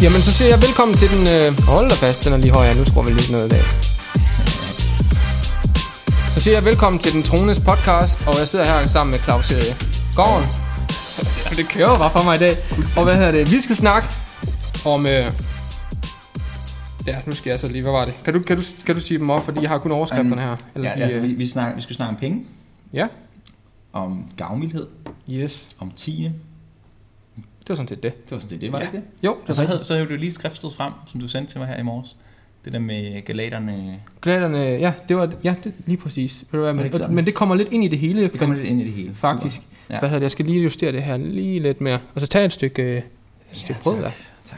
Jamen, så siger jeg velkommen til den... hold da fast, den er lige højere. Nu tror vi lidt noget af. Så siger jeg velkommen til den Trones podcast, og jeg sidder her sammen med Claus Gården. Det kører bare for mig i dag. Og hvad hedder det? Vi skal snakke om... ja, nu skal jeg så lige... Hvad var det? Kan du sige dem op, fordi jeg har kun overskrifterne her? Eller ja, altså vi skal snakke om penge. Ja. Om gavmildhed. Yes. Om tiende. Det var sådan set det. Det var sådan det, var det ikke det? Jo, det og så havde du lige et skriftsted frem, som du sendte til mig her i morges. Det der med Galaterne. Galaterne, ja, det lige præcis. Men det kommer lidt ind i det hele. Det kommer lidt ind i det hele. Faktisk. Ja. Hvad hedder det? Jeg skal lige justere det her lige lidt mere. Og så tage et stykke brød der. Tak.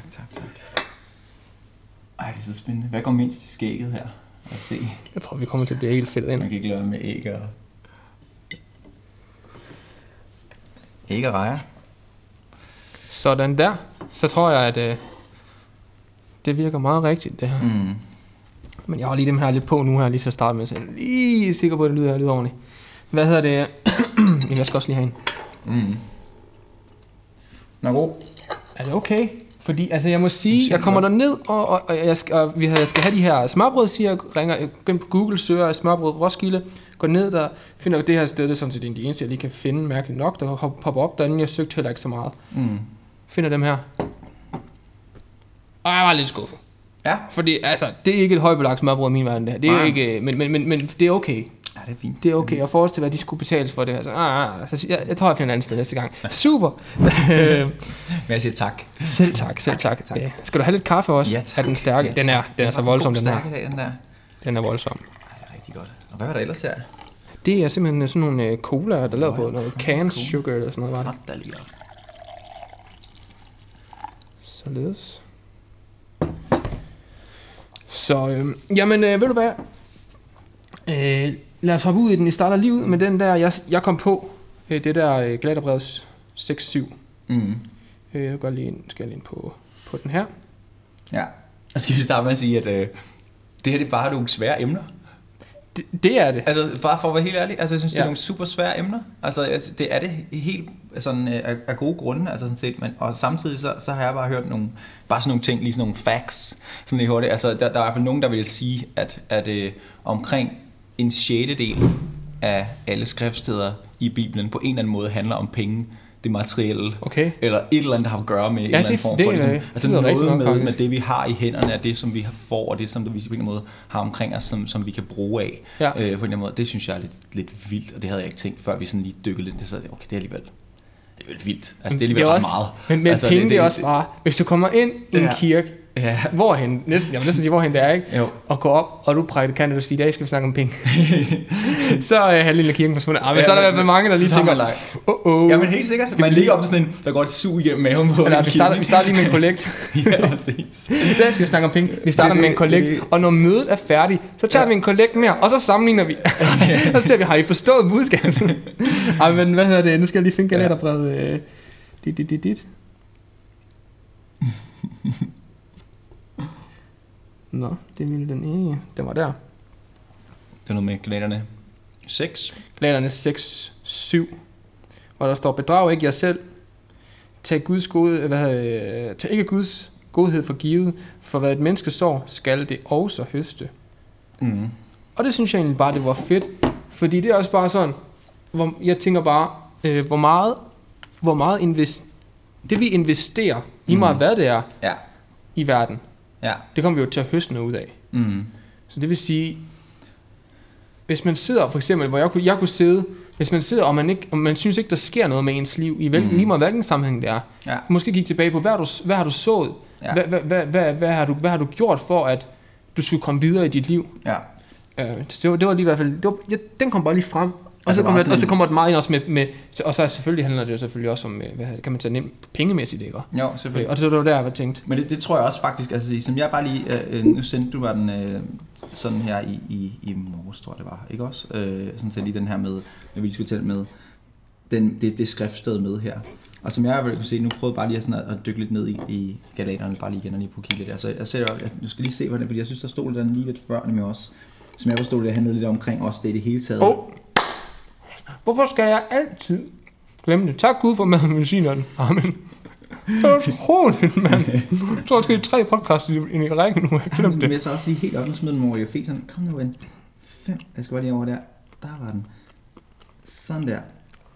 Ej, det er så spændende. Hvad går mindst i skægget her? Lad os se. Jeg tror, vi kommer til at blive helt fedt ind. Man kan ikke lade med æg og rejer. Sådan der. Så tror jeg, at det virker meget rigtigt, det her. Mm. Men jeg har lige dem her lidt på nu her, lige så starte med, så jeg er lige sikker på, at det lyder lidt ordentligt. Hvad hedder det? Jamen, jeg skal også lige have en. Mm. Nå, god. Er det okay? Fordi, altså, jeg må sige, jeg kommer derned, og jeg skal have de her smørbrød, siger jeg, ringer, gå på Google, søger smørbrød Roskilde, går ned der, finder det her sted, det er sådan set det eneste, jeg lige kan finde, mærkeligt nok, der popper op, der jeg søgte heller ikke så meget. Mm. Finder dem her. Og jeg var lidt skuffet. Ja. Fordi, altså, det er ikke et højbelagt smørbrød i min verden, det her. Det er ikke, men det er okay. Ja, det er fint. Det er okay, og forhold til, hvad de skulle betales for det. Altså, jeg tror, jeg finder et andet sted næste gang. Super! Men jeg siger tak. Selv tak. Ja. Skal du have lidt kaffe også? Ja, tak. Er den stærke? Ja, den er så voldsom, den her. Den der. Den er voldsom. Ej, det er rigtig godt. Og hvad var der ellers her? Det er simpelthen sådan nogle cola, der er lavet på noget can sugar eller sådan noget, var det? Der lige op. Således. Så, jamen, ved du hvad? Lad os hoppe ud i den. Vi starter lige ud med den der, jeg kom på. Det der Galaterbrevets 6-7. Mm. Jeg går lige ind på den her. Ja, og skal vi starte med at sige, at det her det er bare nogle svære emner. Det er det. Altså, bare for at være helt ærlig, altså, jeg synes, det er nogle super svære emner. Altså, det er det helt sådan, af gode grunde, altså sådan set. Men, og samtidig så har jeg bare hørt sådan nogle ting, lige sådan nogle facts, sådan lidt hurtigt. Altså, der er i hvert fald nogen, der vil sige, at omkring en 6/6 af alle skriftsteder i Bibelen på en eller anden måde handler om penge, det materielle, okay. Eller et eller andet, der har at gøre med en eller anden form for ligesom, altså noget med det, vi har i hænderne, er det, som vi får, og det, som vi på en eller anden måde har omkring os, som vi kan bruge af, på en eller anden måde. Det synes jeg er lidt vildt, og det havde jeg ikke tænkt, før vi sådan lige dykkede lidt. Så okay, det er alligevel vildt. Altså, det er alligevel ret meget. Men altså, penge, det er også bare, hvis du kommer ind i en kirke, hvorhen, jeg vil næsten sige, hvorhen det er, ikke? Jo. Og går op, og du prædikant, og du siger, i dag skal vi snakke om penge. Så er halvdelen af kirken forsvundet. Men så er der i hvert fald mange, der lige tænker, ja, men helt sikkert. Man ligger op til sådan en, der går et sug igennem maven på. Vi starter lige med en kollekt. Ja, præcis. I dag skal vi snakke om penge. Vi starter med en kollekt, og når mødet er færdigt, så tager vi en kollekt mere, og så sammenligner vi. Så ser vi, har I forstået budskabet? Men hvad hedder det? Nu skal jeg lige finde Galaterbrevet. Dit. Nå, det ville den ikke. Den var der. Det er noget med Galaterne 6. Galaterne 6-7. Og der står, bedrag ikke jer selv. Tag ikke Guds godhed for givet. For hvad et menneske sår, skal det også høste. Mm. Og det synes jeg egentlig bare, det var fedt. Fordi det er også bare sådan, jeg tænker bare, hvor meget det vi investerer, lige meget hvad det er, i verden. Ja. Det kommer vi jo til at høste noget ud af. Mm. Så det vil sige, hvis man sidder for eksempel, hvor jeg kunne sidde, hvis man sidder, og man synes ikke, der sker noget med ens liv, i lige meget hvilken sammenhæng det er. Ja. Måske kigge tilbage på, hvad har du sået? Ja. Hvad har du gjort for, at du skulle komme videre i dit liv? Ja. Det var lige i hvert fald, den kom bare lige frem. Og så kommer det meget ind også med og så selvfølgelig handler det jo selvfølgelig også om, kan man sige, nemt pengemæssigt, ikke? Jo, selvfølgelig. Og det var der, jeg tænkte. Men det tror jeg også faktisk, altså som jeg bare lige, nu sendte du den sådan her i morges, tror jeg det var, ikke også? Sådan set lige den her med, når vi diskuterer med, det skriftsted med her. Og som jeg vil kunne se, nu prøvede bare lige sådan at dykke lidt ned i Galaterne, bare lige igen og lige på kigge lidt. Altså jeg skal lige se, hvordan, fordi jeg synes, der stod lidt lige lidt før nemlig også. Som jeg forstod, det handlede lidt omkring også det i det hele taget. Hvorfor skal jeg altid glemme det? Tak Gud for mad og medicinerne. Amen. Det er utroligt, mand. Jeg tror, det er 3 podcasts i rækken nu. Jeg glemte det. Jeg vil så også sige helt op, nu smider den over i fæseren. Kom nu ind. 5. Jeg skal bare lige over der. Der var den. Sådan der.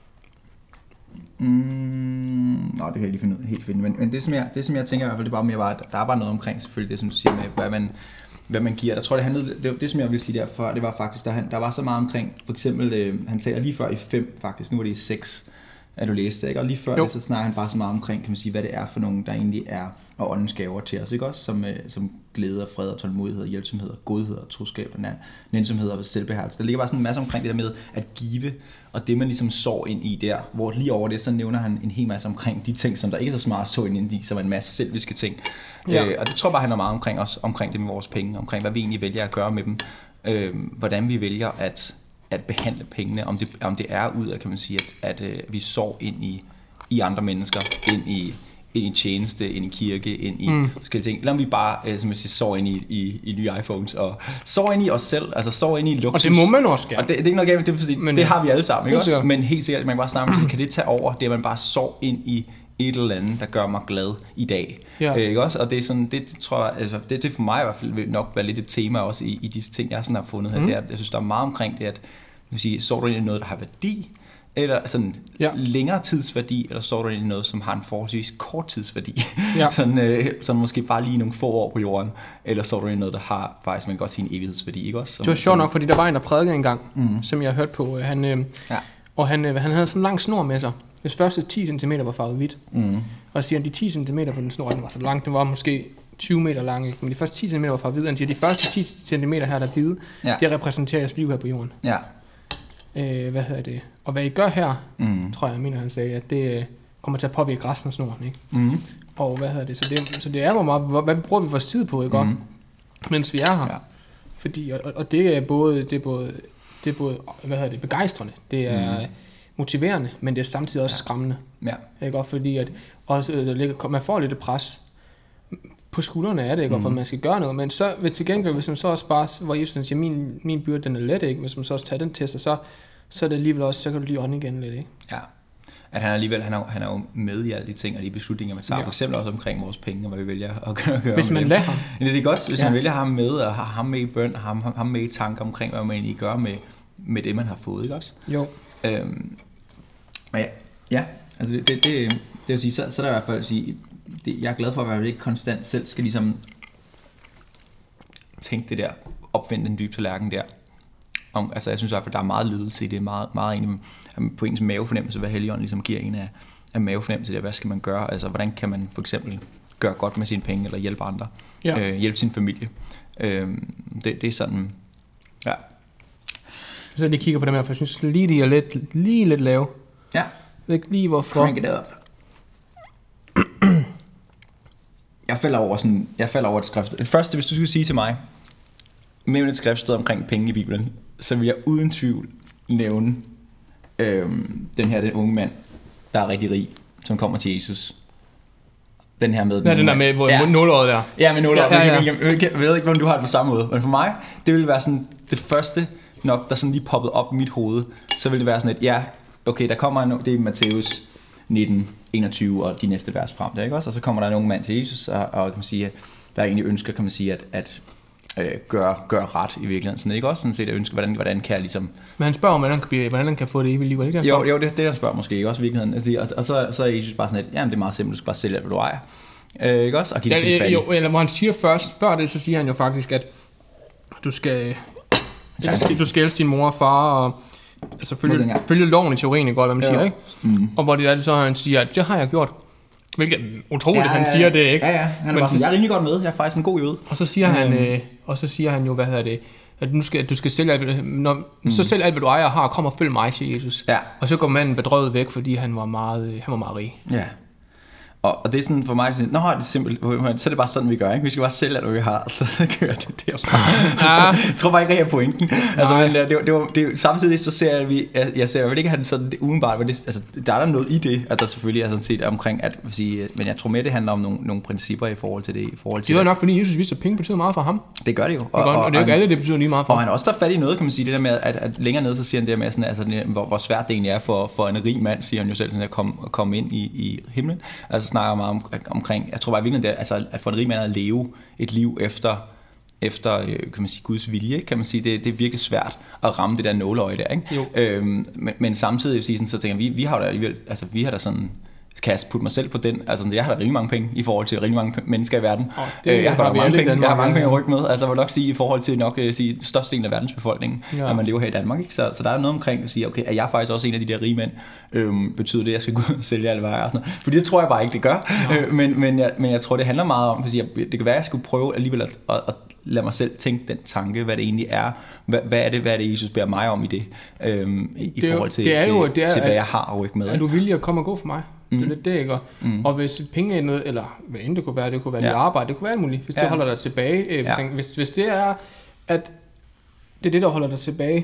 Nå, det kan jeg lige helt finde. Men det, som jeg tænker i hvert fald, det er bare mere bare, at der er bare noget omkring, selvfølgelig det, som du siger med, hvad man giver. Jeg tror, det som jeg vil sige derfra, det var faktisk, der var så meget omkring, for eksempel, han taler lige før i 5 faktisk, nu var det i 6, at du læste, ikke? Og lige før det, så snakker han bare så meget omkring, kan man sige, hvad det er for nogen, der egentlig er, og åndens gaver til os, ikke også? Som glæde og fred og tålmodighed, hjælpsomhed og godhed og troskab og nænsomhed og selvbeherrelse. Der ligger bare sådan en masse omkring det der med at give, og det man ligesom sår ind i der, hvor lige over det, så nævner han en hel masse omkring de ting, som der ikke er så smart så ind i, som er en masse selviske ting. Og det tror jeg bare handler meget omkring os, omkring det med vores penge, omkring hvad vi egentlig vælger at gøre med dem, hvordan vi vælger at behandle pengene, om det er ud af, kan man sige, at vi sår ind i andre mennesker, ind i tjeneste, ind i kirke, ind i forskellige ting. Eller om vi bare, som jeg siger, sår ind i nye iPhones, og sår ind i os selv, altså sår ind i luksus. Og det må man også gerne. Og det er ikke noget galt, det har vi alle sammen, ikke også? Men helt sikkert, man kan bare snakke om, kan det tage over, det at man bare sår ind i et eller andet, der gør mig glad i dag. Ja. Ikke også? Og det er sådan, det tror jeg, altså, det for mig i hvert fald vil nok være lidt et tema også i disse ting, jeg sådan har fundet her. Det er, jeg synes, der er meget omkring det, at så du ind i noget, der har værdi, eller sådan længere tidsværdi, eller så du ind i noget, som har en forholdsvis kort tidsværdi. Ja. sådan måske bare lige nogle få år på jorden, eller så du ind i noget, der har faktisk, man kan godt sige, en evighedsværdi, ikke også? Det var sjovt nok, fordi der var en, der prædikede engang, som jeg har hørt på. Og han havde sådan en lang snor med sig. Det første 10 cm var farvet hvidt. Og siger, at de 10 cm på den snor, den var så lang, den var måske 20 meter lang, ikke? Men de første 10 cm var farvet hvidt. Han siger, at de første 10 cm her, der er hvide, det repræsenterer jeres liv her på jorden. Ja. Og hvad I gør her, tror jeg, han sagde, at det kommer til at påvirke resten af snoren, ikke? Og så det er jo meget, hvad bruger vi vores tid på, ikke? Mens vi er her. Ja. Fordi, og det er både begejstrende, det er motiverende, men det er samtidig også skræmmende. Ja. Ikke? Fordi at man får lidt pres på skuldrene af det, ikke? For man skal gøre noget, men så til gengæld, hvis man så også bare, hvor Jesus siger, min byrde, den er let, ikke? Hvis man så også tager den til sig, så er det alligevel også, så kan du lige ånde igen lidt, ikke? Ja. At han alligevel, han er jo med i alle de ting og de beslutninger, man tager. For eksempel også omkring vores penge, og hvad vi vælger at gøre. Hvis man lader ham. Ja, det er godt, hvis man vælger ham med, og har ham med i bøn, og ham med i tanker omkring, hvad man egentlig gør med det, man har fået, ikke også? Jo. Men altså det vil sige, så er der i hvert fald at sige, jeg er glad for, at jeg ikke konstant selv skal ligesom tænke det der, opfinde den dybe tallerken der. Altså jeg synes i hvert fald, der er meget lidelse i det, meget egentlig på ens mavefornemmelse, hvad Helligånden ligesom giver en af mavefornemmelse der, hvad skal man gøre, altså hvordan kan man for eksempel gøre godt med sine penge, eller hjælpe andre, hjælpe sin familie. Det er sådan, ja. Så jeg lige kigger på dem her, for jeg synes lige de er lige lidt lave. Ja. Jeg ved ikke lige hvorfor. Crank it up. Jeg falder over et skrift. Det første, hvis du skulle sige til mig, nævne et skrift stod omkring penge i Bibelen, så vil jeg uden tvivl nævne den unge mand, der er rigtig rig, som kommer til Jesus. Den her med... Ja, den der med nåløjet der. Ja, med nåløjet. Jeg ved ikke, om du har det på samme måde, men for mig, det vil være sådan det første nok, der sådan lige poppede op i mit hoved, så vil det være sådan et, okay, der kommer det er Matthæus 19, 21 og de næste vers frem der, ikke også? Og så kommer der en ung mand til Jesus, og kan man sige, der egentlig ønsker, kan man sige, at gøre ret i virkeligheden, sådan, ikke også? Sådan set, at ønsker, hvordan kan jeg ligesom... Men han spørger, hvordan han kan få det evige liv, ikke? Jo, det han spørger måske, ikke også i virkeligheden. Altså, og så er Jesus bare sådan, at det er meget simpelt, du skal bare sælge alt, hvad du ejer. Ikke også? Og give det til fattige. Jo, eller hvor han siger før det, så siger han jo faktisk, at du skal elske din mor og far, og altså følge loven i teorien, ikke, hvad man siger, ikke? Og hvor det er det så, han siger, at det har jeg gjort. Hvilket utroligt, han siger det, ikke? Ja, han er bare sådan, jeg er rimelig godt med, jeg er faktisk en god jøde. Og så siger han jo, at du skal sælge alt, så sælg alt, hvad du ejer og har, og kom og følg mig, siger Jesus. Ja. Og så går manden bedrøvet væk, fordi han var meget rig. Ja. Og det er sådan for mig, det er simpelt, så er det bare sådan, vi gør, ikke? Vi skal bare sælge alt, hvad vi har, så kører det derfra. Jeg tror bare ikke rigtig pointen. Altså, men det samtidig så ser jeg ser vel ikke, at han sådan udenbart, men altså, der er der noget i det, altså selvfølgelig er sådan set omkring, at sige, men jeg tror med, det handler om nogle principper i forhold til det. Det var nok, fordi Jesus vidste, at penge betyder meget for ham. Det gør det jo. Og det er jo ikke alle, det betyder lige meget for. Og han også tager fat i noget, kan man sige, det der med, at længere ned, så siger han det med, sådan, altså, hvor svært det egentlig er for en rig mand, siger han jo selv, sådan at komme ind i himlen. Altså snakker meget omkring, jeg tror bare virkelig, altså, at for en rig mand at leve et liv efter kan man sige, Guds vilje, kan man sige, det er virkelig svært at ramme det der nåleøje der, ikke? Men samtidig vil sige sådan, så tænker vi har da alligevel, altså vi har da sådan, kan jeg putte mig selv på den, altså jeg har da rimelig mange penge i forhold til rimelig mange mennesker i verden. Jeg har mange penge at rykke med, altså jeg vil nok sige i forhold til nok sige størstedelen af verdens befolkning, når man lever her i Danmark, ikke? Så der er noget omkring at sige, okay, er jeg faktisk også en af de der rige mænd, betyder det, at jeg skal gå ud og sælge alle vejer og sådan noget? Fordi det tror jeg bare ikke, det gør, men jeg tror, det handler meget om, at sige, det kan være, at jeg skulle prøve alligevel at lade mig selv tænke den tanke, hvad det egentlig er, hvad er det Jesus beder mig om i det, i forhold til hvad jeg har at rykke med. Er du villig at komme og gå for mig? Det er lidt det, ikke? Og hvis penge er noget, eller hvad end det kunne være dit arbejde, det kunne være alt muligt, hvis det holder dig tilbage. Hvis det er, at det er det, der holder dig tilbage,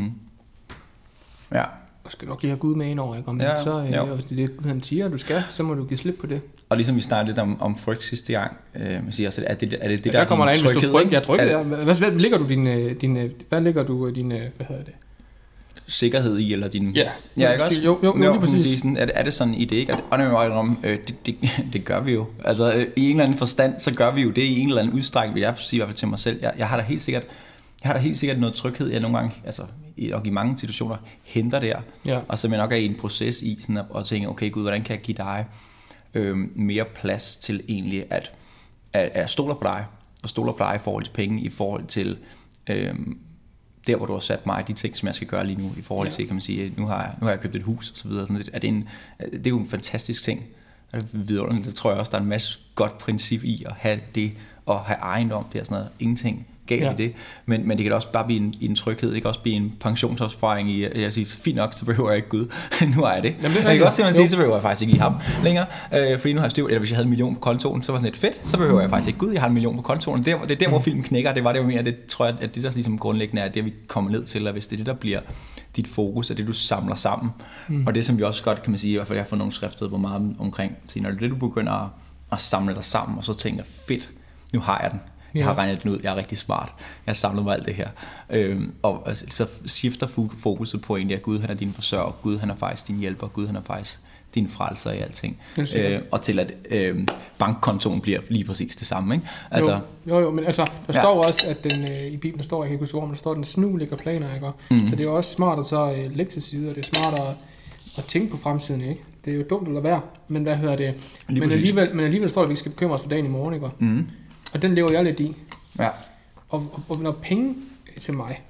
og skal nok lige have Gud med ind over, ikke? Hvis det er det, han siger, du skal, så må du give slip på det. Og ligesom vi snakkede lidt om frygt sidste gang, man siger også, er det der kommer der ind, hvis du frygt. Jeg tror ikke, hvad ligger du din, hvad hedder det? Sikkerhed i, eller din... ikke også? Jo, lige præcis. Sådan, er det sådan i det, ikke? Og det gør vi jo. Altså, i en eller anden forstand, så gør vi jo det i en eller anden udstrækning, vil jeg sige i hvert fald til mig selv. Jeg har da helt sikkert noget tryghed, jeg nogle gange, altså, og i mange situationer, henter der, og som jeg nok er i en proces i, sådan at tænke, okay Gud, hvordan kan jeg give dig mere plads til egentlig, at jeg stoler på dig, og stoler på dig i forhold til penge, i forhold til... der hvor du har sat mig, de ting som jeg skal gøre lige nu i forhold til, kan man sige, nu har jeg købt et hus og så videre, sådan, det er jo en fantastisk ting, og det tror jeg også der er en masse godt princip i at have det, og have ejendom, det er sådan noget, ingenting galt i det, men det kan også bare blive en tryghed, det kan også blive en pensionsopsparing i, jeg siger, fint nok, så behøver jeg ikke Gud, nu er jeg det. Jamen, jeg kan også simpelthen sige, så behøver jeg faktisk ikke i ham længere, fordi nu har jeg styr, eller hvis jeg havde 1 million på kontoen, så var det sådan lidt fedt, så behøver jeg faktisk ikke Gud, jeg har 1 million på kontoen. Det er der, hvor filmen knækker, det var det, jeg mener, det tror jeg, at det der ligesom grundlæggende er, det vi kommer ned til, og hvis det er det, der bliver dit fokus, og det du samler sammen, og det som vi også godt, kan man sige, i hvert fald jeg har fået nogle skrifter på meget omkring, når det du begynder at samle dig sammen, og så tænker, fedt, nu har jeg den. Jeg har regnet den ud, jeg er rigtig smart. Jeg har samlet mig alt det her. Og altså, så skifter fokuset på egentlig, at Gud han er din forsørger, Gud han er faktisk din hjælper, Gud han er faktisk din frelser i alting. Og til at bankkontoen bliver lige præcis det samme, ikke? Altså, jo, men altså, der står også, at den, i Bibelen står, jeg kan ikke huske, hvor, men der står, at den snu lægger planer, ikke? Så det er jo også smart at så lægge til side, og det er smart at tænke på fremtiden, ikke? Det er jo dumt at lade være, men hvad hedder det? Men alligevel står det, at vi skal bekymre os for dagen i morgen, ikke? Og den lever jeg lidt i. Ja. Og når penge til mig,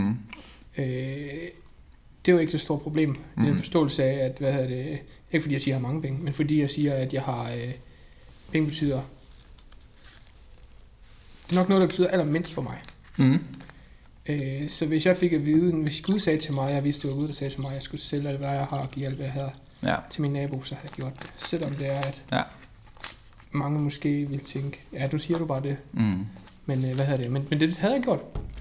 det er jo ikke så stort problem. Det er en forståelse af, at, hvad hedder det, ikke fordi jeg siger, at jeg har mange penge, men fordi jeg siger, at jeg har, penge betyder, det er nok noget, der betyder allermindst for mig. Så hvis jeg fik at vide, hvis Gud sagde til mig, jeg vidste, det var Gud, der sagde til mig, at jeg skulle sælge alt, hvad jeg har, og give alt, hvad jeg havde til min nabo, så havde jeg gjort det. Selvom det er, at mange måske vil tænke, ja, du siger du bare det. Men hvad hedder det? Men det havde jeg gjort.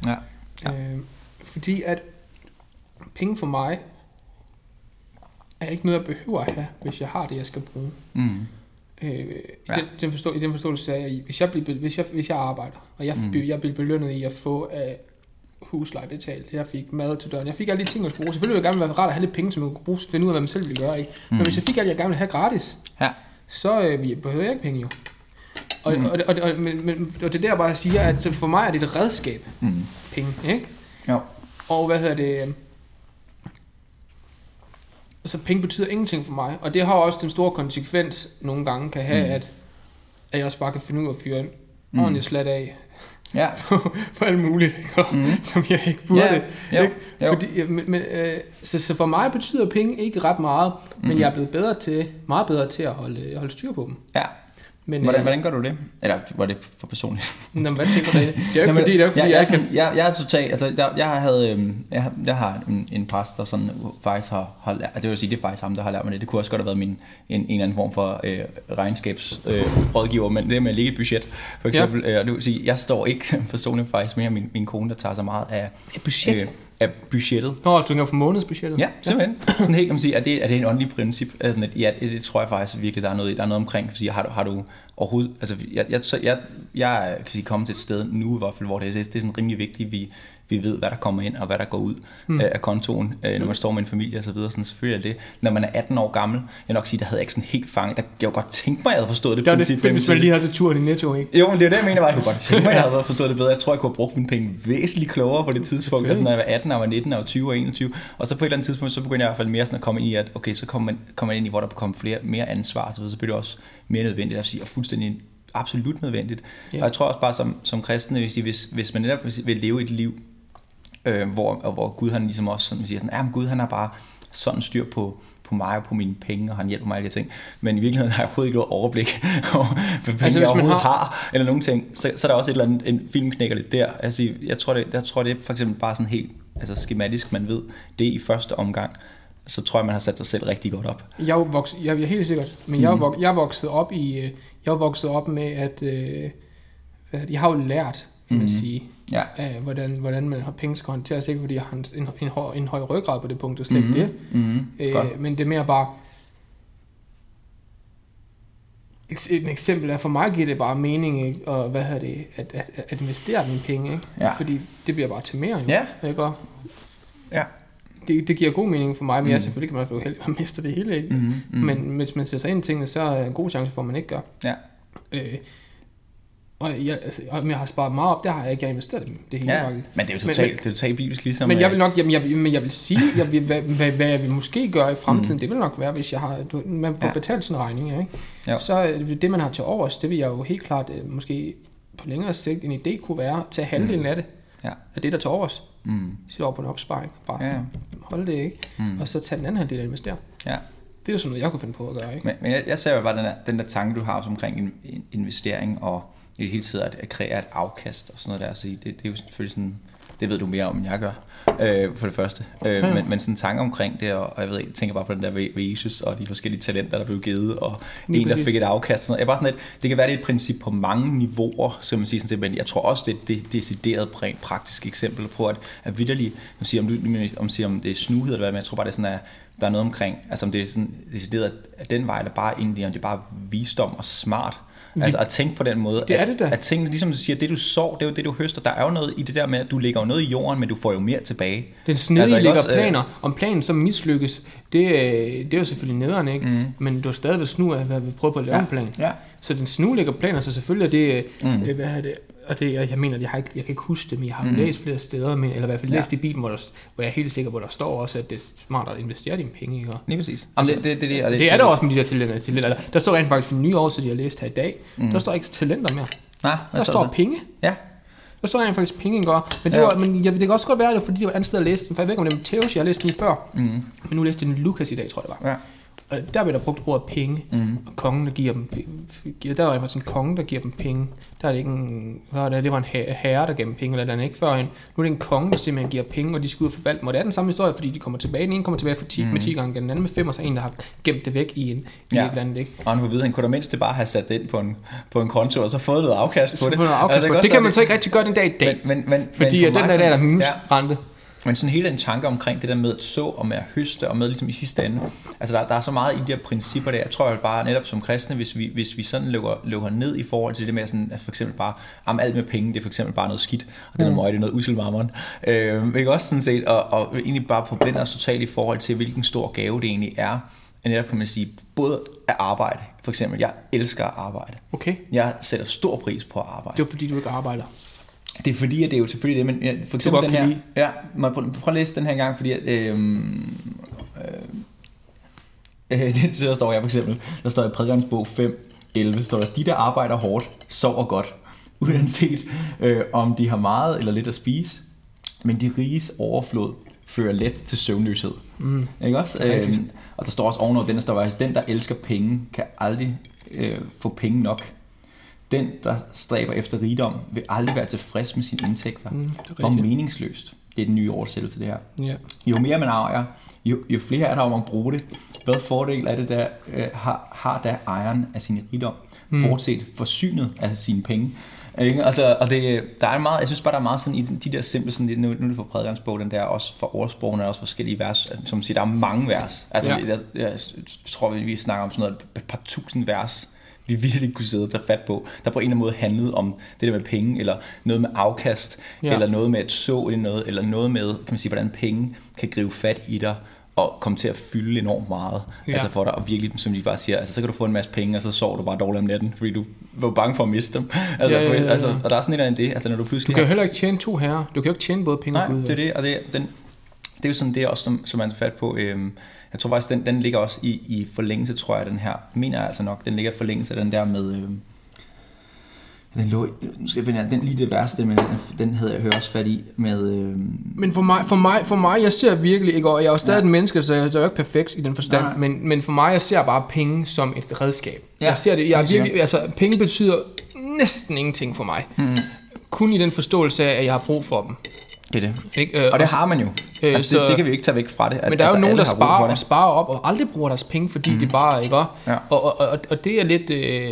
Fordi at penge for mig er ikke noget, jeg behøver at have, hvis jeg har det, jeg skal bruge. I den forståelse af, hvis jeg arbejder, og jeg bliver belønnet i at få husleje betalt, jeg fik mad til døren, jeg fik alle de ting, jeg skulle bruge. Selvfølgelig ville jeg gerne være rart at have lidt penge, som jeg kunne bruge til at finde ud af, hvad man selv ville gøre. Ikke? Men hvis jeg fik alt, jeg gerne ville have gratis, så behøver jeg ikke penge jo. Og det er der bare, jeg siger, at for mig er det et redskab, penge, ikke? Jo. Og hvad hedder det? Så penge betyder ingenting for mig, og det har også den store konsekvens, nogle gange kan have, at jeg også bare kan finde ud af at fyre en ordentlig slat af. For alt muligt, som jeg ikke burde. Fordi, så for mig betyder penge ikke ret meget, men jeg er blevet meget bedre til at holde styr på dem. Ja. Men, hvordan gør du det? Eller var det for personligt? Nå, hvad tænker du det? Det er jo ikke fordi, jeg er totalt, altså jeg har en præst, der sådan faktisk har lært, det vil sige, det er faktisk ham, der har lært mig det. Det kunne også godt have været en eller anden form for regnskabsrådgiver, men det med at lægge et budget, for eksempel. Og det vil sige, jeg står ikke personligt faktisk mere min kone, der tager så meget af budget. Af budgettet. Nå, du tænker for månedsbudgettet? Ja, simpelthen. Sådan helt kan man sige, at det er en åndelig princip. Ja, det tror jeg faktisk virkelig, der er noget omkring. Fordi har overhovedet, altså jeg kan sige komme til et sted nu i hvert fald, hvor det er sådan rimelig vigtigt, vi ved, hvad der kommer ind og hvad der går ud af kontoen, når man står med en familie og så videre. Sådan, selvfølgelig er det. Når man er 18 år gammel, jeg nok sige, der havde jeg ikke sådan helt fanget. Jeg kunne godt tænke mig, at jeg havde forstået det. Det er det fedt, hvis man lige havde til turen i Netto, ikke? Jo, men det er det, jeg mener, jeg kunne godt tænke mig, at jeg havde forstået det bedre. Jeg tror, jeg kunne have brugt mine penge væsentligt klogere på det tidspunkt. Altså, når jeg var 18, og var 19, og 20 og 21. Og så på et eller andet tidspunkt, så begyndte jeg i hvert fald mere sådan at komme ind i, at okay, så kommer man ind i, hvor der kommer mere ansvar, så bliver det også mere nødvendigt at sige, og fuldstændig absolut nødvendigt. Og jeg tror også bare som kristne, hvis man netop vil leve et liv, hvor Gud han ligesom også sådan siger sådan, men Gud han har bare sådan styr på mig og på mine penge, og han hjælper mig i de ting. Men i virkeligheden har jeg overhovedet ikke noget overblik over, hvad penge jeg overhovedet har, eller nogle ting. Så er der også et eller andet, en filmknækker lidt der. Altså, jeg tror det er for eksempel bare sådan helt skematisk, man ved det i første omgang. Så tror jeg, man har sat sig selv rigtig godt op. Jeg er helt sikkert, men jeg er vokset op med, at jeg har jo lært, kan man sige, hvordan man har penge skal håndteres, ikke fordi jeg har en høj ryggrad på det punkt, det er slet ikke det. Men det er mere bare et eksempel er, for mig giver det bare mening, ikke? Og at investere mine penge, ikke? Ja. Fordi det bliver bare til mere, ikke? Ja. Det giver god mening for mig, men jeg selvfølgelig kan man få heldig at miste det hele, ikke? Men hvis man ser sig ind i tingene, så er der en god chance for, at man ikke gør. Ja. Og jeg har sparet meget op, der har jeg ikke investeret det hele. Ja, men det er jo totalt bibelsk ligesom. Men jeg vil nok, jeg vil sige, hvad jeg vil måske gøre i fremtiden, det vil nok være, hvis jeg har, man får betalt sådan en regning, ikke? Jo. Så det man har til overs, det vil jeg jo helt klart, måske på længere sigt, en idé kunne være, til halvdelen af det, af det der til overs, sætte over på en opsparing, bare holde det, ikke? Og så tage den anden halvdel og investere. Ja. Det er jo sådan noget, jeg kunne finde på at gøre, ikke? Men jeg ser jo bare den der tanke, du har omkring en investering, og i det hele tiden at kreere et afkast og sådan noget der. Så det er jo selvfølgelig sådan, det ved du mere om, end jeg gør, for det første. Men sådan en tanke omkring det, og jeg tænker bare på den der ved Jesus, og de forskellige talenter, der blev givet, og en, der fik et afkast. Sådan noget. Jeg bare sådan, det kan være, det er et princip på mange niveauer, så man siger sådan, men jeg tror også, det er et decideret praktisk eksempel på, at vitterligt, om det er snuhed eller hvad, men jeg tror bare, det er sådan, at der er noget omkring, altså om det er sådan decideret, at den vej, eller bare egentlig, om det er bare visdom og smart. Altså at tænke på den måde, det er det at tænke, ligesom du siger, det du sår, det er jo det du høster. Der er jo noget i det der med, at du lægger jo noget i jorden, men du får jo mere tilbage. Den snedige lægger planer. Om planen så mislykkes, det er jo selvfølgelig nederen, ikke? Men du er stadig ved snu af, hvad vi prøver på at lave en plan. Ja. Så den snu lægger planer, så selvfølgelig er det, hvad er det? Og det, jeg mener, jeg kan ikke huske det, men jeg har læst flere steder, eller i hvert fald læst i Bibelen, hvor jeg er helt sikker på, at der står også, at det er smart at investere dine penge. Ikke? Lige præcis. Altså, det er der også med de der talenter. Der står rent faktisk en ny oversættelse, jeg har læst her i dag. Der står ikke talenter mere. Nej, der står penge. Ja. Der står rent faktisk penge, ikke? Men det kan også godt være, det fordi det var andet sted at læse den, for jeg ved ikke, om det er Matthæus, jeg har læst den før. Men nu læste jeg den Lukas i dag, tror jeg det var. Ja. Og der bliver der brugt ordet penge, og kongen, der giver dem, der er faktisk en konge, der giver dem penge. Der er det ikke det var en herre, der giver dem penge, eller den ikke førhen. Nu er det en konge, der simpelthen giver penge, og de skal ud og forvalte dem. Og det er den samme historie, fordi de kommer tilbage. Den ene kommer tilbage med 10 gange, den anden med 5, og så en, der har gemt det væk i et eller andet, ikke? Og han kunne kunne da mindst det bare have sat det ind på en konto, og så fået noget afkast på det. Det kan man så ikke rigtig gøre den dag i dag, fordi den der er minusrente. Men sådan hele den tanke omkring det der med at så og med at høste og med ligesom i sidste ende. Altså der er så meget i de her principper der. Jeg tror bare netop som kristne, hvis vi sådan lukker ned i forhold til det med sådan, at for eksempel bare, alt med penge, det er for eksempel bare noget skidt, og det er noget møg, det er noget uselmarmeren. Ikke også sådan set, og egentlig bare forblinder os totalt i forhold til, hvilken stor gave det egentlig er. Netop kan man sige, både at arbejde. For eksempel, jeg elsker at arbejde. Okay. Jeg sætter stor pris på at arbejde. Det er fordi, du ikke arbejder. Det er fordi, at det er jo selvfølgelig det, men for eksempel den her... Lide. Ja, prøv at læse den her gang, fordi at... det står jeg for eksempel, der står i Prædikernes bog 5:11, står der, de der arbejder hårdt, sover godt, uanset om de har meget eller lidt at spise, men de riges overflod fører let til søvnløshed. Ikke også? Og der står også ovenover, den der elsker penge, kan aldrig få penge nok. Den, der stræber efter rigdom, vil aldrig være tilfreds med sine indtægter, og meningsløst. Det er den nye oversættelse, det her. Yeah. Jo mere man ejer, jo flere er der om at bruge det. Hvad fordel er det, der har der ejeren af sin rigdom, bortset forsynet af sine penge. Altså, og der er meget, jeg synes bare, der er meget sådan i de der simple, sådan, nu er det for Prædikernes bog, den der også for ordsprogene, også forskellige vers, som siger, der er mange vers. Altså, jeg tror, vi snakker om sådan noget, et par tusind vers, vi virkelig kunne sidde og tage fat på, der på en eller anden måde handlede om det der med penge, eller noget med afkast, eller noget med at så noget, eller noget med, kan man sige, hvordan penge kan gribe fat i dig, og komme til at fylde enormt meget, altså for dig, og virkelig, som de bare siger, altså så kan du få en masse penge, og så sover du bare dårligt om natten, fordi du var bange for at miste dem. Altså, altså, og der er sådan et eller andet det, altså når du pludselig... Du kan jo heller ikke tjene to herrer, du kan jo ikke tjene både penge og Gud. Nej, det er det, og det er jo sådan det også, som man er fat på. Jeg tror faktisk, den ligger også i forlængelse, tror jeg, den her, mener jeg altså nok, den ligger i forlængelse af den der med... Den lå, nu skal jeg finde den lige det værste, men den havde jeg hørt også fat i med... Men for mig, jeg ser virkelig ikke, og jeg er jo stadig et menneske, så jeg er jo ikke perfekt i den forstand, men for mig, jeg ser bare penge som et redskab. Jeg ser det, jeg virkelig, altså penge betyder næsten ingenting for mig. Kun i den forståelse af, at jeg har brug for dem. Det er det. Ikke? Og det har man jo. Altså, det kan vi ikke tage væk fra det. Men der er jo nogen, der sparer op og aldrig bruger deres penge, fordi det bare ikke er. Ja. Og det er lidt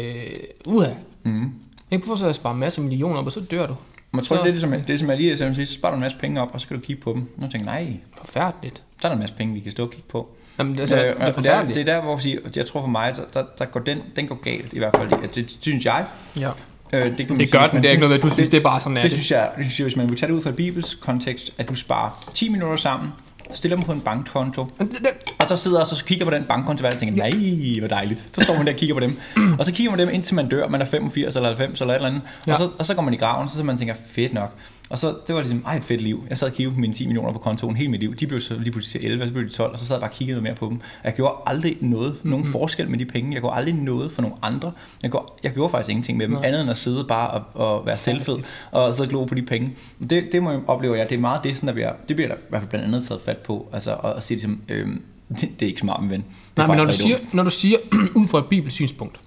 ikke hvorfor så jeg sparer masser af millioner op, og så dør du. Man tror, det som jeg lige sagde, så sparer du en masse penge op, og så kan du kigge på dem. Nu tænker nej. Forfærdeligt. Så er der en masse penge, vi kan stå og kigge på. Jamen, det er forfærdeligt. Det er der, hvor jeg tror for mig, der går den går galt, i hvert fald. Det synes jeg. Ja. Det gør den, det er ikke noget, du synes, det er bare sådan, det synes jeg, hvis man vil tage det ud fra et bibels kontekst, at du sparer 10 minutter sammen, stiller dem på en bankkonto, og så sidder og så kigger på den bankkonto, og tænker, nej, hvor dejligt. Så står man der og kigger på dem, og så kigger man dem, indtil man dør, man er 85 eller 90 eller et eller andet, og så går man i graven, så man tænker, fedt nok. Og så, det var ligesom, et fedt liv. Jeg sad og kiggede på mine 10 millioner på kontoen hele mit liv. De blev så lige pludselig 11, så blev de 12, og så sad jeg bare og kiggede noget mere på dem. Jeg gjorde aldrig nogen forskel med de penge. Jeg gjorde aldrig noget for nogen andre. Jeg gjorde faktisk ingenting med dem, andet end at sidde bare og være selvfed, og så glo på de penge. Det må jeg opleve, det er meget det, sådan, det bliver der i hvert fald blandt andet taget fat på, altså at sige ligesom, det er ikke smart, min ven. Nej, men når du siger ud fra et bibelsynspunkt,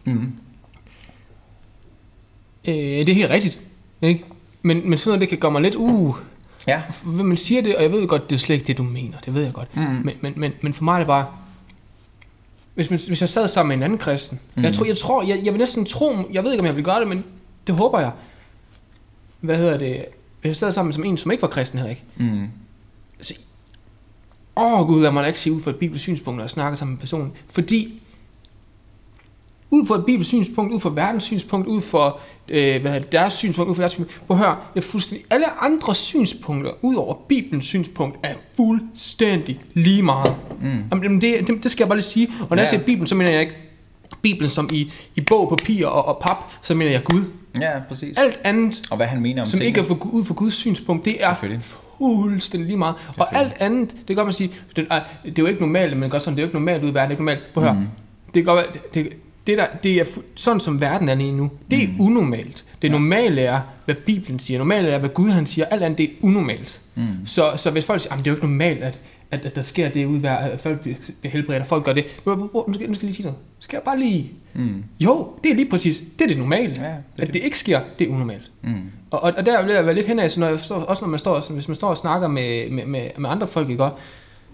det er helt rigtigt, ikke? Men sådan noget, det kan gøre mig lidt, man siger det, og jeg ved godt, det er slet ikke det, du mener, det ved jeg godt. Men for mig er det bare, hvis jeg sad sammen med en anden kristen, jeg vil næsten tro, jeg ved ikke, om jeg vil gøre det, men det håber jeg. Hvis jeg sad sammen med en, som ikke var kristen heller ikke. Så, Gud, jeg må da ikke sige ud fra et bibelsynspunkt, når jeg snakker sammen med personen, fordi ud fra et bibelsynspunkt, ud fra verdens synspunkt, ud fra deres synspunkt, ud fra deres synspunkt. Prøv at høre, jeg fuldstændig alle andre synspunkter, ud over Bibelens synspunkt, er fuldstændig lige meget. Jamen, det skal jeg bare lige sige. Og når jeg siger Bibelen, så mener jeg ikke Bibelen som i bog, papir og pap, så mener jeg Gud. Ja, præcis. Alt andet, og hvad han mener om som ikke er ud fra Guds synspunkt, det er fuldstændig lige meget. Og alt andet, det kan man sige, det er jo ikke normalt, men godt sådan, det er jo ikke normalt ud i verden, det er ikke normalt. Prøv at høre, det kan godt være, det er sådan som verden er lige nu. Det er unormalt. Det normale er, hvad Bibelen siger. Normale er, hvad Gud han siger. Alt andet det er unormalt. Så hvis folk siger, det er jo ikke normalt, at der sker det ud, at folk bliver helbredt, og folk gør det. Nu skal jeg lige sige noget. Skal jeg bare lige... Jo, det er lige præcis. Det er det normale. Ja, at det ikke sker, det er unormalt. Og der vil jeg være lidt henad, så når man står, hvis man står og snakker med andre folk, ikke godt?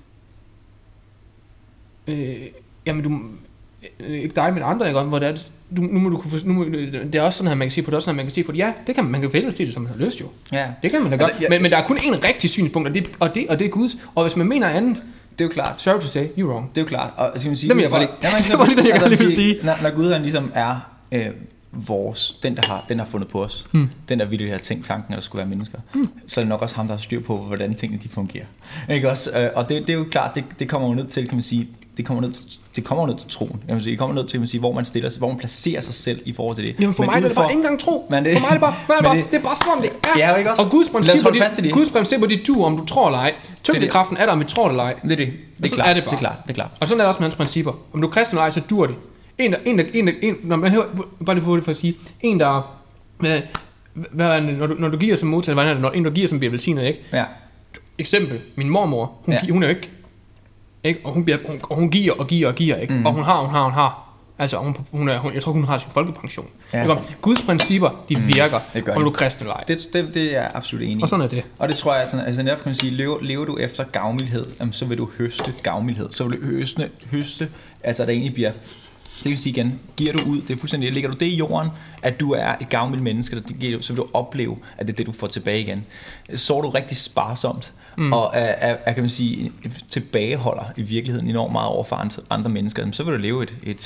Jamen du... ikke dig, men andre, ikke? Hvor det er, nu må du kunne det er også sådan her, man kan se på det, også sådan her, man kan se på det. Ja, det kan man kan vælge at se det, som man har lyst jo. Ja. Det kan man da godt. Altså, men der er kun én rigtig synspunkt, og det er Guds. Og hvis man mener andet, det er jo klart. Sorry to say, you're wrong. Det er jo klart. Og skal man sige, det vil jeg bare ikke. Det var lige det, jeg gerne vil sige. Når Gud han ligesom er den der har fundet på os, den der virkelig har tænkt tanken, at der skulle være mennesker, så er det nok også ham, der har styr på, hvordan tingene de fungerer. Ikke også? Og det er jo klart, det kommer jo ned til, kan man sige, det kommer ned til troen. Jeg vil sige, det kommer ned til, at sige, hvor man stiller sig, hvor man placerer sig selv i forhold til det. Jamen for mig er det bare ikke engang tro. For mig er det bare, det er bare sådan, det er. Ja, ikke også? Og Guds principper, de du, om du tror eller ej. Tyngdekraften er der, om vi tror eller ej. Det er det. Det er klart. Og sådan er det også med hans principper. Om du er kristen eller ej, så dur det. Når man hører, bare lige for at sige, en der, når du giver som modtager, hvordan er det, når en der giver som bliver velsignet, ikke? Ja. Eksempel, min mormor, hun er jo ikke, og hun giver og giver, ikke? Og hun har. Altså, jeg tror, hun har sin folkepension. Ja. Guds principper, de virker, om du er kristen eller ej. Det er jeg absolut enig i. Og sådan er det. Og det tror jeg, altså netop kan man sige, lever du efter gavmildhed, så vil du høste gavmildhed. Så vil du høste, altså der egentlig bliver... Det vil sige igen, giver du ud, det er fuldstændig, lægger du det i jorden, at du er et gavmildt menneske, så vil du opleve, at det er det, du får tilbage igen. Så du rigtig sparsomt, og er, kan man sige, tilbageholder i virkeligheden enormt meget over for andre mennesker, så vil du leve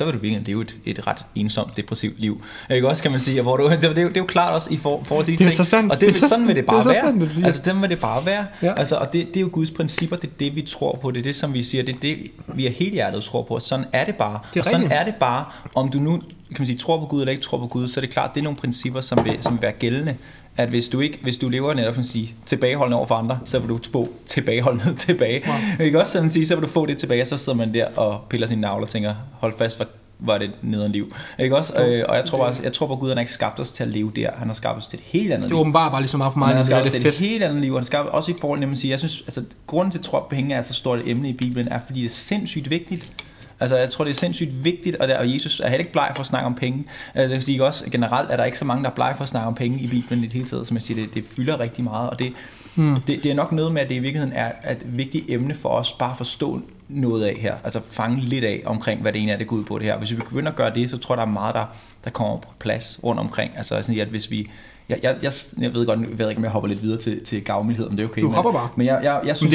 et ret ensomt, depressivt liv. Ikke også, kan man sige, hvor det er jo klart også i forhold til de ting. Sandt. Og sådan vil det bare være. Sandt, altså, sådan vil det bare være. Ja. Altså, og det er jo Guds principper, det er det, vi tror på, det er det, som vi siger, det er det, vi er helhjertet tror på, og sådan er det bare. Og sådan er det bare, om du nu, kan man sige, tror på Gud eller ikke tror på Gud, så er det klart, det er nogle principper, som vil være gældende. At hvis du lever netop, kan man sige, tilbageholdende over for andre, så vil du få tilbageholdenhed tilbage. Wow. Ikke også, så vil du få det tilbage, og så sidder man der og piller sine navler og tænker, hold fast, var det nederen liv. Ikke også? Og jeg tror på Gud, han har ikke skabt os til at leve der. Han har skabt os til et helt andet liv. Det er åbenbart bare ligesom meget for mig. Han har skabt os til et helt andet liv. Han har skabt også i forhold til, at sige, jeg synes, altså, grunden til, at tro på penge er så stort et emne i Bibelen, er, fordi det er sindssygt vigtigt. Altså, jeg tror, det er sindssygt vigtigt, og Jesus er heller ikke bleg for at snakke om penge. Det vil sige også, generelt er der ikke så mange, der er bleg for at snakke om penge i Bibelen i det hele taget. Som jeg siger, det fylder rigtig meget, og det er nok noget med, at det i virkeligheden er et vigtigt emne for os, bare at forstå noget af her. Altså fange lidt af omkring, hvad det egentlig er, det går ud på det her. Hvis vi begynder at gøre det, så tror jeg, der er meget, der kommer på plads rundt omkring. Altså sådan, at hvis vi... Jeg ved godt, jeg ved ikke, om jeg hopper lidt videre til gavmildhed, om det er okay. Du hopper bare. Men jeg synes, det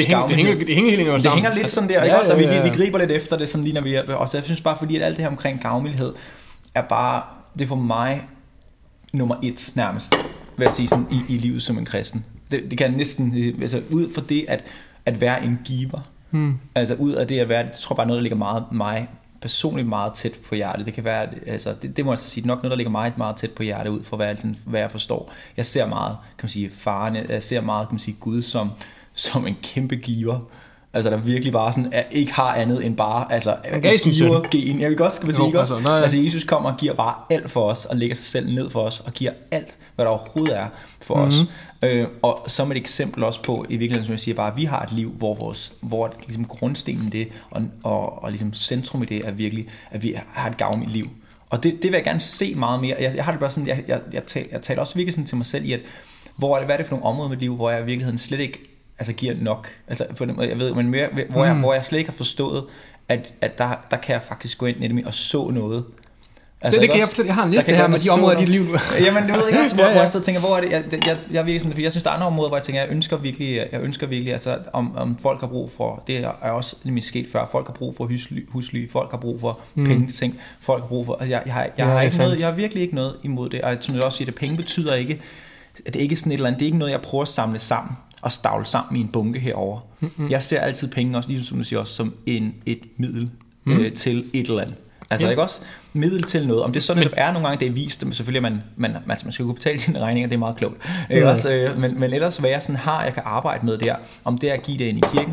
hænger lidt sådan der, ikke også? Og vi griber lidt efter det, sådan lige når vi er... Og så jeg synes bare, fordi at alt det her omkring gavmildhed er bare... Det er for mig nummer 1 nærmest, vil jeg sige, sådan, i livet som en kristen. Det kan næsten... Altså ud fra det at være en giver. Altså ud af det at være... Jeg tror bare noget, der ligger mig personligt meget tæt på hjertet. Det kan være, altså det må jeg sige, nok noget, der ligger meget, meget tæt på hjertet ud for, hvad jeg forstår. Jeg ser meget, kan man sige, faren, jeg ser meget, kan man sige, Gud som en kæmpe giver. Altså der virkelig bare sådan, ikke har andet end bare, altså givergen. Jeg vil godt, skal man sige, altså Jesus kommer og giver bare alt for os, og lægger sig selv ned for os, og giver alt, hvad der overhovedet er for os. Og som et eksempel også på, i virkeligheden, som jeg siger bare, at vi har et liv, hvor ligesom grundstenen det, og ligesom centrum i det er virkelig, at vi har et gavmildt liv. Og det vil jeg gerne se meget mere. Jeg har det bare sådan, jeg taler også virkelig sådan til mig selv i, at hvad er det for nogle områder i mit liv, hvor jeg i virkeligheden slet ikke giver nok. Altså, jeg ved, men mere, hvor jeg slet ikke har forstået, at der kan jeg faktisk gå ind i det og så noget. Altså, det kan jeg fortælle. Jeg har en liste her med de områder i dit liv. Jamen, det ved jeg også, hvor jeg så tænker, hvor er det? Jeg virkelig sådan, for jeg synes, der er andre områder, hvor jeg tænker, jeg ønsker virkelig, altså, om folk har brug for, det er også nemlig sket før, folk har brug for husly, folk har brug for penge ting, folk har brug for, altså, jeg har virkelig ikke noget imod det, og som jeg også siger, det penge betyder ikke, det er ikke sådan et eller andet, det er ikke noget, jeg prøver at samle sammen og stavle sammen i en bunke herover. Jeg ser altid penge også, ligesom som du siger, også som et middel til et eller andet. Altså ikke også middel til noget. Om det sådan netop er nogle gange, det er vist, men selvfølgelig man skal kunne betale sine regninger, det er meget klogt. Også, men ellers hvad jeg sådan jeg kan arbejde med der, om det er at give det ind i kirken,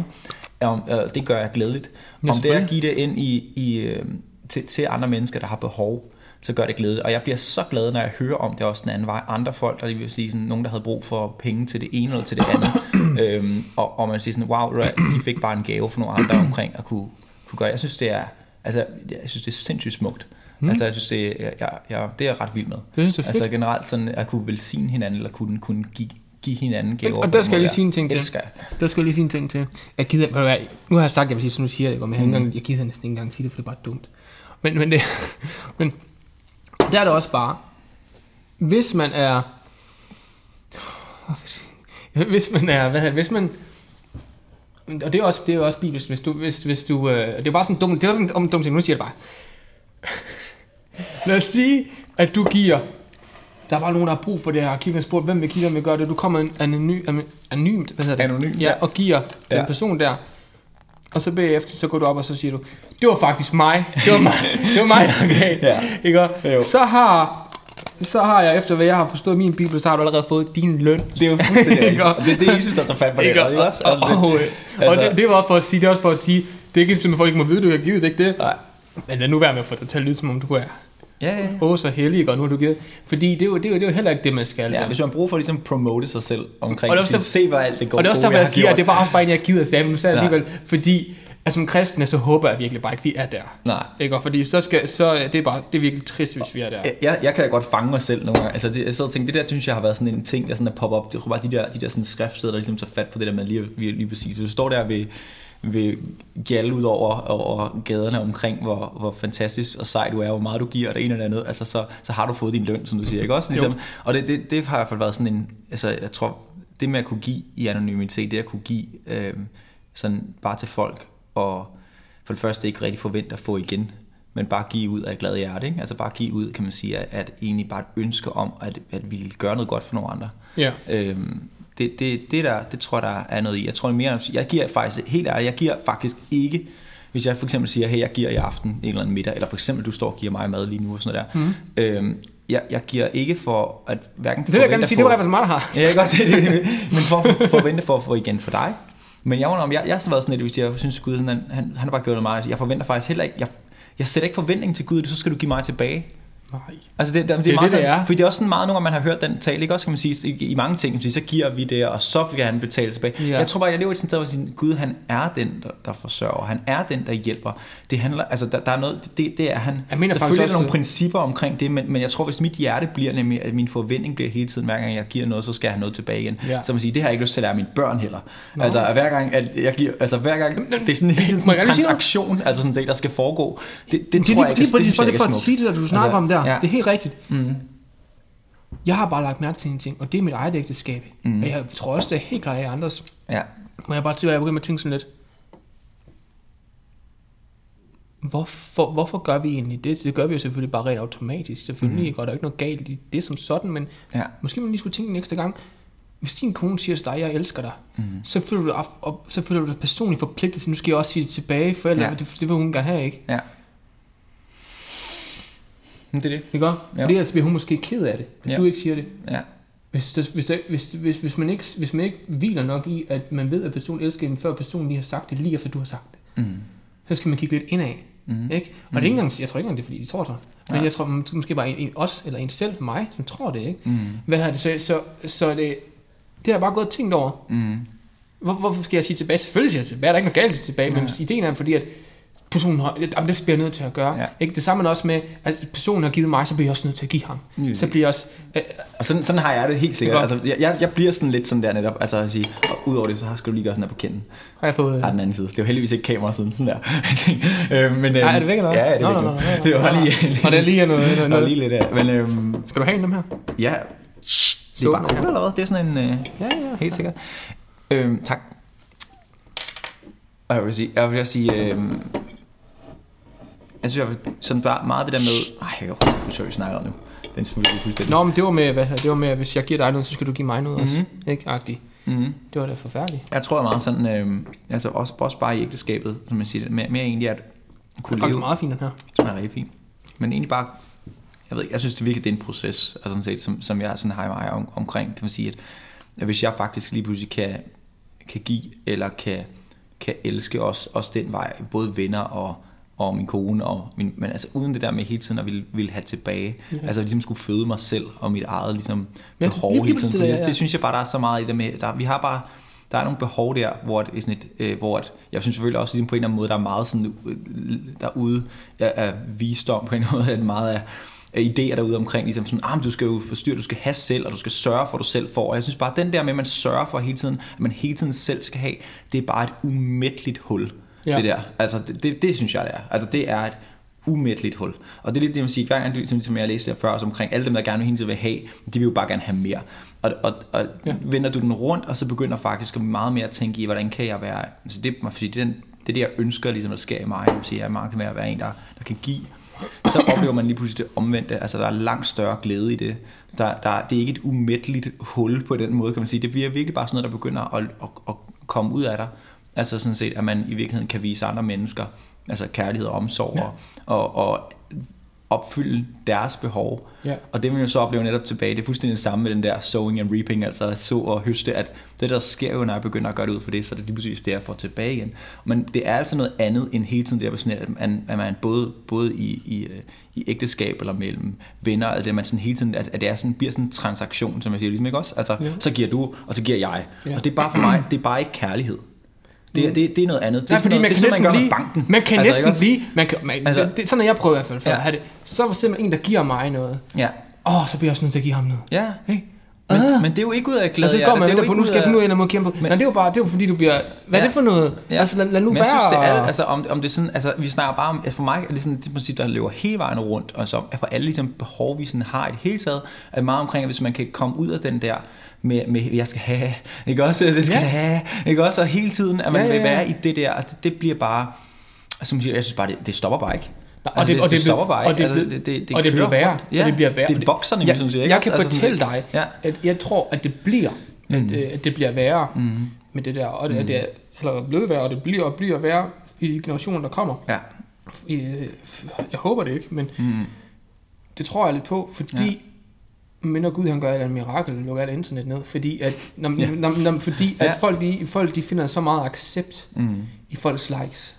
det gør jeg glædeligt. Om det er at give det ind til andre mennesker, der har behov, så gør det glædeligt. Og jeg bliver så glad, når jeg hører om det også den anden vej. Andre folk, der vil sige sådan, nogen, der havde brug for penge til det ene eller til det andet. Og man siger sådan, wow, de fik bare en gave for nogle andre omkring at kunne gøre. Jeg synes, det er sindssygt smukt. Altså, jeg synes, det er jeg ret vild med. Det er så fedt. Altså generelt sådan, at kunne velsigne hinanden, eller kunne give hinanden gaver. Og der skal jeg lige sige en ting til. Jeg gider, nu har jeg sagt, jeg vil sige, som du siger, men jeg gider næsten ikke engang sige det, for det er bare dumt. Men der er det også bare, hvis man og det er også bibelsk, hvis du det er bare sådan dumt, det er sådan en dum ting, nu siger jeg det bare. Lad os sige, at du giver, der er bare nogen, der har brug for det her, Kim har spurgt, hvem vil give, hvem vil gøre det, du kommer anonymt, hvad hedder det? Anonym, ja, og giver til en person der, og så bagefter, så går du op, og så siger du, det var faktisk mig, det var mig, der gav, ja. Ikke? Så har jeg, efter hvad jeg har forstået min bibel, så har du allerede fået din løn. Det er jo fuldstændig og det er Jesus, der tager fat på det. Og det var for at sige, det er også for at sige, det er ikke simpelthen, folk ikke må vide, du har givet, det ikke det? Nej. Men lad nu være med at få det til at lyde, som om du er så heldig, og nu har du givet. Fordi det er jo heller ikke det, man skal. Ja, hvis man bruger for ligesom promote sig selv omkring, se hvad alt det går. Og det er også derfor, jeg siger, at det var også bare en, jeg gider sige, men nu sagde jeg alligevel, fordi altså som kristne, så håber jeg virkelig bare ikke, vi er der. Nej. Ikke? Fordi så det er virkelig trist, hvis vi er der. Jeg kan da godt fange mig selv nogle gange. Altså jeg sidder og tænker, det der synes jeg har været sådan en ting, der sådan er pop op. Det er bare de der sådan skriftsteder, der ligesom tager fat på det der med lige præcis. Du står der ved gjalde ud over gaderne omkring, hvor fantastisk og sej du er, hvor meget du giver, og det ene eller andet, altså så har du fået din løn, som du siger, ikke også? Ligesom, og det har i hvert fald været sådan en, altså jeg tror, det med at kunne give i anonymitet, det at kunne give sådan bare til folk, og for det første ikke rigtig forvente at få igen, men bare give ud af et glad hjerte, ikke? Altså bare give ud, kan man sige, at egentlig bare et ønske om, at vi gøre noget godt for nogle andre. Ja. Det tror jeg, der er noget i. Jeg tror mere, jeg giver faktisk, helt ærligt, jeg giver faktisk ikke, hvis jeg for eksempel siger, hey, jeg giver i aften en eller anden middag, eller for eksempel, du står og giver mig mad lige nu, og sådan noget der. Jeg giver ikke for at hverken det vil jeg gerne sige, det var så meget, der har. Ja, jeg kan godt se det, men for forvente for at få igen for dig. Men jeg har været sådan lidt, hvis jeg synes, Gud, han har bare gjort det meget. Jeg forventer faktisk heller ikke, jeg sætter ikke forventning til Gud, så skal du give mig tilbage. Nej. Altså det er meget sådan, fordi det er også sådan meget, når man har hørt den tale, ikke også, kan man sige, i mange ting, så giver vi det, og så vil han betale tilbage. Ja. Jeg tror bare, jeg lever i sådan et sted, hvor Gud, han er den, der forsørger, han er den, der hjælper. Det handler, altså der er noget, det er han. Selvfølgelig er der nogle principper omkring det, men jeg tror, hvis mit hjerte bliver nemlig, at min forventning bliver hele tiden, hver gang jeg giver noget, så skal jeg have noget tilbage igen. Ja. Så man siger, det har jeg ikke lyst til at lære mine børn heller. Nå. Altså hver gang, at jeg giver, altså hver gang, det er sådan en transaktion, altså sådan det, der skal foregå. Det tror jeg ikke, det er for at sige det, du snakker om der. Det er helt rigtigt. Jeg har bare lagt mærke til en ting, og det er mit eget ægteskab. Og jeg tror også, det er helt klart af andres. Ja. Men jeg bare til, at jeg begynder med at tænke sådan lidt, hvorfor gør vi egentlig det? Det gør vi jo selvfølgelig bare rent automatisk. Selvfølgelig går der ikke noget galt i det som sådan, men måske man lige skulle tænke en ekstra gang. Hvis din kone siger til dig, jeg elsker dig, så føler du dig så føler du dig personligt forpligtet til, nu skal jeg også sige det tilbage, for det vil hun gerne have, ikke? Ja. Det er det. Det gør? Fordi ellers bliver hun måske ked af det, hvis du ikke siger det. Ja. Hvis man ikke hviler nok i, at man ved, at personen elsker en, før personen lige har sagt det, lige efter du har sagt det, så skal man kigge lidt indad. Ikke? Og det er ikke engang, jeg tror ikke engang, det er fordi de tror så. Men jeg tror måske bare en os, eller en selv, mig, som tror det, ikke? Hvad har det så det har jeg bare gået og tænkt over. Hvorfor skal jeg sige tilbage? Selvfølgelig siger jeg tilbage, der er ikke noget galt tilbage, men ideen er fordi, at personen har, det bliver jeg nødt til at gøre. Ikke? Det samme også med, at personen har givet mig, så bliver jeg også nødt til at give ham. Yes. Så bliver jeg også... og sådan har jeg det helt sikkert. Altså, jeg bliver sådan lidt sådan der netop, altså at sige, og udover det, så skal du lige gøre sådan der på kinden. Har jeg fået... den anden side. Det er jo heldigvis ikke kamera siden sådan der. Men, nej, er det væk eller hvad? Ja, det er væk nu. Det var lige... og det er lige noget. Og lige lidt af. Men, skal du have en dem her? Ja. Det er bare cool, eller hvad? Det er sådan en... ja. Helt sikkert. Tak. Og jeg vil sige... Jeg synes, sådan bare meget det der med... det er vi snakker om nu. Den smutter fuldstændig. Nå, men det var med, hvis jeg giver dig noget, så skal du give mig noget også. Ikke? Agtigt. Det var da forfærdeligt. Jeg tror meget sådan... altså også bare i ægteskabet, som man siger, mere egentlig at kunne leve... Det er meget fint, den her. Det er rigtig fint. Men egentlig bare... Jeg synes det virkelig, det er en proces, altså sådan set, som jeg sådan har mig omkring, kan man sige, at hvis jeg faktisk lige pludselig kan give, eller kan elske også den vej, både venner og min kone, men altså uden det der med hele tiden at ville have tilbage, altså ligesom skulle føde mig selv og mit eget ligesom behov hele tiden, det synes jeg bare, der er så meget i det med, der er nogle behov der, hvor det er sådan hvor jeg synes selvfølgelig også ligesom på en eller anden måde, der er meget sådan derude af visdom på en måde, at meget af idéer derude omkring, ligesom sådan, du skal jo forstyrre, du skal have selv, og du skal sørge for, at du selv får. Og jeg synes bare, den der med, at man sørger for hele tiden, at man hele tiden selv skal have, det er bare et umætteligt hul. Det der. Altså, det synes jeg, det er. Altså, det er et umætteligt hul. Og det er lidt det, man siger, hver gang, som jeg læste før, også omkring alle dem, der gerne hele tiden vil have, de vil jo bare gerne have mere. Og vender du den rundt, og så begynder faktisk meget mere at tænke i, hvordan kan jeg være, altså det er det, jeg ønsker, ligesom at sker i mig, jeg siger, at meget kan være en, der kan give, så oplever man lige pludselig det omvendte, altså der er langt større glæde i det. Det er ikke et umætteligt hul på den måde, kan man sige. Det bliver virkelig bare sådan noget, der begynder at komme ud af dig. Altså sådan set, at man i virkeligheden kan vise andre mennesker, altså kærlighed og omsorg, og opfylde deres behov. Og det vil jo så opleve netop tilbage. Det er fuldstændig det samme med den der sowing and reaping, altså så og høste, at det der sker jo, når jeg begynder at gøre det ud for det, så det er lige præcis det, jeg får tilbage igen. Men det er altså noget andet end hele tiden det, at man både i ægteskab eller mellem venner, altså det man sådan hele tiden, at det er sådan, bliver sådan en transaktion, som jeg siger, ligesom ikke også? Altså, så giver du, og så giver jeg. Og det er bare for mig, det er bare ikke kærlighed. Det er noget andet. Det er sådan noget, man gør med banken. Man kan næsten blive... det er sådan, at jeg prøver i hvert fald for at have det. Så var simpelthen en, der giver mig noget. Så bliver jeg også nødt til at give ham noget. Ja. Ikke? Men det er jo ikke ud af glæde. Altså, går man på, nu skal jeg finde ud af, at man kæmpe. Men det er jo fordi, du bliver... Hvad er det for noget? Ja. Altså, lad nu men være. Jeg synes, det er, altså, om det er sådan... Altså, vi snakker bare om... For mig er det sådan det princip, der løber hele vejen rundt, og så på alle ligesom, behov, vi sådan har i det hele taget, er meget omkring, at hvis man kan komme ud af den der med jeg skal have, ikke også? Det skal have, ikke også? Og hele tiden, at man vil være i det der, og det bliver bare... Altså, jeg synes bare, det stopper bare ikke. Altså, det stopper bare ikke. Og det bliver værre. Ja, og det bliver værre. Det vokser nemlig, som siger. Jeg kan fortælle dig, at jeg tror, at det bliver, at det bliver værre med det der. Og det er allerede blevet værre, og det bliver værre i de generationer, der kommer. Ja. Jeg håber det ikke, men det tror jeg lidt på, fordi mindre Gud han gør et mirakel, lukker alt internet ned, fordi at at folk de finder så meget accept i folks likes.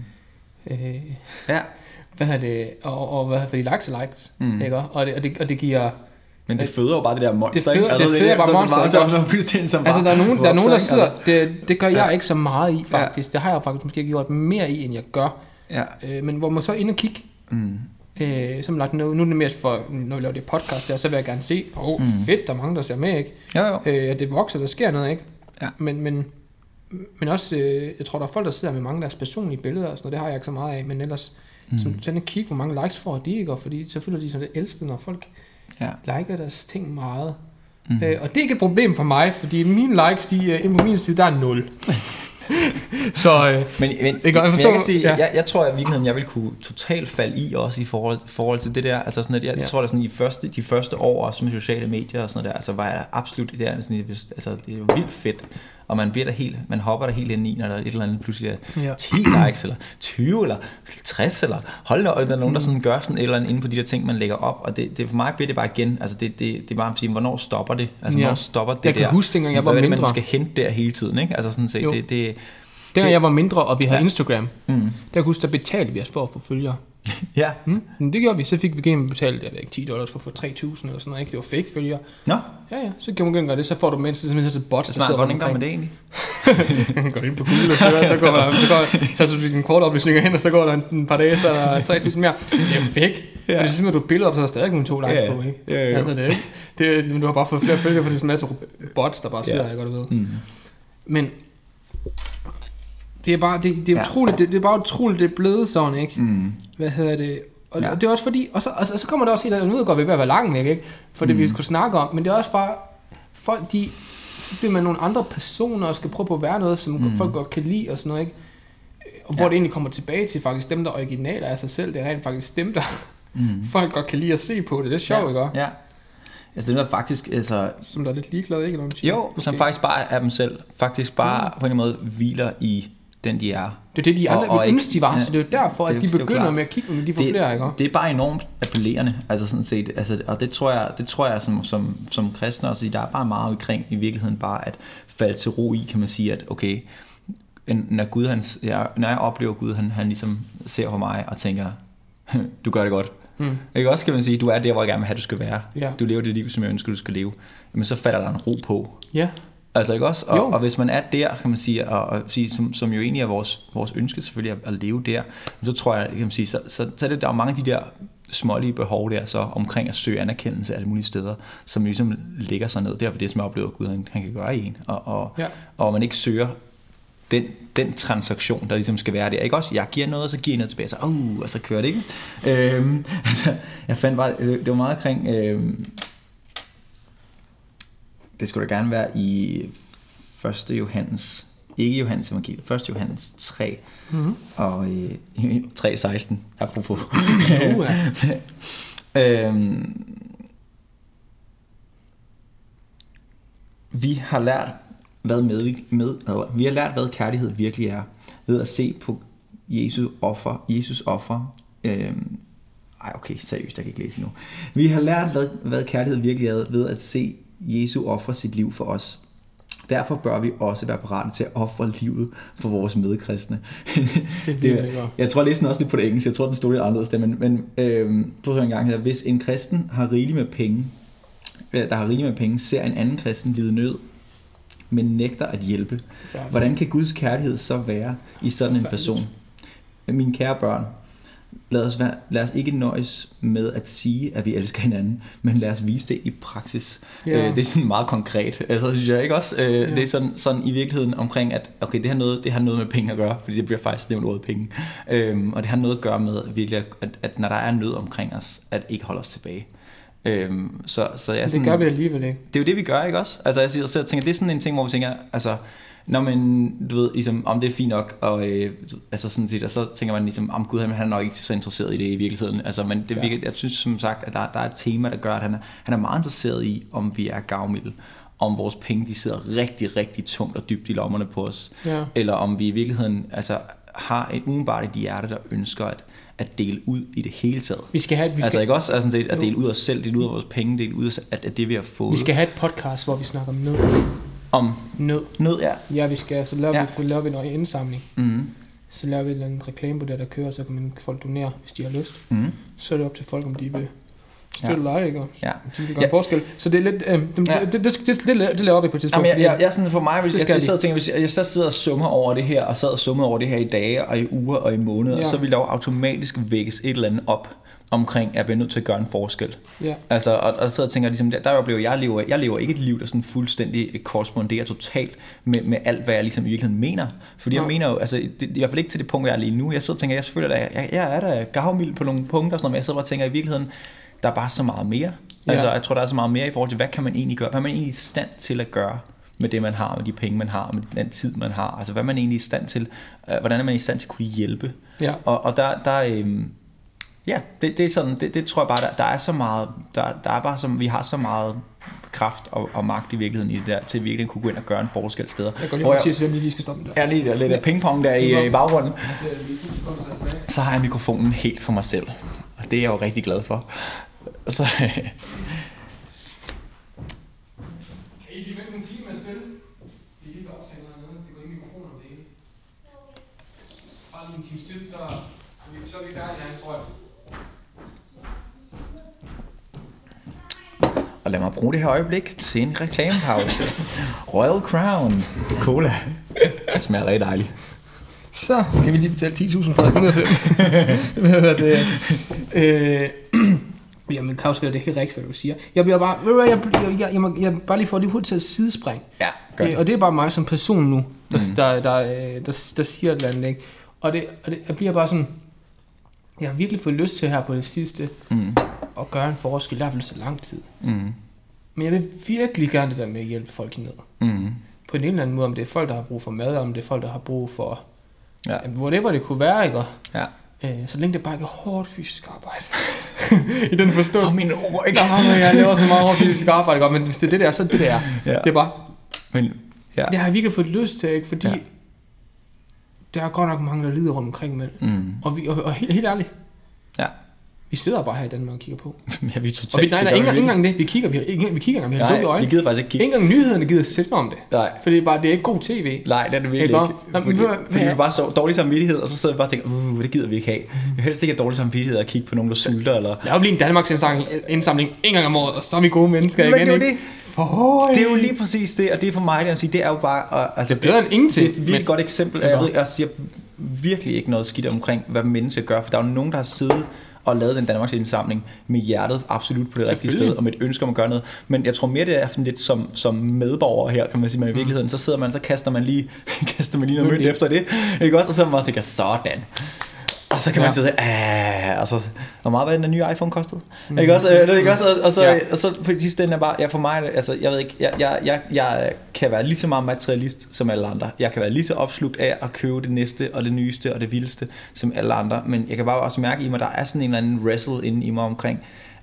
Hvad er det? Og hvad er det? Likes og likes, ikke? Og det giver. Men det føder jo bare det der monster. Det føder bare monster. Altså der er nogen der sidder. Det gør jeg ikke så meget i faktisk. Det har jeg faktisk måske gjort mere i end jeg gør. Men hvor man så ind og kigge. Som lagt nu er det mere for når vi laver det podcast der, så vil jeg gerne se. Fedt, der er mange der ser med, ikke? Det vokser, der sker noget, ikke? Men også jeg tror der er folk der sidder med mange deres personlige billeder og sådan noget. Det har jeg ikke så meget af, men ellers sådan kig hvor mange likes får de, ikke? Og fordi så føler de sådan det elskede når folk liker deres ting meget. Og det er ikke et problem for mig, fordi mine likes de på min side der er 0. Så men jeg kan sige jeg tror at i virkeligheden jeg vil kunne totalt falde i også i forhold til det der, altså sådan at jeg tror at sådan de første år også med sociale medier og sådan noget der, altså var jeg absolut det der sådan altså det er jo vildt fedt, og man hopper der helt ind i, når der er et eller andet pludselig er 10 likes eller 20 eller 60 eller hold da, og der er nogen der sådan gør sådan et eller andet inde på de der ting man lægger op, og det for mig bliver det bare igen, altså det er bare at sige hvornår stopper det, altså hvornår stopper det der. Jeg kan huske dengang jeg var mindre, man skal hente der hele tiden, ikke? Altså sådan set det dengang jeg var mindre, og vi havde Instagram, der kunne der betalte vi os for at få følgere. Men det gjorde vi. Så fik vi gennem betalt, jeg ved ikke, $10 for at få 3.000 eller sådan noget, ikke? Det var fake følgere. Ja, så kan man gøre det, så får du mindst sådan et bot, der sidder rundt omkring. Det er smart, hvordan gør man det egentlig? Går ind på Google og så går du din kortoplysninger hen, og så går der en par dage, så er der 3.000 mere. Det er jo fake. For det synes, at du billeder op, så er der stadig kun 2 likes på, ikke? Altså det er ikke. Men du har bare fået flere følgere, for det er sådan en masse bots, der bare sidder, jeg godt ved. Men det er bare det er utroligt, det er bare utroligt, det er blevet sådan, ikke? Hvad hedder det? Og det er også fordi, og så kommer det også helt, nu går vi ved at være langt, ikke? For det vi skulle snakke om, men det er også bare folk, så bliver man nogle andre personer og skal prøve på at være noget, som folk godt kan lide og sådan noget, ikke? Og hvor det egentlig kommer tilbage til faktisk dem, der originaler af sig selv, det er rent faktisk dem, der folk godt kan lide at se på det. Det er sjovt, ikke? Ja. Altså det er faktisk altså, som der er lidt ligeglade, ikke? Jo, måske. Som faktisk bare er dem selv. Faktisk bare på en måde hviler i den de er. Det er det de andre ville ønske de var, så det er jo derfor at de begynder med at kigge, men de får flere, ikke? Det er bare enormt appellerende, altså sådan set, altså, og det tror jeg som kristen også, der er bare meget omkring i virkeligheden bare at falde til ro i, kan man sige, at okay, når jeg oplever Gud, han ligesom ser på mig og tænker, du gør det godt. Ikke også, kan man sige, du er der, hvor jeg gerne vil have, du skal være. Du lever det liv, som jeg ønsker, du skal leve. Men så falder der en ro på. Altså ikke også? Og hvis man er der, kan man sige, og sige som jo egentlig er vores ønske selvfølgelig at leve der, så tror jeg, kan man sige, så er det der er mange af de der smålige behov der så omkring at søge anerkendelse alle mulige steder, som ligesom ligger sig ned der, for det som jeg oplever, at Gud han kan gøre i en, og man ikke søger den transaktion, der ligesom skal være der, ikke også? Jeg giver noget, og så giver jeg noget tilbage, og så kører det, ikke? Altså, jeg fandt bare, det var meget omkring, det skulle da gerne være i 1. Johannes, ikke Johannes evangeliet, 1. Johannes 3, og 3:16, apropos. Vi har lært, hvad kærlighed virkelig er, ved at se på Jesus offer. Okay, seriøst, jeg kan ikke læse endnu. Vi har lært, hvad kærlighed virkelig er, ved at se Jesu ofre sit liv for os. Derfor bør vi også være parate til at ofre livet for vores medkristne. Jeg tror, jeg læste den også lidt på det engelske. Jeg tror, den stod lidt anderledes der, men prøv en gang her. Hvis en kristen har rigeligt med penge, ser en anden kristen lide nød, men nægter at hjælpe. Hvordan kan Guds kærlighed så være i sådan en person? Mine kære børn, lad os ikke nøjes med at sige, at vi elsker hinanden, men lad os vise det i praksis. Det er sådan meget konkret. Altså, synes jeg ikke også? Det er sådan i virkeligheden omkring, at okay, det har noget med penge at gøre, fordi det bliver faktisk nævnt ordet penge. Og det har noget at gøre med virkelig, at når der er nød omkring os, at ikke holde os tilbage. Så jeg det gør vi alligevel ikke. Det er jo det, vi gør, ikke også? Altså, jeg sidder og tænker, det er sådan en ting, hvor vi tænker, altså, når man, du ved, ligesom, om det er fint nok, og altså sådan set, og så tænker man ligesom, om Gud, han er nok ikke så interesseret i det i virkeligheden. Altså, men det virker, jeg synes som sagt, at der er et tema, der gør, at han er meget interesseret i, om vi er gavmilde, om vores penge, de sidder rigtig, rigtig tungt og dybt i lommerne på os, eller om vi i virkeligheden, altså, har et umiddelbart et hjerte, der ønsker at dele ud i det hele taget. Altså ikke også altså, at dele ud af os selv, dele ud af vores penge, dele ud af det, vi har fået. Vi skal have et podcast, hvor vi snakker om nød. Om nød, ja. Ja, vi skal. Så laver vi noget indsamling. Så laver vi en reklame på det, der kører, så kan man folk donere, hvis de har lyst. Så er det op til folk, om de vil støtte eller ej, ikke? Så det gør en forskel. Så det er lidt, det laver vi på et tidspunkt. Jamen, jeg sådan for mig, hvis jeg så sidder og summer over det her, og sad og summer over det her i dage, og i uger, og i måneder, så vil der jo automatisk vækkes et eller andet op omkring, at jeg bliver nødt til at gøre en forskel. Altså, og så tænker jeg ligesom, der oplever jeg lever ikke et liv, der sådan fuldstændig korresponderer totalt med alt, hvad jeg ligesom i virkeligheden mener. Fordi jeg mener jo, altså, i hvert fald ikke til det punkt, jeg er lige nu. Jeg sidder og tænker, jeg selvfølgelig jeg er der gavmild på nogle punkter, men jeg sidder og tænker i virkeligheden, der er bare så meget mere. Altså, jeg tror, der er så meget mere i forhold til, hvad kan man egentlig gøre? Hvad er man egentlig i stand til at gøre med det, man har, med de penge, man har, med den tid, man har? Altså, hvad er man egentlig i stand til? Hvordan er man i stand til at kunne hjælpe? Og det er sådan, det tror jeg bare, der er så meget, der er bare så, vi har så meget kraft og magt i virkeligheden i det der, til virkelig at kunne gå ind og gøre en forskel steder. Jeg går lige over til at sige, at vi lige skal stoppe der. Ja, lige der, lidt pingpong der i baggrunden. Så har jeg mikrofonen helt for mig selv, og det er jeg jo rigtig glad for. Så kan I lige vente en time med at spille? Vi lige optager noget, det går ikke mikrofoner om det hele. Bare lige en times tid, så er vi færdige her, tror jeg. Og lad mig bruge det her øjeblik til en reklamepause. Royal Crown Cola. Det smager rigtig dejligt. Så skal vi lige betale 10.000 for det. Jamen, Claus, det er helt rigtigt, hvad du siger. Jeg bare lige får det hurtigt til at sidespring. Ja, gør det. Og det er bare mig som person nu, der siger et eller andet, ikke? Og jeg bliver bare sådan, jeg har virkelig fået lyst til her på det sidste, at gøre en forskel, i hvert fald så lang tid. Men jeg vil virkelig gerne det der med at hjælpe folk i nød. På en eller anden måde, om det er folk, der har brug for mad, om det er folk, der har brug for whatever det kunne være, ikke? Så længe det bare ikke er hårdt fysisk arbejde. I den forståelse. For mine ord, ikke? Jeg laver så meget hårdt fysisk arbejde, ikke? Men hvis det er det der, så er det det er. Det er bare... Men, det har jeg virkelig fået lyst til, ikke? Fordi der er godt nok mange, der lider rundt omkring med. Og helt ærligt. Vi sidder bare her i Danmark og kigger på. Ja, vi er totalt... Ikke engang det. Vi kigger engang, vi har lukket øjnene. Vi gider faktisk ikke kigge. Ikke engang nyhederne gider sætte om det. Nej. For det er ikke god tv. Nej, det er det virkelig ikke. Fordi vi er bare så dårlig samvittighed, og så sidder vi bare og tænker, det gider vi ikke have. Vi helst ikke have dårlig samvittighed at kigge på nogen, der sulter. Eller... Lad os blive en Danmarks indsamling en gang om året, og så er vi gode mennesker igen. Men det er jo lige præcis det, og det er for mig, det er jo bare... Altså, det er bedre end ingenting. Det er et virkelig godt eksempel. Jeg siger virkelig ikke noget skidt omkring, hvad mennesker gør, for der er jo nogen, der har siddet og lavet den Danmarks indsamling med hjertet absolut på det rigtige sted, og med et ønske om at gøre noget. Men jeg tror mere, det er lidt som medborger her, kan man sige, man i virkeligheden, så sidder man, så kaster man lige noget mønt efter det, ikke også? Og så man tænker, sådan. Og så kan man sige, altså, hvor meget var den nye iPhone kostede? Ikke også? Og så på det sidste ende er bare, for mig, altså, jeg ved ikke, jeg kan være lige så meget materialist som alle andre. Jeg kan være lige så opslugt af at købe det næste, og det nyeste, og det vildeste som alle andre. Men jeg kan bare også mærke i mig, der er sådan en eller anden wrestle inde i mig omkring,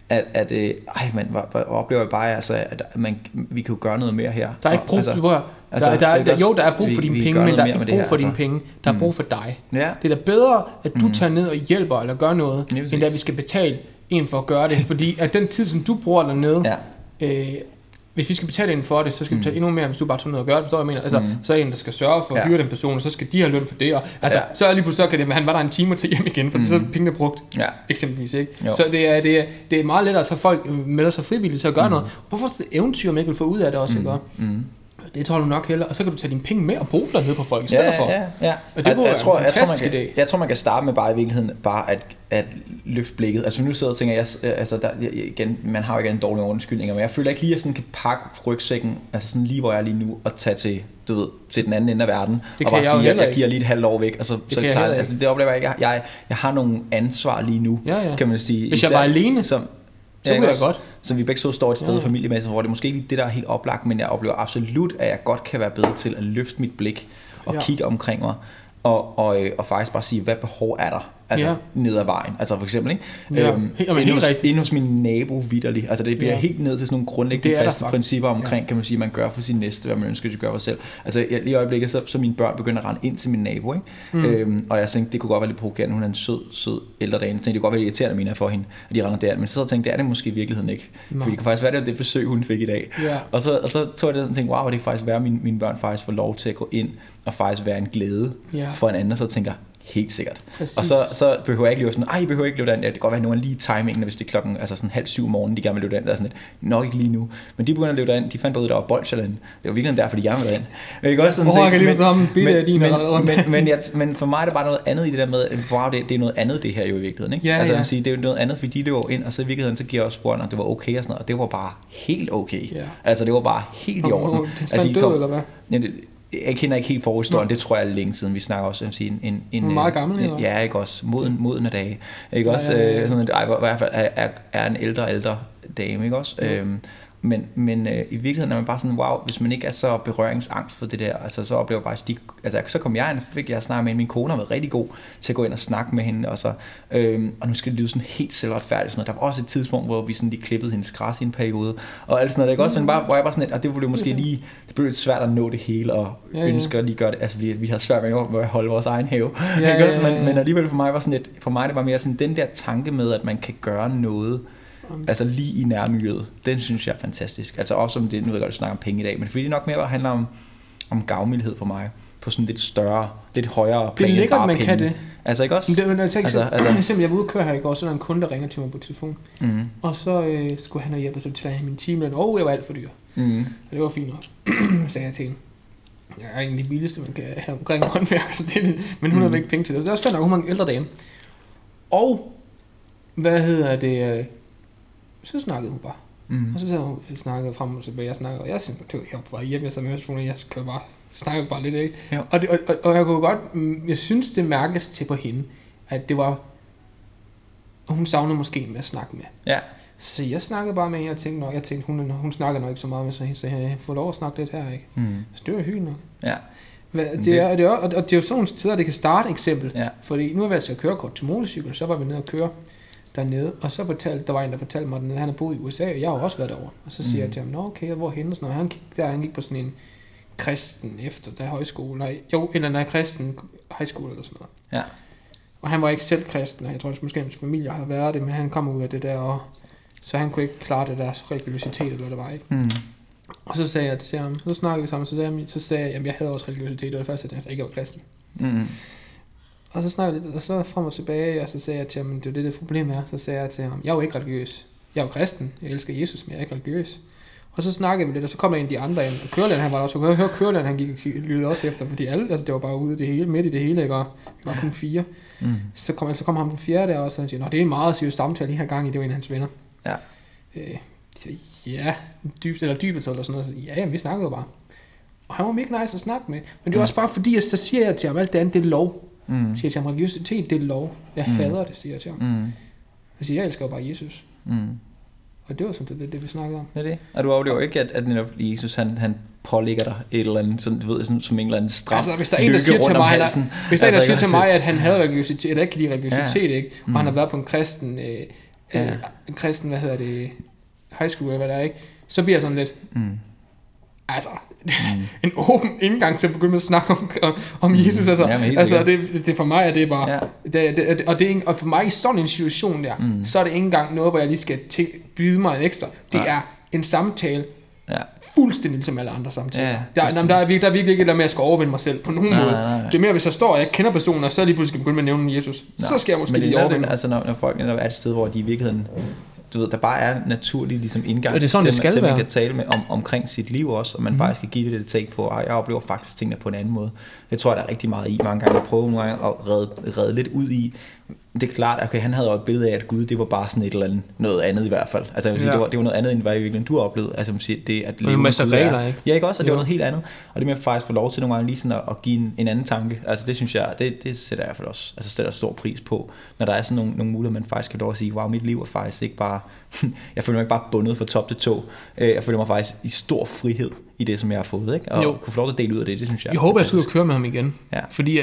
hvor oplever jeg bare, altså, at vi kan jo gøre noget mere her. Der er ikke brug for der er brug for dine penge, men der er ikke brug for dine penge. Der er brug for dig. Det er da bedre, at du tager ned og hjælper eller gør noget, end at vi skal betale en for at gøre det. Fordi at den tid, som du bruger dernede, hvis vi skal betale en for det, så skal vi betale endnu mere, hvis du bare tager ned og gør det. Forstår du, hvad jeg mener? Altså, så er en, der skal sørge for at hyre den person, og så skal de have løn for det. Og, altså, så er lige pludselig, så kan det, men han var der en time til hjem igen, for så er pengene brugt, eksempelvis. Ikke? Så det er meget lettere, så folk melder sig frivilligt til at gøre noget. Hvorfor er det eventyr, man ikke vil få ud af det også, ikke? Det tror du nok heller, og så kan du tage dine penge med og bruge dig ned på folk i stedet for. Og det jeg tror, man kan starte med bare i virkeligheden, bare at løfte blikket. Altså nu sidder jeg og tænker, igen, man har jo ikke en dårlig undskyldning, men jeg føler ikke lige, at jeg sådan kan pakke rygsækken, altså sådan lige hvor jeg er lige nu, og tage til, du ved, til den anden ende af verden, og bare sige, at jeg giver lige et halvt år væk. Altså, så klar, altså, det oplever jeg ikke. Jeg har nogle ansvar lige nu, kan man sige. Hvis jeg var alene, så kunne jeg godt. Så vi begge så står et sted familiemæssigt, hvor det måske ikke det, der er helt oplagt, men jeg oplever absolut, at jeg godt kan være bedre til at løfte mit blik og kigge omkring mig, og faktisk bare sige, hvad behov er der? Altså ned ad vejen. Altså for eksempel, ikke? Inde hos min nabo vitterlig. Altså det bliver helt ned til sådan nogle grundlæggende kristne principper omkring, kan man sige, man gør for sin næste, hvad man ønsker at gøre for sig selv. Altså lige i øjeblikket, så mine børn begynder at rende ind til min nabo, ikke? Og jeg tænkte, det kunne godt være lidt provokerende. Hun er en sød ældre dame. Jeg tænkte, det kunne godt være irriterende, mener for hende, at de render der. Men så tænkte jeg, det er det måske i virkeligheden ikke. For det kan faktisk være, det besøg, hun fik i dag. Og så tog jeg det og tænkte, wow, det kan faktisk være, at mine børn faktisk får lov til at gå ind og faktisk være en glæde for en anden. Og så tænker helt sikkert. Præcis. Og så behøver jeg ikke løbe sådan, I behøver ikke løbe den. Det kan godt være nogen lige timingen, hvis det er klokken, altså sådan 6:30 om morgenen, de gerne vil løbe den. Der er sådan lidt, nok ikke lige nu. Men de begynder at løbe den. De fandt bare ud, der var bolsjer den. Det var virkelig derfor, de gerne ville den. Men for mig er det bare noget andet i det der med, wow, det er noget andet det her jo i virkeligheden, ikke? Altså man siger, det er jo noget andet, fordi de løber ind, og så i virkeligheden så giver jeg også spurgt, om det var okay og sådan noget, og det var bare helt okay. Altså det var bare helt i orden. Er de død, eller hvad? Jeg kender ikke helt forhistorien, det tror jeg er længe siden. Vi snakker også om en meget gammel, eller? Ja, ikke også moden af dage. Ikke også sådan i hvert fald er en ældre dame, ikke også? Men i virkeligheden er man bare sådan, wow, hvis man ikke er så berøringsangst for det der, altså så oplever jeg faktisk, så kom jeg ind, fik jeg snakket med min kone, og var rigtig god til at gå ind og snakke med hende, og nu skal det lyde sådan helt selvretfærdigt, sådan noget. Der var også et tidspunkt, hvor vi sådan lige klippede hendes græs i en periode, og alt sådan noget, ikke også, men bare, hvor jeg bare sådan lidt, og det blev måske lige, det blev lidt svært at nå det hele, og ønsker at lige gøre det, altså vi havde svært med at holde vores egen have, ikke også, men alligevel for mig var sådan lidt, for mig det var mere sådan den der tanke med, at man kan gøre noget, altså lige i nærmiljøet, den synes jeg er fantastisk. Altså også om det, nu ved jeg godt, at snakke om penge i dag, men fordi det nok mere handler om gavmildhed for mig, på sådan lidt større, lidt højere plan. Det er lækkert, man penge. Kan det. Altså ikke også? Jeg var ude at køre her i går, så der en kunde, der ringer til mig på telefon, og så skulle han have hjælp til at have min time, og jeg var alt for dyr. Og det var fint nok, sagde jeg til hende. Jeg er egentlig det billigste, man kan have omkring håndværk, så men hun havde ikke penge til det. Det er også fandme, hun var en ældre dame. Og, så snakkede hun bare. Og så hun snakkede frem og tilbage, og jeg synes, det var bare hjemme, jeg sad med hørsfonen, jeg snakkede bare lidt, ikke? Ja. Og jeg kunne godt, jeg synes det mærkes til på hende, at det var, hun savnede måske en med at snakke med. Ja. Så jeg snakkede bare med hende, og tænkte, hun snakker nok ikke så meget med sig, så jeg får lov at snakke lidt her, ikke? Så det var hyggeligt nok. Ja. Det er jo sådan nogle steder, det kan starte eksempel, fordi nu er vi altså at køre kort til motorcykel, så var vi nede og køre dernede, og så der var en, der fortalte mig, at han har boet i USA, og jeg har også været derovre. Og så siger jeg til ham, nå okay, hvorhenne og sådan noget. Han gik på sådan en kristen efter der højskole, eller kristen high school eller sådan noget. Ja. Og han var ikke selv kristen, og jeg tror måske hans familie har været det, men han kom ud af det der, og så han kunne ikke klare det der religiøsitet, eller hvad det var, ikke? Og så sagde jeg til ham, så snakkede vi sammen, så sagde jeg, jamen jeg havde også religiøsitet, og det første, at jeg ikke var kristen. Og så snakkede jeg lidt, og så frem og tilbage, og så sagde jeg til ham, det er det problem er. Så sagde jeg til ham, jeg er jo ikke religiøs. Jeg er jo kristen, jeg elsker Jesus, men jeg er ikke religiøs. Og så snakkede vi lidt, og så kom en af de andre ind, og Køreland, han var også, og høre Køreland, han gik og lyttede også efter, fordi alle, altså det var bare ude i det hele, midt i det hele, ikke? Og vi var kun 4. Så kom ham den 4. der også, og han siger, nå, det er en meget seriøs samtale de her gang, det var en af hans venner. Ja. Dybet eller sådan noget. Så, jamen, vi snakkede jo bare. Og han var mega nice at snakke med, men det var også bare fordi, så siger jeg til ham, alt det andet, det er lov. Siger til ham, religiøsitet, det er lov. Jeg hader det, siger jeg til ham. Jeg siger, jeg elsker jo bare Jesus. Og det var sådan det vi snakkede om. Det er det. Og du oplever ikke, at netop Jesus, han pålægger dig et eller andet, sådan, du ved, sådan, som en eller anden straf. Altså, hvis der er en, der siger til mig, siger til mig, at han havde religiøsitet, eller ikke kan lide religiøsitet, ikke? Og han har været på en kristen, high school, eller hvad der er, ikke? Så bliver jeg sådan lidt, altså, en åben indgang til at begynde at snakke om Jesus, altså det for mig er det bare, og for mig i sådan en situation der, så er det ikke engang noget, hvor jeg lige skal byde mig en ekstra, det er en samtale, fuldstændig ligesom alle andre samtaler. Der er virkelig ikke det der med, at jeg skal overvinde mig selv på nogen måde. Det er mere, hvis jeg står, og jeg kender personen, og så lige pludselig begynde med at nævne Jesus, så skal jeg måske lige overvinde. Altså når folk er et sted, hvor de i virkeligheden, du ved, der bare er naturlig ligesom indgang det sådan, til, at man kan tale med omkring sit liv også, og man faktisk kan give det et take på, og jeg oplever faktisk tingene på en anden måde. Det tror jeg, der er rigtig meget i mange gange. Jeg prøver nogle gange at redde lidt ud i, det er klart, okay, han havde jo et billede af, at Gud, det var bare sådan et eller andet, noget andet i hvert fald. Altså, jeg vil sige, det var noget andet, end hvad i virkeligheden du oplevede. Altså, det at leve med Gud regler, ikke? Ja, ikke også? Og det var noget helt andet. Og det med at faktisk få lov til nogle gange lige sådan at give en anden tanke. Altså, det synes jeg, det sætter jeg i hvert fald også, altså sætter stor pris på, når der er sådan nogle muligheder, man faktisk kan lov at sige, wow, mit liv er faktisk ikke bare, jeg føler mig ikke bare bundet fra top til tå. Jeg føler mig faktisk i stor frihed i det, som jeg har fået, ikke? Og kunne få lov til at dele ud af det synes jeg. Jeg håber, jeg skal ud og køre med ham igen. Ja. Fordi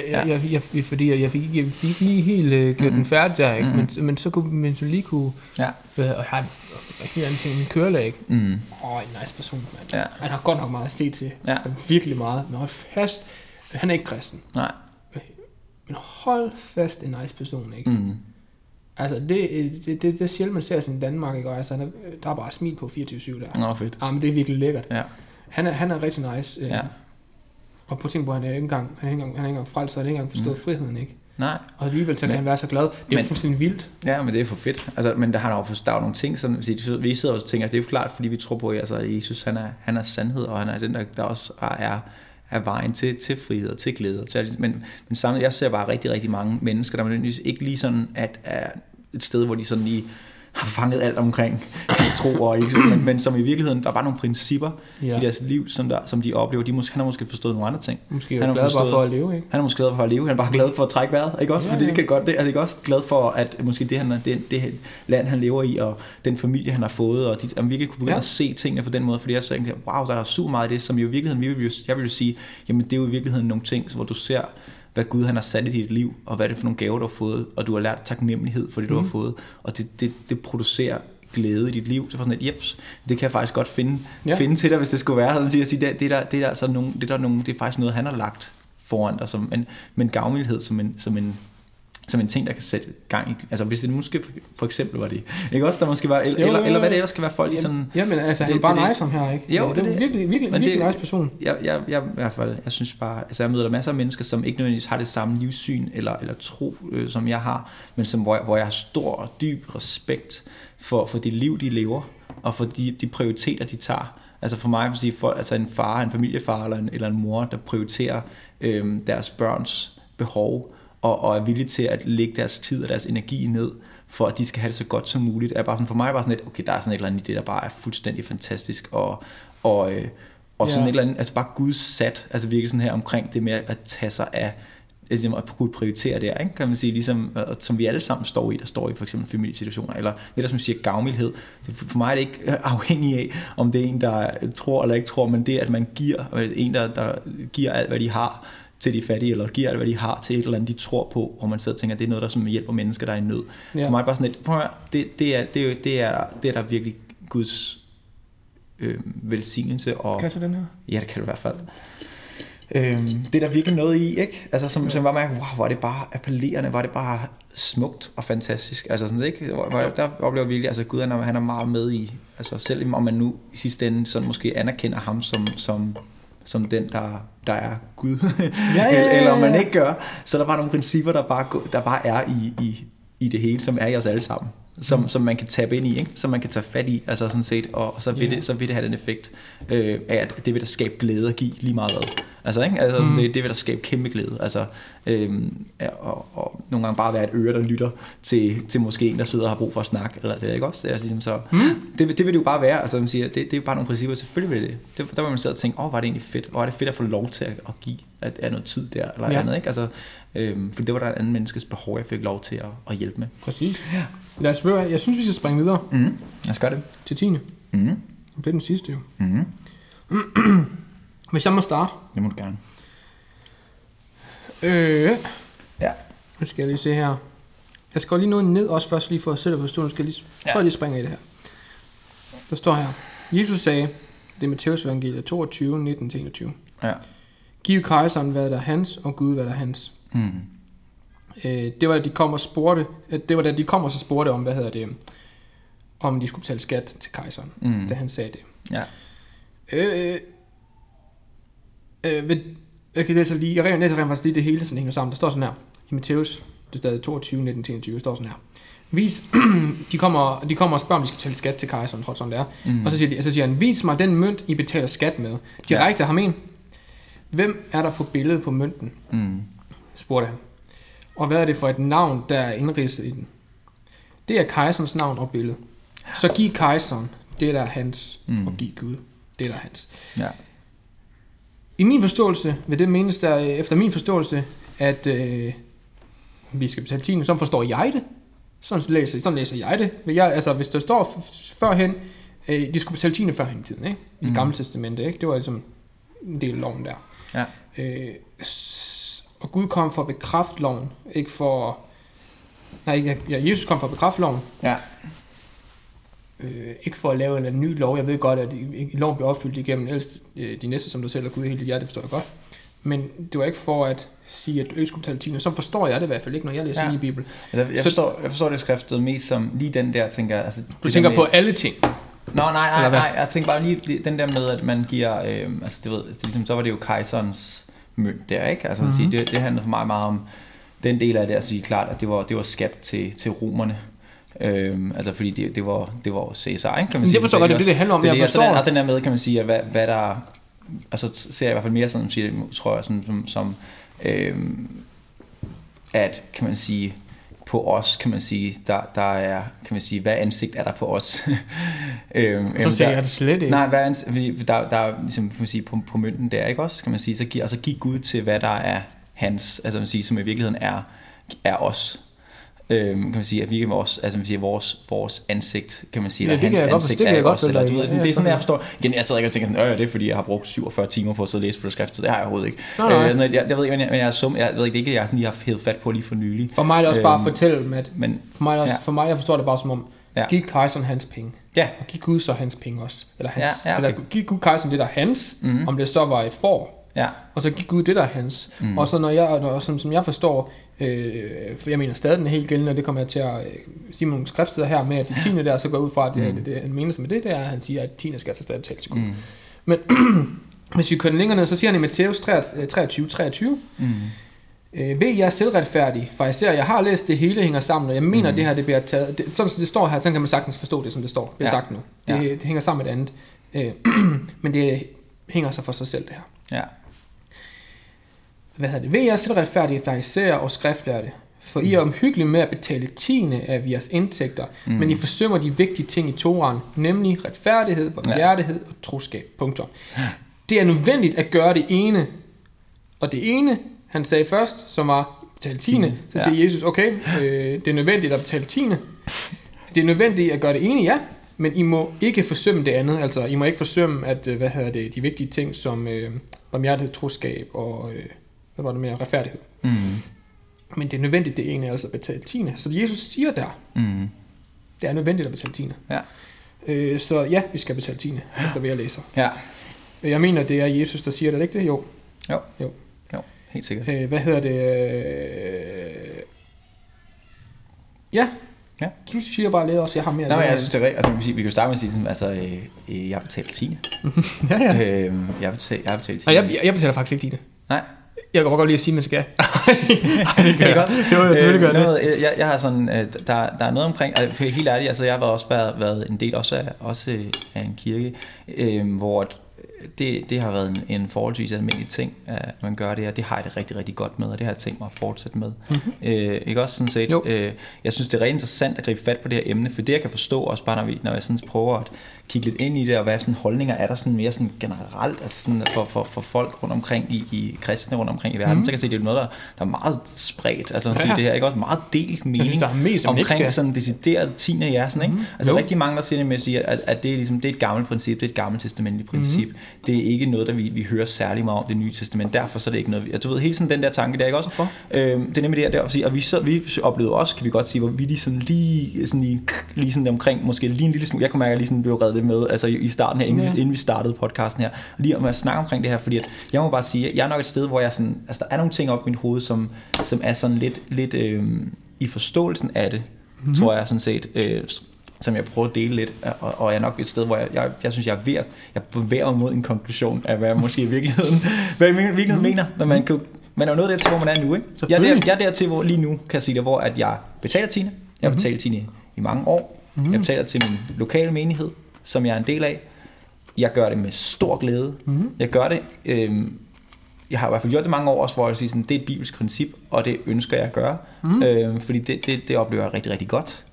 jeg fik lige helt gjort den færdig der, ikke? Men så kunne man lige kunne... Ja. Og jeg har en helt anden ting, min kørelæg. En nice person, mand. Ja. Han har godt nok meget at se til. Ja. Virkelig meget. Men hold fast, han er ikke kristen. Nej. Men hold fast, en nice person, ikke? Altså, det er sjældent, man ser sådan i Danmark, ikke? Og altså, der er bare smil på 24/7 der. Nå, fedt. Men det er virkelig lækkert. Ja. Han er rigtig nice. Ja. Og på ting, hvor han er ikke engang frelst, og han er ikke engang forstået friheden, ikke? Nej. Og alligevel så kan han være så glad. Det er fuldstændig vildt. Ja, men det er for fedt. Altså, men der er jo nogle ting, som vi sidder og tænker, det er jo klart, fordi vi tror på, altså, at Jesus han er sandhed, og han er den, der også er vejen til frihed og til glæde. Men samtidig, jeg ser bare rigtig, rigtig mange mennesker, der man ikke lige sådan er et sted, hvor de sådan lige har fanget alt omkring tro og ikke, men som i virkeligheden, der er bare nogle principper i deres liv, som de oplever. Han har måske forstået nogle andre ting. Måske er han glad bare for at leve, ikke? Han er måske glad for at leve, han er bare glad for at trække vejret, ikke også? Ja, ja. Det kan godt, det er ikke også glad for, at måske det land, han lever i, og den familie, han har fået, og han virkelig kunne begynde at se tingene på den måde, fordi jeg så tænkte, wow, der er super meget i det, som jo i virkeligheden, jeg vil jo sige, jamen det er jo i virkeligheden nogle ting, hvor du ser, hvad Gud han har sat i dit liv, og hvad det er for nogle gaver, du har fået, og du har lært taknemmelighed for det, du har fået, og det producerer glæde i dit liv. Så for sådan et, jeps, det kan jeg faktisk godt finde til dig, hvis det skulle være. Så sige, det er faktisk noget, han har lagt foran dig, men gavmildhed som en ting, der kan sætte gang i. Altså hvis det måske for eksempel var det, ikke også, der måske var, eller hvad det ellers skal være folk i sådan... Jamen altså, han er bare nice som her, ikke? Jo, det er virkelig nice person. Jeg i hvert fald, jeg synes bare, altså jeg møder der masser af mennesker, som ikke nødvendigvis har det samme livssyn eller tro, som jeg har, men hvor jeg har stor og dyb respekt for det liv, de lever, og for de prioriteter, de tager. Altså for mig, altså en far, en familiefar eller en mor, der prioriterer deres børns behov, og er villige til at lægge deres tid og deres energi ned, for at de skal have det så godt som muligt. Er bare sådan, for mig er bare sådan lidt, okay, der er sådan et eller andet i det, der bare er fuldstændig fantastisk, og sådan et eller andet, altså bare Guds sat, altså virkelig sådan her omkring det med at tage sig af, altså at kunne prioritere det, ikke? Kan man sige, ligesom, som vi alle sammen står i for eksempel familiesituationer, eller det der, som siger gavmildhed, for mig er det ikke afhængig af, om det er en, der tror eller ikke tror, men det, at man giver, en, der giver alt, hvad de har, til de fattige, eller giver alt, hvad de har til et eller andet, de tror på, hvor man sidder og tænker, at det er noget, der som hjælper mennesker, der er i nød. For mig er bare sådan lidt, det er der virkelig Guds velsignelse. Og, kan jeg så den her? Ja, det kan du i hvert fald. Det er der virkelig noget i, ikke? Altså, som bare mærker, wow, hvor er det bare appellerende, hvor er det bare smukt og fantastisk. Altså sådan, ikke? Der oplever virkelig, altså Gud, han er meget med i, altså selv om man nu i sidste ende sådan måske anerkender ham som den, der er Gud, eller om man ikke gør, så der er bare nogle principper, der bare er i det hele, som er i os alle sammen, som man kan tabe ind i, ikke? Som man kan tage fat i, altså sådan set, og så vil det have den effekt af, at det vil der skabe glæde og give lige meget hvad. Altså, ikke? Altså sådan set, det vil der skabe kæmpe glæde, altså, og nogle gange bare være et øre, der lytter til måske en, der sidder og har brug for at snakke, eller det er ikke også, det er ligesom så, det vil det jo bare være, altså man siger, det er jo bare nogle principper, selvfølgelig vil det, der vil man sidde og tænke, var det egentlig fedt, var det fedt at få lov til at give, at er noget tid der, eller andet, ikke? Altså, for det var der en anden menneskes behov, jeg fik lov til at hjælpe med. Præcis. Ja. Jeg synes, vi skal springe videre. Lad os gøre det. Til 10. Det er den sidste jo. Hvis jeg må starte. Det må du gerne. Ja. Nu skal jeg lige se her. Jeg skal lige noget ned også først lige for at sætte på stående. Så jeg lige springer i det her. Der står her. Jesus sagde, det er Matteus evangeliet 22, 19-21. Ja. Giv kejseren hvad der er hans, og Gud hvad der er hans. Det var da de kom og spurgte. Så spurgte om om de skulle betale skat til kejseren, da han sagde det. Ja. Jeg læser rent faktisk lige det hele, som hænger sammen. Der står sådan her i Matteus, det er stadig 22, 19-21, står sådan her. De kommer og spørger, om de skal betale skat til kejseren, tror jeg, sådan det er. Og så siger han, vis mig den mønt, I betaler skat med. De rækker ham en. Hvem er der på billedet på mønten? Spurgte han. Og hvad er det for et navn, der er indridset i den? Det er kejserens navn og billede. Så giv kejseren det, der er hans, og giv Gud det, der er hans. Ja. I min forståelse, vil det menes der, efter min forståelse, at vi skal betale tiende, så forstår jeg det. Sådan læser jeg det. Hvis der står førhen, de skulle betale tiende førhen i tiden, ikke? I det gamle testamente, ikke? Det var ligesom en del af loven der. Ja. Og Gud kom for at bekræfte loven, ikke for... Jesus kom for at bekræfte loven. Ja. Ikke for at lave en ny lov. Jeg ved godt, at loven blev opfyldt igennem de næste, som du selv har Gud i hele dit hjerte, det forstår jeg godt. Men det var ikke for at sige, at du skulle betale tiende. Så forstår jeg det i hvert fald ikke, når jeg læser i Bibelen. Altså, jeg forstår det skriftet mest som lige den der, tænker jeg. Altså, du tænker på alle ting? Nej, jeg tænker bare lige den der med, at man giver, ligesom, så var det jo kejserens mønt der, ikke? Altså det handlede for mig meget om den del af det, altså klart, at det var skat til romerne. Altså fordi det var Caesar, ikke? Kan man sige. Det forstår godt, det handler om. Jeg forstår. Altså den der med, kan man sige, at hvad der, altså ser jeg i hvert fald mere sådan, tror jeg, som at, kan man sige, på os, kan man sige, der er, kan man sige, hvad ansigt er der på os? Så ser jeg det slet ikke. Nej, der er ligesom, kan man sige, på mønten der, ikke også, kan man sige, så giv Gud til, hvad der er hans, altså man siger, som i virkeligheden er os. Kan man sige, at vi er vores ansigt, kan man sige, ja, eller hans ansigt er os, eller du ved, det er sådan, jeg forstår. Igen, jeg sidder ikke og tænker sådan, det er fordi, jeg har brugt 47 timer på at sidde og læse på det skriftet. Det har jeg overhovedet ikke. Jeg ved ikke, men jeg ved ikke, jeg sådan lige har hævet fat på lige for nylig. For mig er det også bare at fortælle, at for mig, jeg forstår det bare som om, giv kejseren hans penge. Ja. Og giv Gud så hans penge også. Eller hans. Ja, okay. Eller giv Gud kejseren det, der er hans, om det så var et får. Ja. Og så giv Gud det, der er hans. Og så som jeg forstår, for jeg mener stadig den er helt gældende, og det kommer jeg til at sige med nogle skriftsteder her med, at de tiende der, så går ud fra, at det han mener med det der, at han siger, at tiende skal altså stadig betale til Gud. Men hvis vi kører længere ned, så siger han i Matthæus 23. Ved jeg er selvretfærdig, for jeg ser, at jeg har læst det hele hænger sammen, og jeg mener, det her det bliver taget, sådan som det står her, så kan man sagtens forstå det, som det står, det er sagt nu. Det hænger sammen med det andet. Men det hænger så for sig selv, det her. Ja. Ved jeg er selvretfærdige, fariserer og skriftlærte, for I er omhyggelige med at betale tiende af jeres indtægter, men I forsømmer de vigtige ting i Toraen, nemlig retfærdighed, barmhjertighed og troskab. Punktum. Det er nødvendigt at gøre det ene, og det ene, han sagde først, som var betale tiende, så siger Jesus, okay, det er nødvendigt at betale tiende. Det er nødvendigt at gøre det ene, ja, men I må ikke forsømme det andet. Altså, I må ikke forsømme, at de vigtige ting som barmhjertighed, troskab og hvad var det mere, retfærdighed. Men det er nødvendigt, det ene er altså at betale tiende. Så Jesus siger der, det er nødvendigt at betale tiende. Ja. Så ja, vi skal betale tiende, efter hvad jeg læser. Ja. Jeg mener, det er Jesus, der siger det, ikke det? Jo. Helt sikkert. Ja. Du siger bare lidt også, jeg har mere. Nej, jeg synes det er rigtigt. Altså, vi kan jo starte med at sige, altså, jeg har betalt tiende. Jeg har betalt tiende. Jeg betaler faktisk ikke tiende. Nej. Jeg kan godt lige at sige, at man skal. Det gør jeg godt. Jo, jeg selvfølgelig gør det. Jeg har sådan, der er noget omkring, helt ærligt, altså jeg har også været en del også af en kirke, hvor det har været en forholdsvis almindelig ting, at man gør det, og det har jeg det rigtig, rigtig godt med, og det har jeg tænkt mig at fortsætte med. Ikke også sådan set? Jeg synes, det er rigtig interessant at gribe fat på det her emne, for det jeg kan forstå også bare, når jeg sådan prøver at kigge lidt ind i det, og hvad sådan holdninger er der sådan mere sådan generelt, altså sådan for folk rundt omkring i kristne rundt omkring i verden, så kan jeg se, det er noget, der er meget spredt, altså sige, det her er ikke også meget delt mening omkring sådan decideret tiende af jer, sådan, ikke? Altså rigtig mange, der siger det med at sige, at det er ligesom, det er et gammelt princip, det er et gammelt testamentligt princip. Det er ikke noget, der vi hører særlig meget om det nye testament, derfor så er det ikke noget, du ved, hele sådan den der tanke der, ikke også? Det er nemlig det der at sige, og vi oplevede også, kan vi godt sige, hvor vi lige sådan omkring, måske lige en lille smule, jeg kunne mærke, at jeg lige sådan blev reddet med, altså i starten her, inden vi startede podcasten her, lige om at snakke omkring det her, fordi at jeg må bare sige, at jeg er nok et sted, hvor jeg sådan, altså der er nogle ting op i mit hoved, som er sådan lidt i forståelsen af det, tror jeg sådan set, som jeg prøver at dele lidt, og jeg er nok et sted, hvor jeg synes, jeg bevæger mig mod en konklusion af, hvad jeg måske i virkeligheden mener, men man er jo nået dertil, hvor man er nu, ikke? Jeg er dertil, hvor lige nu kan jeg sige det, hvor at jeg betaler tiende. Jeg har betalt tiende i mange år. Jeg betaler til min lokale menighed, som jeg er en del af. Jeg gør det med stor glæde. Jeg gør det jeg har i hvert fald gjort det mange år også, hvor jeg siger sådan, det er et bibelsk princip, og det ønsker jeg at gøre, fordi det oplever jeg rigtig, rigtig godt.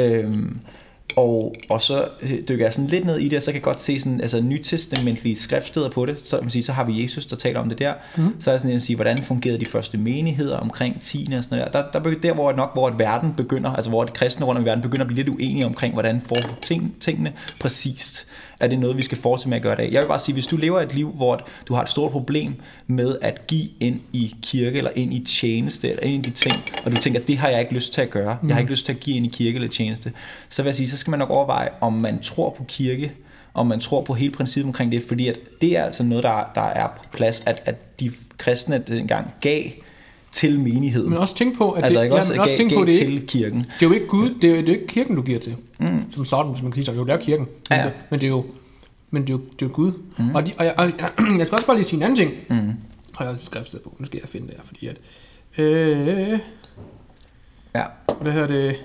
Og så dykker jeg sådan lidt ned i det, og så kan jeg godt se sådan, altså nytestamentlige skriftsteder på det. Så, man siger, så har vi Jesus, der taler om det der. Så er jeg sådan at sige, hvordan fungerede de første menigheder omkring 10. og sådan noget. Der hvor verden begynder, altså hvor de kristne rundt om i verden begynder at blive lidt uenige omkring, hvordan foregår tingene præcist. Er det noget, vi skal fortsætte med at gøre det? Jeg vil bare sige, hvis du lever et liv, hvor du har et stort problem med at give ind i kirke, eller ind i tjeneste, eller ind i de ting, og du tænker, det har jeg ikke lyst til at gøre, jeg har ikke lyst til at give ind i kirke eller tjeneste, så vil jeg sige, så skal man nok overveje, om man tror på kirke, om man tror på hele princippet omkring det, fordi at det er altså noget, der er på plads, at de kristne dengang gav til menigheden. Men også tænk på, at altså, det, også gav til kirken. Det er jo ikke Gud, det er jo ikke kirken, du giver til. Som sådan, hvis man kan sige, jo, det er kirken. Ja. Men det er jo Gud. Og jeg skal også bare lige sige en anden ting. Har jeg også skrevet på. Nu skal jeg finde det her, fordi at hvad hedder det?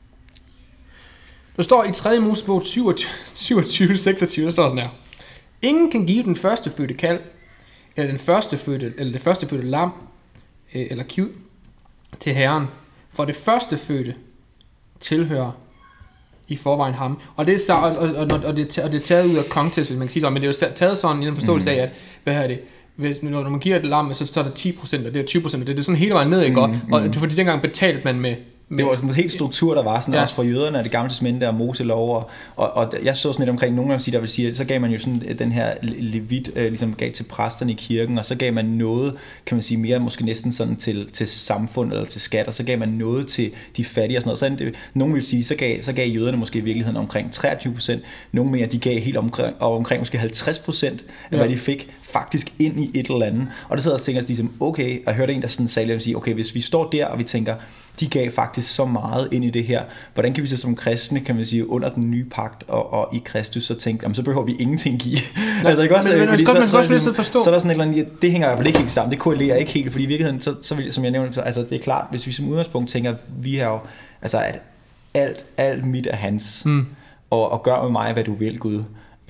Der står i 3. Mosebog 27-26, der står sådan her. Ingen kan give den førstefødte kalv, eller det førstefødte lam, eller kiv til Herren, for det førstefødte tilhører i forvejen ham. Og det er så, og det er taget ud af kontekst, man kan sige sådan, men det er jo taget sådan i den forståelse af, at hvad her det, når man giver et lam, så står der 10%, og det er 20%, det er sådan hele vejen ned, ikke? Og fordi dengang betalte man med det var sådan en helt struktur, der var sådan også for jøderne af det gamle testamente og Moselov, og jeg så sådan lidt omkring nogle af dem, der vil sige, så gav man jo sådan den her levit, ligesom gav til præsterne i kirken, og så gav man noget, kan man sige, mere måske næsten sådan til samfund eller til skat, og så gav man noget til de fattige og sådan noget. Så nogen vil sige, så gav jøderne måske i virkeligheden omkring 23%, nogle mere, de gav helt omkring måske 50% af hvad de fik faktisk ind i et eller andet. Og det sidder og tænker ligesom, okay, og jeg hørte en, der sådan sagde, at sige, okay, hvis vi står der, og vi tænker, de gav faktisk så meget ind i det her, hvordan kan vi så som kristne, kan man sige, under den nye pagt og i Kristus, så tænke, jamen så behøver vi ingenting give. Altså ikke også? Men så er der sådan et eller andet, det hænger i hvert fald ikke helt sammen, det korrelerer ikke helt, fordi i virkeligheden, så vil, som jeg nævnte, altså det er klart, hvis vi som udgangspunkt tænker, vi har jo, altså at alt mit er hans, og gør med mig, hvad du vil, Gud.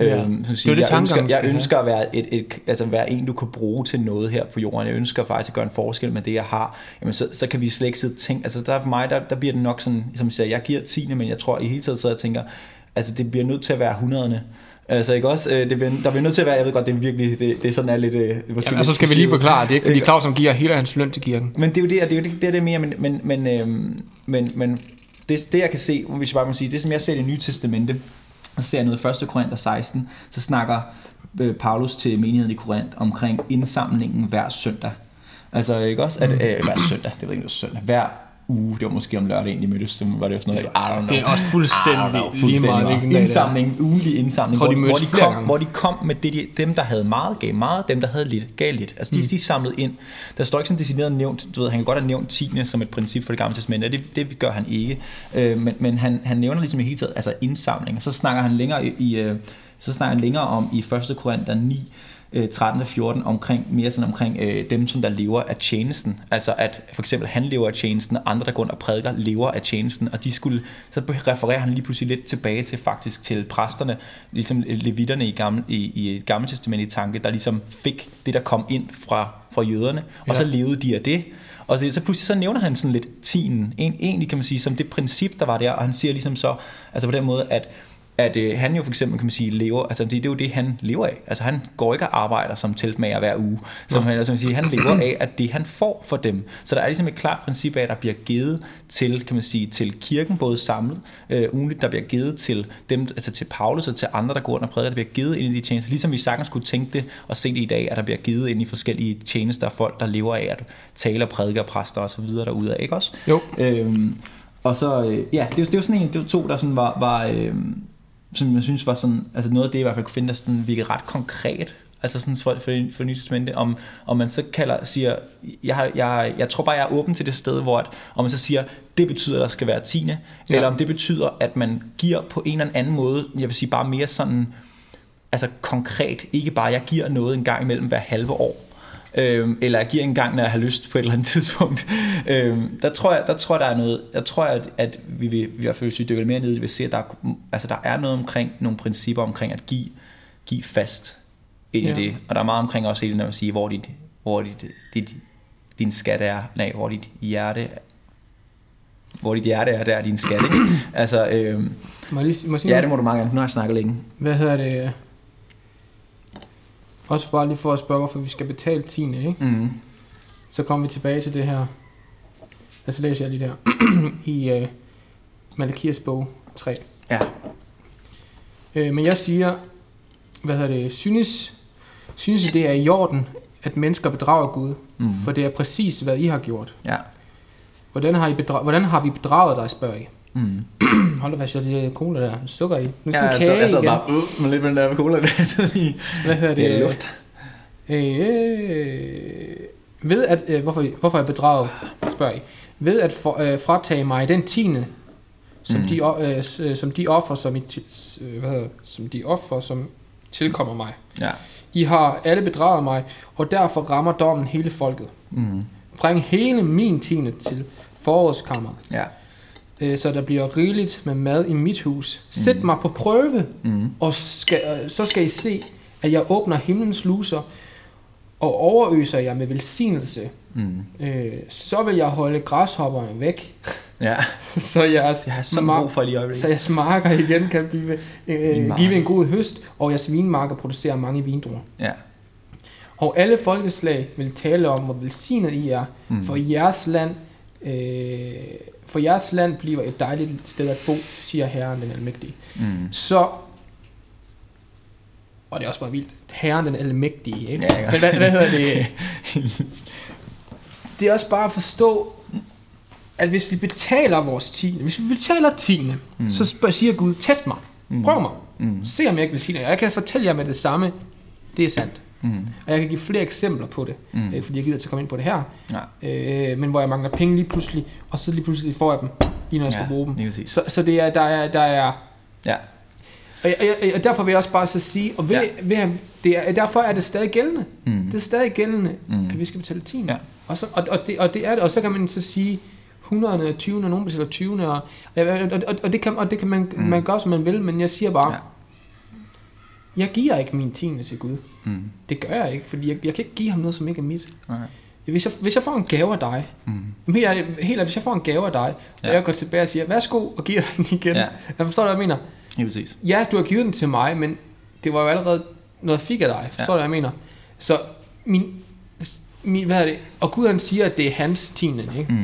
Jeg ønsker at være en, du kan bruge til noget her på jorden. Jeg ønsker faktisk at gøre en forskel med det, jeg har. Jamen, så kan vi slet ikke sidde og tænke. Altså, der for mig, der bliver det nok sådan, som jeg siger, jeg giver 10, men jeg tror i hele tiden, så jeg tænker, altså, det bliver nødt til at være 100'erne. Altså ikke også, der bliver nødt til at være, jeg ved godt, det er virkelig, det er sådan er lidt... Jamen, og så skal vi lige forklare, det er ikke fordi Claus giver hele hans løn til kirken. Men det er jo det mere, men det jeg kan se, hvis jeg bare må sige, det som jeg ser i Det Nye Testamente, og så ser jeg noget 1. Korinther 16, så snakker Paulus til menigheden i Korinth omkring indsamlingen hver søndag. Altså ikke også, at hver søndag, det ved ikke, det var søndag, hver uge, det var måske om lørdag egentlig mødtes, så var det jo sådan noget, I don't know. Det er også fuldstændig lige meget, hvilken dag det er. Ugentlig indsamling, hvor de kom med dem, der havde meget, gav meget, dem, der havde lidt, gav lidt. Altså de samlede ind. Der står ikke sådan decideret nævnt, du ved, han kan godt have nævnt 10. som et princip for det gamle testamente, og det gør han ikke. Men han nævner ligesom i hele taget, altså indsamling. Så snakker han længere om i 1. Korinther 9, 13-14 omkring dem, som der lever af tjenesten. Altså at for eksempel han lever af tjenesten, og andre, der går og prædiker, lever af tjenesten, og så refererer han lige pludselig lidt tilbage til præsterne, ligesom levitterne i Gamle Testament i tanke, der ligesom fik det, der kom ind fra jøderne, og så levede de af det. Og så pludselig så nævner han sådan lidt tienden, egentlig kan man sige, som det princip, der var der, og han siger ligesom så, altså på den måde, at han jo for eksempel, kan man sige, lever, altså det er jo det, han lever af. Altså han går ikke og arbejder som teltmager hver uge. Han lever af, at det han får for dem. Så der er ligesom et klart princip af, at der bliver givet til, kan man sige, til kirken, både samlet, ugenligt, der bliver givet til dem, altså til Paulus og til andre, der går under og prædiker, der bliver givet ind i de tjenester. Ligesom vi sagtens kunne tænke det og se det i dag, at der bliver givet ind i forskellige tjenester, folk, der lever af at tale, prædiker, præster og så videre derude af, ikke også? Jo. Og så, ja, det var sådan en, det var to, der sådan var som jeg synes var sådan, altså noget af det, jeg i hvert fald kunne finde, der sådan virkede ret konkret, altså sådan for Nye Testamente, om man så siger, jeg tror bare, jeg er åben til det sted, hvor om man så siger, det betyder, at der skal være 10. Eller om det betyder, at man giver på en eller anden måde, jeg vil sige bare mere sådan, altså konkret, ikke bare, jeg giver noget en gang imellem hver halve år, eller jeg giver en gang, når jeg har lyst på et eller andet tidspunkt. Der tror jeg, der er noget. Jeg tror, at vi vil, i hvert fald hvis vi dykker mere ned, vi vil se, at der er noget omkring nogle principper omkring at give fast ind i det. Og der er meget omkring også hele, når man siger, hvor hvor din skat er, hvor dit hjerte er, der er din skat, ikke? Altså, må jeg sige ja, det må du mange gange. Nu har jeg snakket længe. Hvad hedder det? Også bare lige for at spørge, hvorfor vi skal betale 10, ikke? Mm. Så kommer vi tilbage til det her. Altså læser jeg lige der. I Malakias bog 3. Ja. Men jeg siger, synes I det er i orden, at mennesker bedrager Gud? Mm. For det er præcis, hvad I har gjort. Ja. Hvordan har vi bedraget dig, spørger I? Mm. Hold da fast, jeg cola der. Sukker i. Nu ja, kage jeg sad igen. bare med lidt med den der cola der i. Hvad hedder det? Luft. Ved at, hvorfor jeg bedraget, spørger I. Ved at fratage mig den 10, som de offer, som tilkommer mig. Ja. I har alle bedraget mig, og derfor rammer dommen hele folket. Mm. Bring hele min 10 til forårskammeret. Ja. Så der bliver rigeligt med mad i mit hus. Sæt mig på prøve, og så skal I se, at jeg åbner himlens sluser og overøser jer med velsignelse. Så vil jeg holde græshopperne væk. Ja. Så jeg har sådan brug for lige øjeblik. Så jeres marker igen kan give en god høst, og jeres vinmarker producerer mange vindruer. Ja. Og alle folkeslag vil tale om, hvor velsignet I er, for jeres land bliver et dejligt sted at bo, siger Herren den Almægtige. Så, og det er også bare vildt, Herren den Almægtige, ikke? Ja, hvad hedder det? Det er også bare at forstå, at hvis vi betaler vores 10, hvis vi betaler 10, så siger Gud, test mig, prøv mig, se om jeg ikke vil sige det. Jeg kan fortælle jer med det samme, det er sandt. Og jeg kan give flere eksempler på det, fordi jeg gider til at komme ind på det her. Men hvor jeg mangler penge lige pludselig, og så lige pludselig får jeg dem, lige når jeg skal bruge dem. Så det er, der er. Ja. Og derfor vil jeg også bare så sige, og derfor er det stadig gældende. Det er stadig gældende, at vi skal betale 10. Ja. Og det er det, og så kan man så sige 100, 20, og nogen betaler 20, og det kan man gøre, som man vil, men jeg siger bare, jeg giver ikke min 10 til Gud. Det gør jeg ikke, fordi jeg kan ikke give ham noget, som ikke er mit. Hvis jeg får en gave af dig, hvis jeg får en gave af dig, og jeg går tilbage og siger, værsgo, og giver den igen. Jeg forstår, hvad jeg mener. Ja, du har givet den til mig, men det var jo allerede noget, jeg fik af dig. Forstår du, hvad jeg mener? Så hvad er det? Og Gud han siger, at det er hans 10, ikke?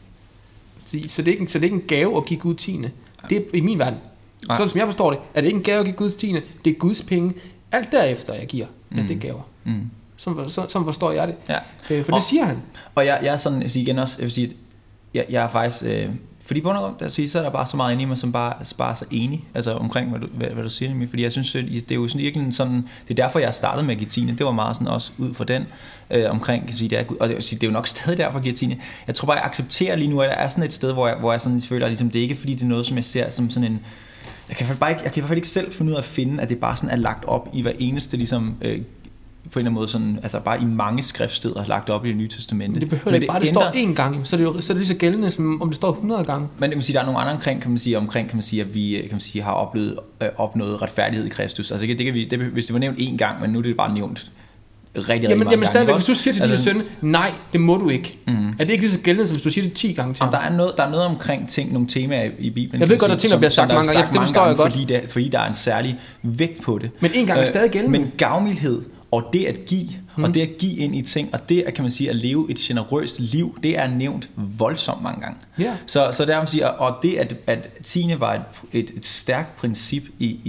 Så det er ikke en gave at give Gud 10. Det er i min verden. Sådan som jeg forstår det, er det ikke en gave at give Guds 10. Det er Guds penge. Alt derefter jeg giver, det er gaver. Sådan forstår jeg det. For det siger han. Og jeg er sådan, jeg vil sige, jeg er faktisk, fordi på noget så er der bare så meget inde i mig, som bare så enig, altså omkring hvad du siger nemlig, fordi jeg synes, det er jo sådan virkelig sådan, det er derfor jeg startede med at give 10. Det var meget sådan også ud for den omkring, kan sige, det er, og det er jo nok stadig derfor at give 10. Jeg tror bare jeg accepterer lige nu, at der er sådan et sted, hvor jeg sådan føler, ligesom det ikke er, fordi det er noget, som jeg ser som sådan en. Jeg kan i hvert fald ikke selv finde ud af at finde, at det bare sådan er lagt op i hver eneste ligesom på en eller anden måde sådan, altså bare i mange skriftsteder lagt op i Det Nye Testamente. Det behøver ikke bare, det står én gang, så er det lige så gældende, som om det står 100 gange. Men det kan sige, der er nogle andre omkring, kan man sige, at vi har opnået retfærdighed i Kristus. Altså hvis det var nævnt én gang, men nu er det bare nævnt rigtig mange gange. Stadigvæk, hvis du siger til din søn, nej, det må du ikke. Er det ikke lige så gældende, som hvis du siger det 10 gange til ham? Der er noget omkring nogle temaer i Bibelen. Jeg ved godt, at ting, der bliver sagt mange gange, det forstår jeg godt. Fordi der er en særlig vægt på det. Men en gang er stadig gældende. Men gavmildhed og det at give, og det at give ind i ting, og det kan man sige, at leve et generøst liv, det er nævnt voldsomt mange gange. Yeah. Så der man siger, og det at 10. var et stærkt princip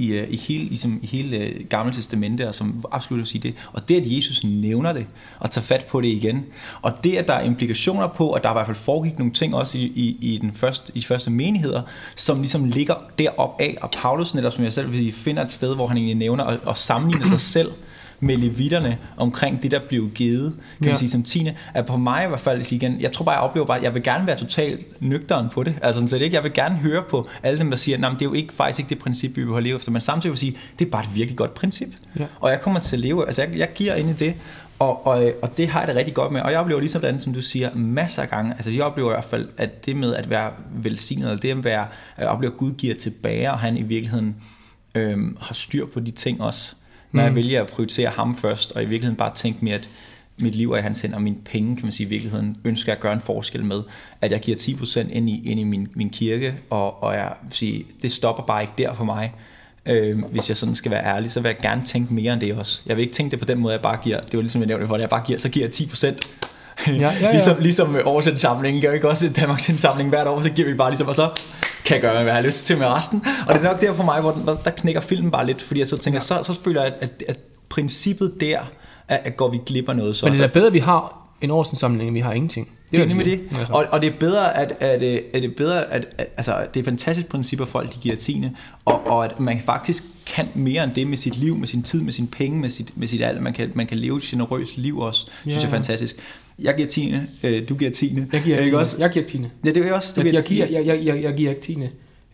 i hele Gamle Testamente, og som absolut vil sige det, og det at Jesus nævner det, og tager fat på det igen, og det at der er implikationer på, og der i hvert fald foregik nogle ting også i de første menigheder, som ligesom ligger derop af, og Paulus netop, som jeg selv vil sige, finder et sted, hvor han egentlig nævner og sammenligner sig selv med levitterne omkring det, der blev givet, kan man sige, som 10. At på mig i hvert fald, igen, jeg tror bare, jeg oplever bare, at jeg vil gerne være totalt nøgteren på det. Altså, så det ikke, jeg vil gerne høre på alle dem, der siger, nej, det er jo faktisk ikke det princip, vi vil have leve efter, men samtidig vil sige, det er bare et virkelig godt princip. Ja. Og jeg kommer til at leve, altså jeg giver ind i det, og det har jeg det rigtig godt med. Og jeg oplever ligesom det, som du siger, masser af gange, altså jeg oplever i hvert fald, at det med at være velsignet, eller det at opleve, at Gud giver tilbage, og han i virkeligheden har styr på de ting også, når jeg vælger at prioritere ham først, og i virkeligheden bare tænke mere, at mit liv er i hans hænder, og mine penge, kan man sige, i virkeligheden ønsker at gøre en forskel med, at jeg giver 10% ind i min kirke, og jeg vil sige, det stopper bare ikke der for mig. Hvis jeg sådan skal være ærlig, så vil jeg gerne tænke mere end det også. Jeg vil ikke tænke det på den måde, jeg bare giver, det var ligesom jeg nævnte for, at jeg bare giver, så giver jeg 10%. Ja. Ligesom årsindsamlingen, gør vi ikke også Danmarks indsamling hvert år, så giver vi bare ligesom, og så kan jeg gøre, hvad jeg har lyst til med resten. Og det er nok der for mig, hvor der knækker filmen bare lidt, fordi jeg så tænker, så føler jeg, at princippet der, at går vi glip af noget. Så men det er da bedre, at vi har en årsindsamling, end vi har ingenting. Det er nemlig det. Og det er bedre, altså det er fantastisk princip, at folk de giver tiende, og at man faktisk kan mere end det med sit liv, med sin tid, med sine penge, med sit alt. Man kan leve et generøst liv også. Synes jeg er fantastisk. Jeg giver tiende, du giver tiende. Jeg giver tiende. Jeg giver tiende. Ja, det er også. Jeg giver ikke tiende.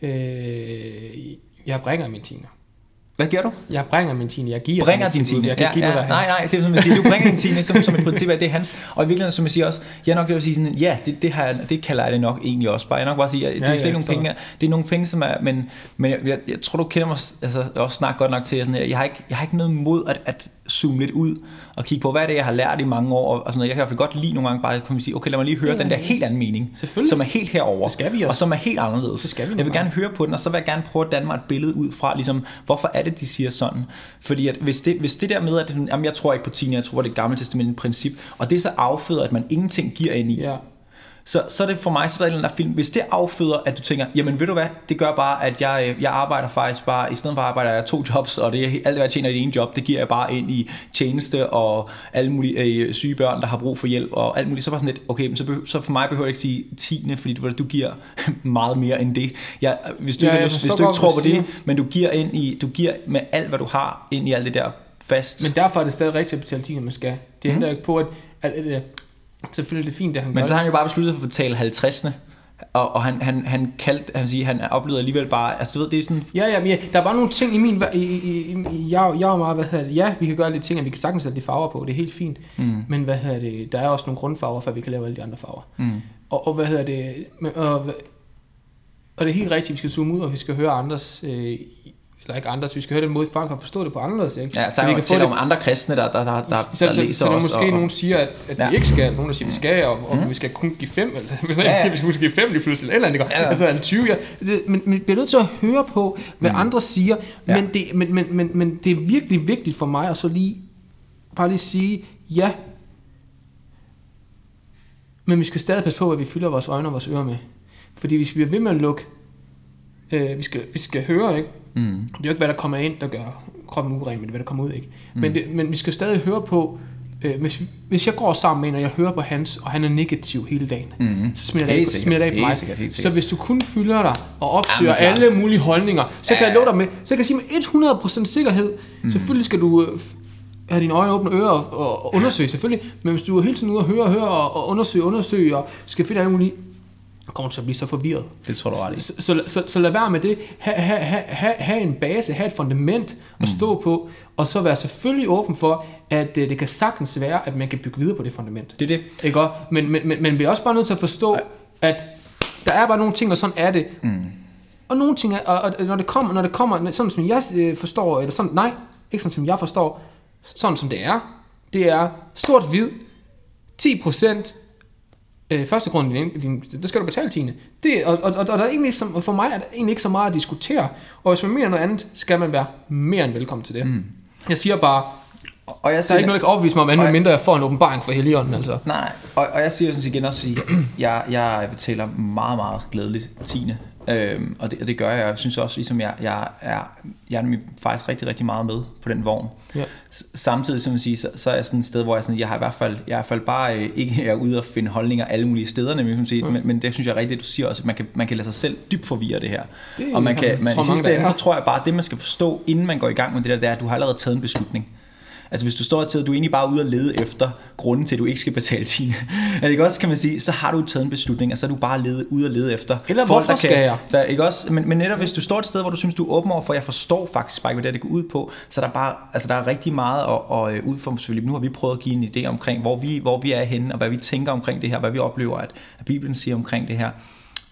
Jeg bringer min tiende. Hvad giver du? Jeg bringer min tiende. Jeg giver bringer din tiende. Nej, det er som jeg siger, du bringer din tiende som et princip af det er hans. Og i virkeligheden som jeg siger også, jeg nok vil sige sådan, ja, det kalder jeg det nok egentlig også. Bare jeg nok bare sige, det er slet nogle penge. Det er nogle penge som er, men jeg tror du kender mig altså også snart godt nok til sådan, jeg har ikke noget mod at zoome lidt ud og kigge på, hvad er det, jeg har lært i mange år, og sådan noget. Jeg kan i hvert fald godt lide nogle gange bare kunne sige, okay, lad mig lige høre den der helt anden mening, som er helt herover, og som er helt anderledes. Jeg vil gerne høre på den, og så vil jeg gerne prøve at danne mig et billede ud fra, ligesom, hvorfor er det, de siger sådan. Fordi at hvis det der med, at jamen, jeg tror ikke på tiende, jeg tror, det er et gammelt testament princip, og det er så afføder, at man ingenting giver ind i. Ja. Så er det for mig, så der er en eller anden film. Hvis det afføder, at du tænker, jamen ved du hvad, det gør bare, at jeg arbejder faktisk bare, i stedet for arbejder jeg 2 jobs, og det er alt det, jeg tjener i det ene job, det giver jeg bare ind i tjeneste og alle mulige syge børn, der har brug for hjælp og alt muligt. Så var sådan lidt, okay, men så for mig behøver jeg ikke sige tiende, fordi du giver meget mere end det. Hvis du ikke tror på det, men du giver med alt, hvad du har, ind i alt det der fast. Men derfor er det stadig rigtigt at betale tiende, man skal. Det ændrer ikke på, at selvfølgelig er det fint, det han gør. Men så har han jo bare besluttet for at betale 50'erne. Og han oplevede alligevel bare, altså du ved, det er sådan. Ja, der er bare nogle ting i min, jeg er meget, vi kan gøre lidt ting, og vi kan sagtens sætte de farver på, det er helt fint. Men der er også nogle grundfarver, for vi kan lave alle de andre farver. Og og det er helt rigtigt, vi skal zoome ud, og vi skal høre andres, eller ikke andres, vi skal høre den måde, folk kan forstå det på anderledes, ikke? Ja, så vi kan få det om andre kristne, der læser så også. Så måske nogen siger, at vi ikke skal, nogen der siger, vi skal, og vi skal kun give 5, eller hvis nogen siger, vi skal give 5 lige pludselig, eller andet, altså 20, men vi bliver nødt til at høre på, hvad andre siger, men det er virkelig vigtigt for mig at så bare lige sige, ja, men vi skal stadig passe på, at vi fylder vores øjne og vores ører med, fordi hvis vi bliver ved med at lukke, vi skal høre, ikke? Det er jo ikke, hvad der kommer ind, der gør kroppen uren, men det er, hvad der kommer ud, ikke? Men vi skal stadig høre på, hvis jeg går sammen med en, og jeg hører på hans, og han er negativ hele dagen, så smitter det af på mig. Så hvis du kun fylder dig og opsøger alle mulige holdninger, så kan jeg love dig med, så kan jeg sige med 100% sikkerhed, selvfølgelig skal du have dine øjne åbne, ører og undersøge, selvfølgelig, men hvis du er hele tiden ude og høre og undersøge, og skal finde alle mulige, kommer til at blive så forvirret. Det tror du ret i. Så lad være med det. Ha' en base, have et fundament at stå på, og så være selvfølgelig åben for, at det kan sagtens være, at man kan bygge videre på det fundament. Det er det. Ikke? Men vi er også bare nødt til at forstå, at der er bare nogle ting, og sådan er det. Og nogle ting, og når det kommer, sådan som jeg forstår, eller sådan, nej, ikke sådan som jeg forstår, sådan som det er sort-hvid, 10%, første grund, der skal du betale tiende. Og der er egentlig, for mig er der egentlig ikke så meget at diskutere. Og hvis man mener noget andet, skal man være mere end velkommen til det. Jeg siger bare, og jeg siger, der er ikke noget, der kan overbevise mig om andet, mindre jeg får en åbenbaring for Helligånden. Altså. Nej, og jeg siger sådan igen også, jeg betaler meget, meget glædeligt tiende. Og det gør jeg. Jeg synes også, ligesom jeg er faktisk rigtig, rigtig meget med på den vogn. Ja. Samtidig, som man siger, så er jeg sådan et sted, hvor jeg har i hvert fald bare ikke er ude og finde holdninger alle mulige steder, nemlig, men det synes jeg er rigtigt, du siger også, at man kan lade sig selv dybt forvirre det her. Og man i sidste ende, så tror jeg bare, at det man skal forstå, inden man går i gang med det der, er, at du har allerede taget en beslutning. Altså hvis du står til, at du er egentlig bare ude at lede efter grunden til, at du ikke skal betale tiende. Altså ikke også, kan man sige, så har du taget en beslutning, og så er du bare ude at lede efter. Eller folk, hvorfor skal jeg? Der, ikke også, men netop hvis du står et sted, hvor du synes, du er åben over for, jeg forstår faktisk bare ikke, hvad det går ud på, så der er bare, altså der er rigtig meget at udforme selvfølgelig. Nu har vi prøvet at give en idé omkring, hvor vi er henne, og hvad vi tænker omkring det her, hvad vi oplever, at Bibelen siger omkring det her.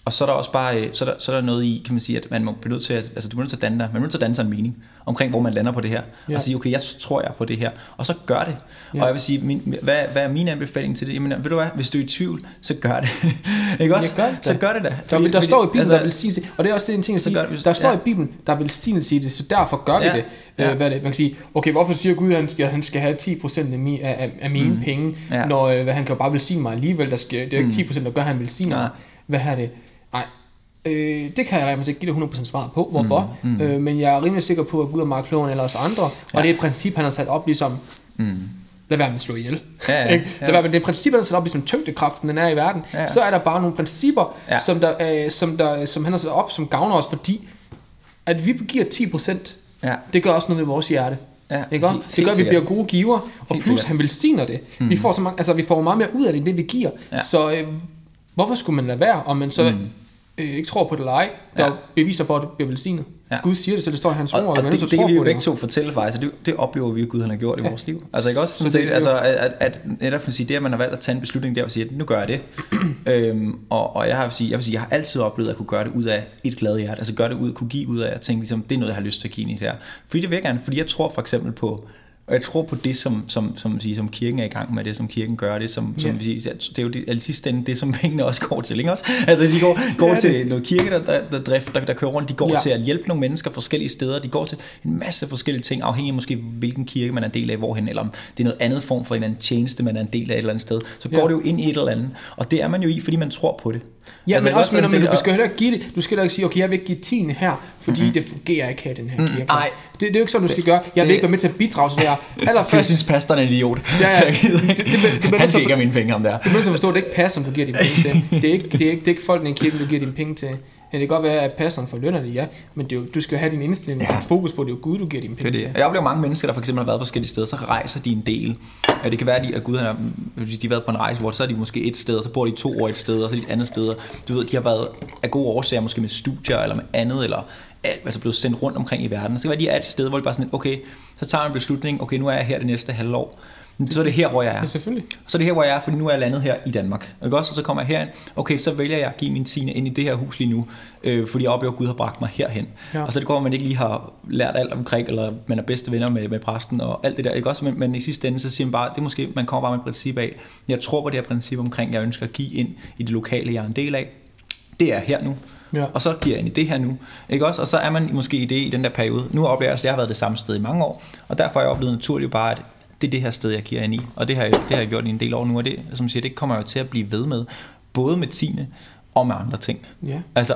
Og så er der også bare så er der noget i, kan man sige, at man bliver nødt til at, altså du bliver nødt til at danne dig, man bliver nødt til at danne sig en mening omkring, hvor man lander på det her, og sige, okay, jeg tror jeg på det her, og så gør det. Og jeg vil sige, hvad er min anbefaling til det? Jamen, ved du hvad, hvis du er i tvivl, så gør det. Ikke også? Så gør det da. Fordi, der står i Bibelen, der vil sige, og det er også det en ting at sige, der står i Bibelen, der vil sige det, så derfor gør vi det. Hvad det. Man kan sige, okay, hvorfor siger Gud, at han skal have 10% af mine penge, når han kan jo bare velsigne mig alligevel, det er jo ikke 10%, der gør, han velsigner mig. Hvad er det? Nej. Det kan jeg ikke give dig 100% svar på, hvorfor. Men jeg er rimelig sikker på, at Gud er meget klogere end os andre, og det er et princip, han har sat op ligesom, lad være med at slå ihjel. Lad være med det princip, han har sat op ligesom tyngdekraften, den er i verden. Så er der bare nogle principper, som han har sat op, som gavner os, fordi at vi giver 10%, det gør også noget ved vores hjerte. Det gør, at vi bliver gode giver, og plus han velsigner det. Vi får så mange, vi får meget mere ud af det, end det vi giver. Så hvorfor skulle man lade være, om man så ikke tror på det eller ej, der beviser for, at det bliver velsignet. Gud siger det, så det står i hans ord, og det kan vi jo begge to fortælle faktisk, det oplever vi, at Gud han har gjort i vores liv. Altså ikke også sådan set, at netop kan sige, det at man har valgt at tage en beslutning der og sige, at nu gør jeg det. Og jeg vil sige, jeg har altid oplevet at kunne gøre det ud af et glad hjerte, altså gøre det ud, kunne give ud af at tænke ligesom, det er noget jeg har lyst til at give i det her. Fordi det vil jeg gerne, fordi jeg tror for eksempel på, og jeg tror på det, som kirken er i gang med, det som kirken gør, det som vi siger, det er jo det sidste ende, det som pengene også går til, ikke også? Altså de går til noget kirke, der kører rundt, de går til at hjælpe nogle mennesker forskellige steder, de går til en masse forskellige ting, afhængig af måske hvilken kirke man er en del af, hvorhen, eller om det er noget andet form for en anden tjeneste, man er en del af et eller andet sted, så går det jo ind i et eller andet, og det er man jo i, fordi man tror på det. Ja, altså, men også men du skal heller ikke give det. Du skal heller ikke sige, okay, jeg vil ikke give 10 her, fordi det fungerer ikke her i den her kirke. Nej. Det er jo ikke sådan, du skal gøre. Jeg vil ikke være med til at bidrage til det her. Jeg synes, pastoren er en idiot. Han skal ikke have mine penge ham der. Du bliver nødt til at forstå, at det ikke passer, som du giver dine penge til. Det er ikke folk i kirken, du giver dine penge til. Ja, det kan godt være, at pastoren får lønner det, men du skal have din indstilling og fokus på, at det er jo Gud, du giver dine penge til. Jeg oplever mange mennesker, der for eksempel har været på forskellige steder, så rejser de en del. Det kan være, at Gud de har været på en rejse, hvor så er de måske et sted, og så bor de 2 år et sted, og så er de et andet sted. Du ved, de har været af gode årsager, måske med studier eller med andet, eller altså blevet sendt rundt omkring i verden. Så kan være, de er et sted, hvor de bare sådan, okay, så tager man en beslutning, okay, nu er jeg her det næste halvår. Så er det her, hvor jeg er. Ja, selvfølgelig. Så er det her, hvor jeg er, fordi nu er jeg landet her i Danmark. Ikke også? Og så kommer jeg herind. Okay, så vælger jeg at give min 10 ind i det her hus lige nu, fordi jeg oplever, at Gud har bragt mig herhen. Ja. Og så det går, at man ikke lige har lært alt omkring, eller man er bedste venner med præsten og alt det der. Ikke også? Men i sidste ende, så siger man bare, det er måske, man kommer bare med et princip af, jeg tror på det her princip omkring, jeg ønsker at give ind i det lokale, jeg er en del af. Det er her nu. Ja. Og så giver jeg ind i det her nu, ikke også? Og så er man måske i det i den der periode. Nu oplever jeg, at jeg har været det samme sted i mange år, og derfor har jeg oplevet naturligt bare, at det er det her sted, jeg giver ind i, og det har jeg gjort i en del år nu, og det, som siger, det kommer jeg jo til at blive ved med, både med Tine og med andre ting. Yeah. Altså,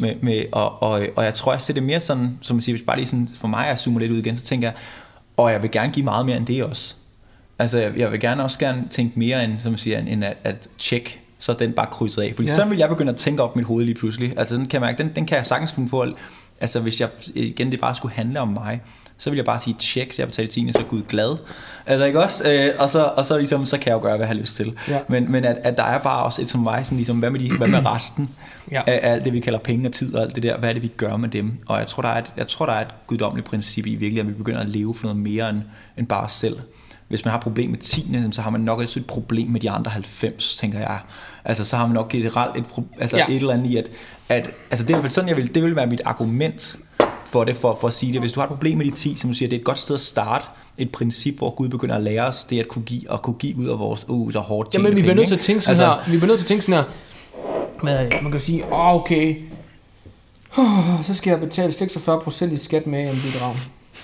og jeg tror, jeg ser det mere sådan, som man siger, hvis bare lige sådan, for mig at zoome lidt ud igen, så tænker jeg, og jeg vil gerne give meget mere end det også. Altså, jeg vil også gerne tænke mere end, som man siger, end at tjekke, så den bare krydset af. Fordi så vil jeg begynde at tænke op mit hoved lige pludselig. Altså, den kan jeg mærke, den kan jeg sagtens finde på, altså hvis jeg igen det bare skulle handle om mig, så vil jeg bare sige tjek, så jeg betaler 10, så er Gud glad. Altså ikke også? Og så ligesom, så kan jeg jo gøre, hvad jeg har lyst til. Ja. Men at der er bare også et som mig, sådan ligesom, hvad med resten af alt det, vi kalder penge og tid og alt det der, hvad er det, vi gør med dem? Og jeg tror, der er et guddommeligt princip i virkelig, at vi begynder at leve for noget mere end bare os selv. Hvis man har et problem med 10, så har man nok også et problem med de andre 90, tænker jeg. Altså så har man nok generelt et eller andet i, at altså det er i hvert fald sådan, det vil være mit argument for det, for at sige det. Hvis du har et problem med de 10, som du siger, det er et godt sted at starte et princip, hvor Gud begynder at lære os det at kunne give ud af vores så hårdt tjente penge. Jamen vi bliver nødt til at tænke sådan her. Vi bliver nødt til at tænke sådan her. Man kan sige, okay, så skal jeg betale 46% i skat med en bidrag.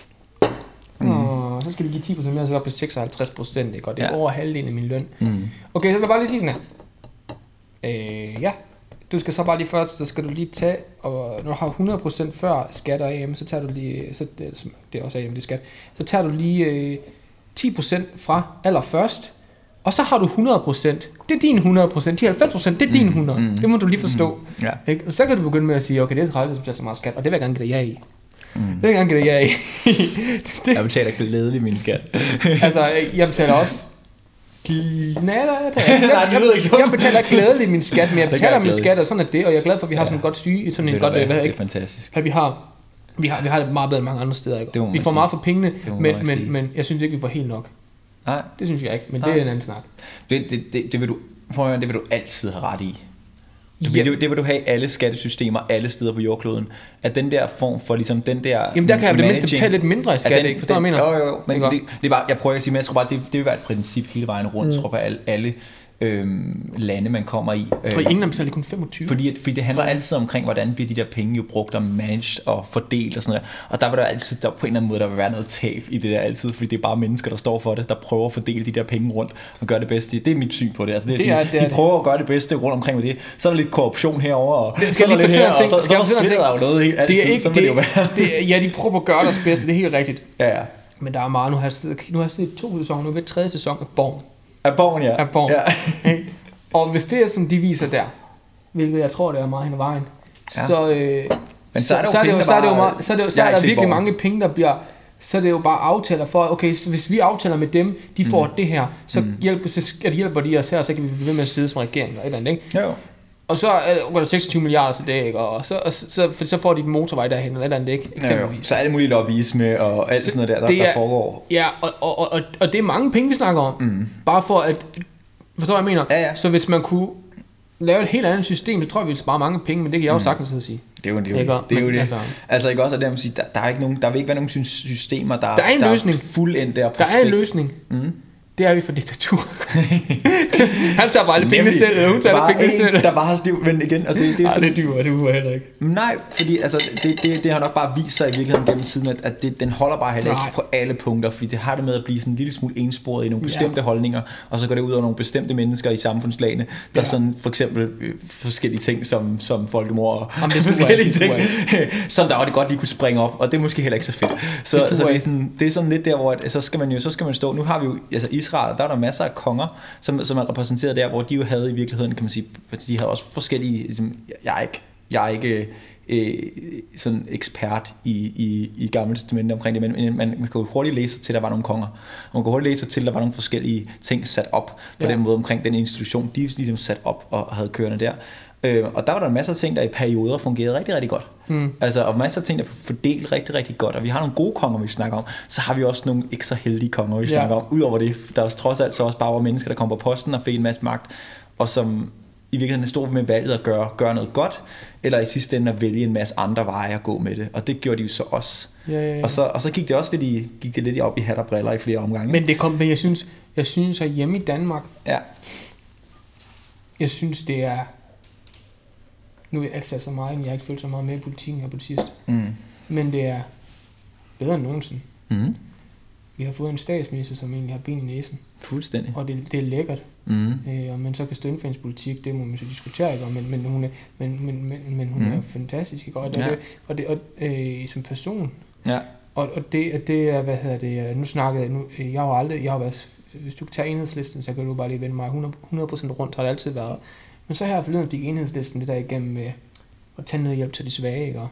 Så skal de give 10% mere, så er jeg på 56%, ikke? Og det er over halvdelen af min løn. Okay, så vil jeg bare lige sige sådan her. Du skal så bare lige først, så skal du lige tage, og når du har 100% før skat og AM, så tager du lige, så det er også AM, det er skat, så tager du lige 10% fra allerførst, og så har du 100%. Det er din 100%, de 90%, det er din 100. Det må du lige forstå. Ikke? Og så kan du begynde med at sige, okay, det er 30% så meget skat, og det vil jeg gerne give dig ja i. Det vil jeg gerne give dig ja i. Jeg betaler glædeligt min skat. Altså, jeg betaler også jeg betaler ikke glædeligt min skat, men jeg betaler min skat, og sådan er det, og jeg er glad for, at vi har sådan et godt syge, sådan en godt, det er fantastisk. At vi har det meget bedre end mange andre steder, ikke? Vi får meget for pengene, men jeg synes ikke, vi får helt nok. Nej. Det synes jeg ikke, men det er en anden snak. Det vil du altid have ret i. Det vil du have i alle skattesystemer, alle steder på jordkloden. At den der form for ligesom den der... Jamen der kan jeg det mindste betale lidt mindre i skat, ikke? Forstår du, hvad jeg mener? Jo, men det er bare, jeg prøver ikke at sige, men jeg tror bare, det vil være et princip hele vejen rundt, tror jeg, alle lande, man kommer i. Jeg tror, i England betaler kun 25. Fordi det handler altid omkring, hvordan bliver de der penge jo brugt og managed og fordelt og sådan noget. Og der vil der altid, på en eller anden måde, der vil være noget tab i det der altid, fordi det er bare mennesker, der står for det, der prøver at fordele de der penge rundt og gøre det bedste. Det er mit syn på det. Altså de prøver at gøre det bedste rundt omkring med det. Så er der lidt korruption herover og så er der lidt her, og så smitter der jo noget helt altid. Så vil det jo være. Ja, de prøver at gøre deres bedste, det er helt rigtigt. Ja. Men der er meget, nu har jeg set 2 sæsoner, nu er vi 3. sæson af Borgen. Af Borgen, ja. Af Borgen. Ja. Og hvis det er, som de viser der, hvilket jeg tror, det er meget hen ad vejen, så er der virkelig mange penge, der bliver... Så er det jo bare aftaler for, okay, så hvis vi aftaler med dem, de får det her, så hjælper de os her, så kan vi blive ved med at sidde som regering eller et eller andet, ikke? Jo. Og så går der 26 milliarder til det, ikke? Og så får de et motorvej derhen eller et eller andet, ikke? Eksempelvis. Så er det muligt lobbyisme og alt sådan noget der foregår. Ja, og det er mange penge, vi snakker om. Bare for at... Forstår jeg mener? Ja. Så hvis man kunne lave et helt andet system, så tror jeg, vi ville spare mange penge, men det kan jeg jo sagtens at sige. Det er jo det. Altså ikke også, at det, sige, der er ikke nogen, der vil ikke være nogen systemer, der er en løsning. fuldendt der. Der er en løsning. Det er vi for diktatur. Han tager bare alle pengene selv, eller hun tager alle pengene selv. Der bare har stiv, men igen, og det er sådan... det duer heller ikke. Nej, fordi altså, det har nok bare vist sig i virkeligheden gennem tiden, at den holder bare heller ikke på alle punkter, fordi det har det med at blive sådan en lille smule ensporet i nogle bestemte holdninger, og så går det ud over nogle bestemte mennesker i samfundslagene, der sådan for eksempel forskellige ting som folkemord og forskellige ting, som der også godt lige kunne springe op, og det er måske heller ikke så fedt. Så det er sådan lidt der, hvor så skal man stå. Nu har vi jo, altså Israel, der er der masser af konger, som er repræsenteret der, hvor de jo havde i virkeligheden, kan man sige, de havde også forskellige, ligesom, jeg er ikke sådan ekspert i Gamle Testamentet omkring det, men man kan jo hurtigt læse til, at der var nogle konger, og man kan hurtigt læse til, at der var nogle forskellige ting sat op på den måde omkring den institution, de ligesom sat op og havde kørende der. Og der var der masser af ting, der i perioder fungerede rigtig, rigtig godt. Altså, og masser af ting, der blev fordelt rigtig, rigtig godt. Og vi har nogle gode konger, vi snakker om. Så har vi også nogle ikke så heldige konger, vi snakker om. Udover det, der er trods alt så også bare var mennesker, der kom på posten og fik en masse magt, og som i virkeligheden stod med valget at gøre noget godt, eller i sidste ende at vælge en masse andre veje at gå med det. Og det gjorde de jo så også. Ja. Og så gik det også lidt op i hat og briller i flere omgange. Men jeg synes at hjemme i Danmark, jeg synes det er... Nu er jeg ikke så meget, men jeg har ikke følt så meget med i politikken her på det sidste. Men det er bedre end nogensinde. Vi har fået en statsminister, som egentlig har ben i næsen. Fuldstændig. Og det er lækkert. Og man så kan støtte for hendes politik, det må man så diskutere, ikke? Men hun er fantastisk, ikke? Og som person. Ja. Og det er, hvad hedder det, nu snakkede jeg har været, hvis du tager Enhedslisten, så kan du bare lige vende mig 100% rundt, har det altid været. Men så her forleden fik Enhedslisten det der igennem med at tage noget hjælp til de svage, ikke?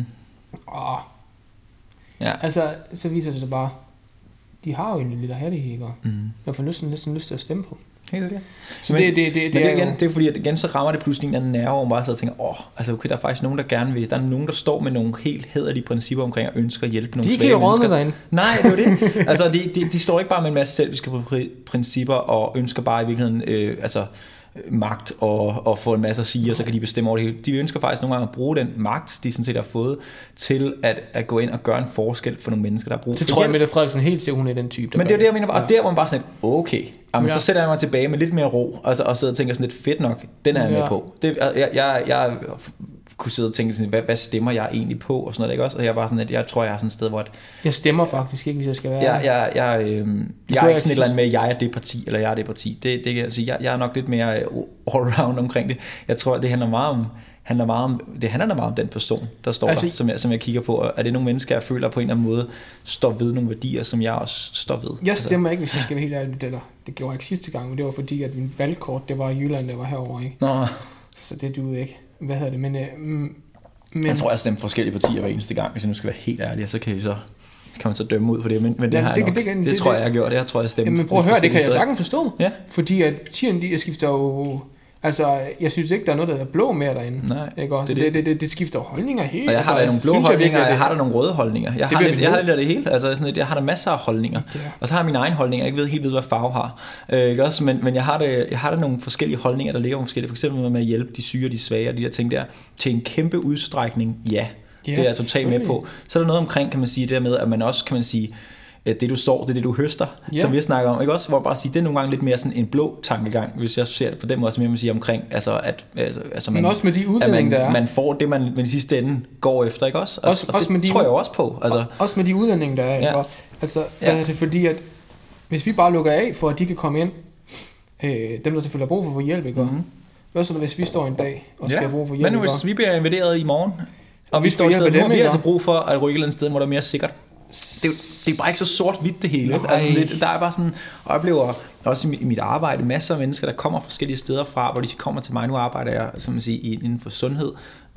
Altså, så viser det sig bare, de har jo egentlig lidt at have det, ikke? Jeg får næsten lyst til at stemme på. Helt det. Så det er fordi, at igen så rammer det pludselig en nerve, hvor man bare sidder og tænker, altså okay, der er faktisk nogen, der gerne vil. Der er nogen, der står med nogle helt hæderlige principper omkring at ønske at hjælpe nogle svage mennesker. De kan ikke Nej, det er jo det. Altså, de står ikke bare med en masse selviske principper og ønsker bare i virkeligheden, magt og få en masse at sige, og så kan de bestemme over det hele. De ønsker faktisk nogle gange at bruge den magt, de sådan set har fået, til at gå ind og gøre en forskel for nogle mennesker, der har brug for. Det tror jeg, Mette Frederiksen helt sikkert, hun er den type. Men det er det, jeg mener, og der var man bare sådan, okay, så sætter jeg mig tilbage med lidt mere ro, og sidder og tænker sådan lidt, fedt nok, den er jeg med på. Jeg kunne sidde og tænke sådan, hvad stemmer jeg egentlig på, og sådan noget, ikke også? Og jeg var sådan, at jeg tror, jeg er sådan et sted, hvor... Jeg stemmer faktisk ikke, hvis jeg skal være... Jeg er ikke sådan et eller andet med, jeg er det parti, eller jeg er det parti. Det kan jeg sige. Jeg er nok lidt mere all-round omkring det. Jeg tror, det handler meget om den person, der står der, som jeg kigger på. Er det nogle mennesker, jeg føler på en eller anden måde, står ved nogle værdier, som jeg også står ved? Jeg stemmer ikke, hvis jeg skal være helt ærlig. Det gjorde jeg ikke sidste gang, men det var fordi, at min valgkort, det var i Jylland, det var herovre, ikke? Nå. Så det duede ikke. Hvad hedder det? Men jeg tror, jeg stemmer forskellige partier hver eneste gang, hvis jeg nu skal være helt ærlig, så kan man så dømme ud for det, men det har jeg nok. Det tror jeg har gjort, jeg tror, jeg stemmer. Men prøv at høre, det kan jeg sagtens forstå, fordi at partierne, de skifter jo, Altså, jeg synes ikke, der er noget, der hedder blå mere derinde. Nej, ikke også? Det skifter holdninger helt. Og jeg har da nogle blå holdninger, og jeg har da nogle røde holdninger. Jeg har lidt det hele. Altså, sådan, jeg har da masser af holdninger. Ja. Og så har jeg mine egne holdninger. Jeg ikke ved helt, hvad farve har. Ikke også? Men jeg har da nogle forskellige holdninger, der ligger forskellige. For eksempel med at hjælpe de syge og de svage og de der ting der. Til en kæmpe udstrækning, ja. Det er jeg totalt med på. Så er der noget omkring, kan man sige, det der med, at man også, kan man sige, det du sår, det er det du høster, som vi snakker om, ikke også? Hvor bare sige, det er nogle gange lidt mere sådan en blå tankegang, hvis jeg ser det på den måde, som jeg vil sige omkring, men også med de udlændinge, der er. Man får det, man i sidste ende går efter, ikke også? Og det med tror jeg også på. Altså. Også med de udlændinge, der er, ikke også? Altså, hvad er det fordi, at hvis vi bare lukker af, for at de kan komme ind, dem der selvfølgelig har brug for hjælp, ikke? Hvad så, hvis vi står en dag og skal have brug for hjælp? Men hvis vi bliver invaderet i morgen, og vi står i stedet, nu har vi altså brug for at rykke et eller andet sted, hvor der er mere sikkert. Det er bare ikke så sort-hvidt det hele. Altså, der er bare sådan, oplever også i mit arbejde masser af mennesker, der kommer forskellige steder fra, hvor de kommer til mig. Nu arbejder jeg, som man siger, inden for sundhed,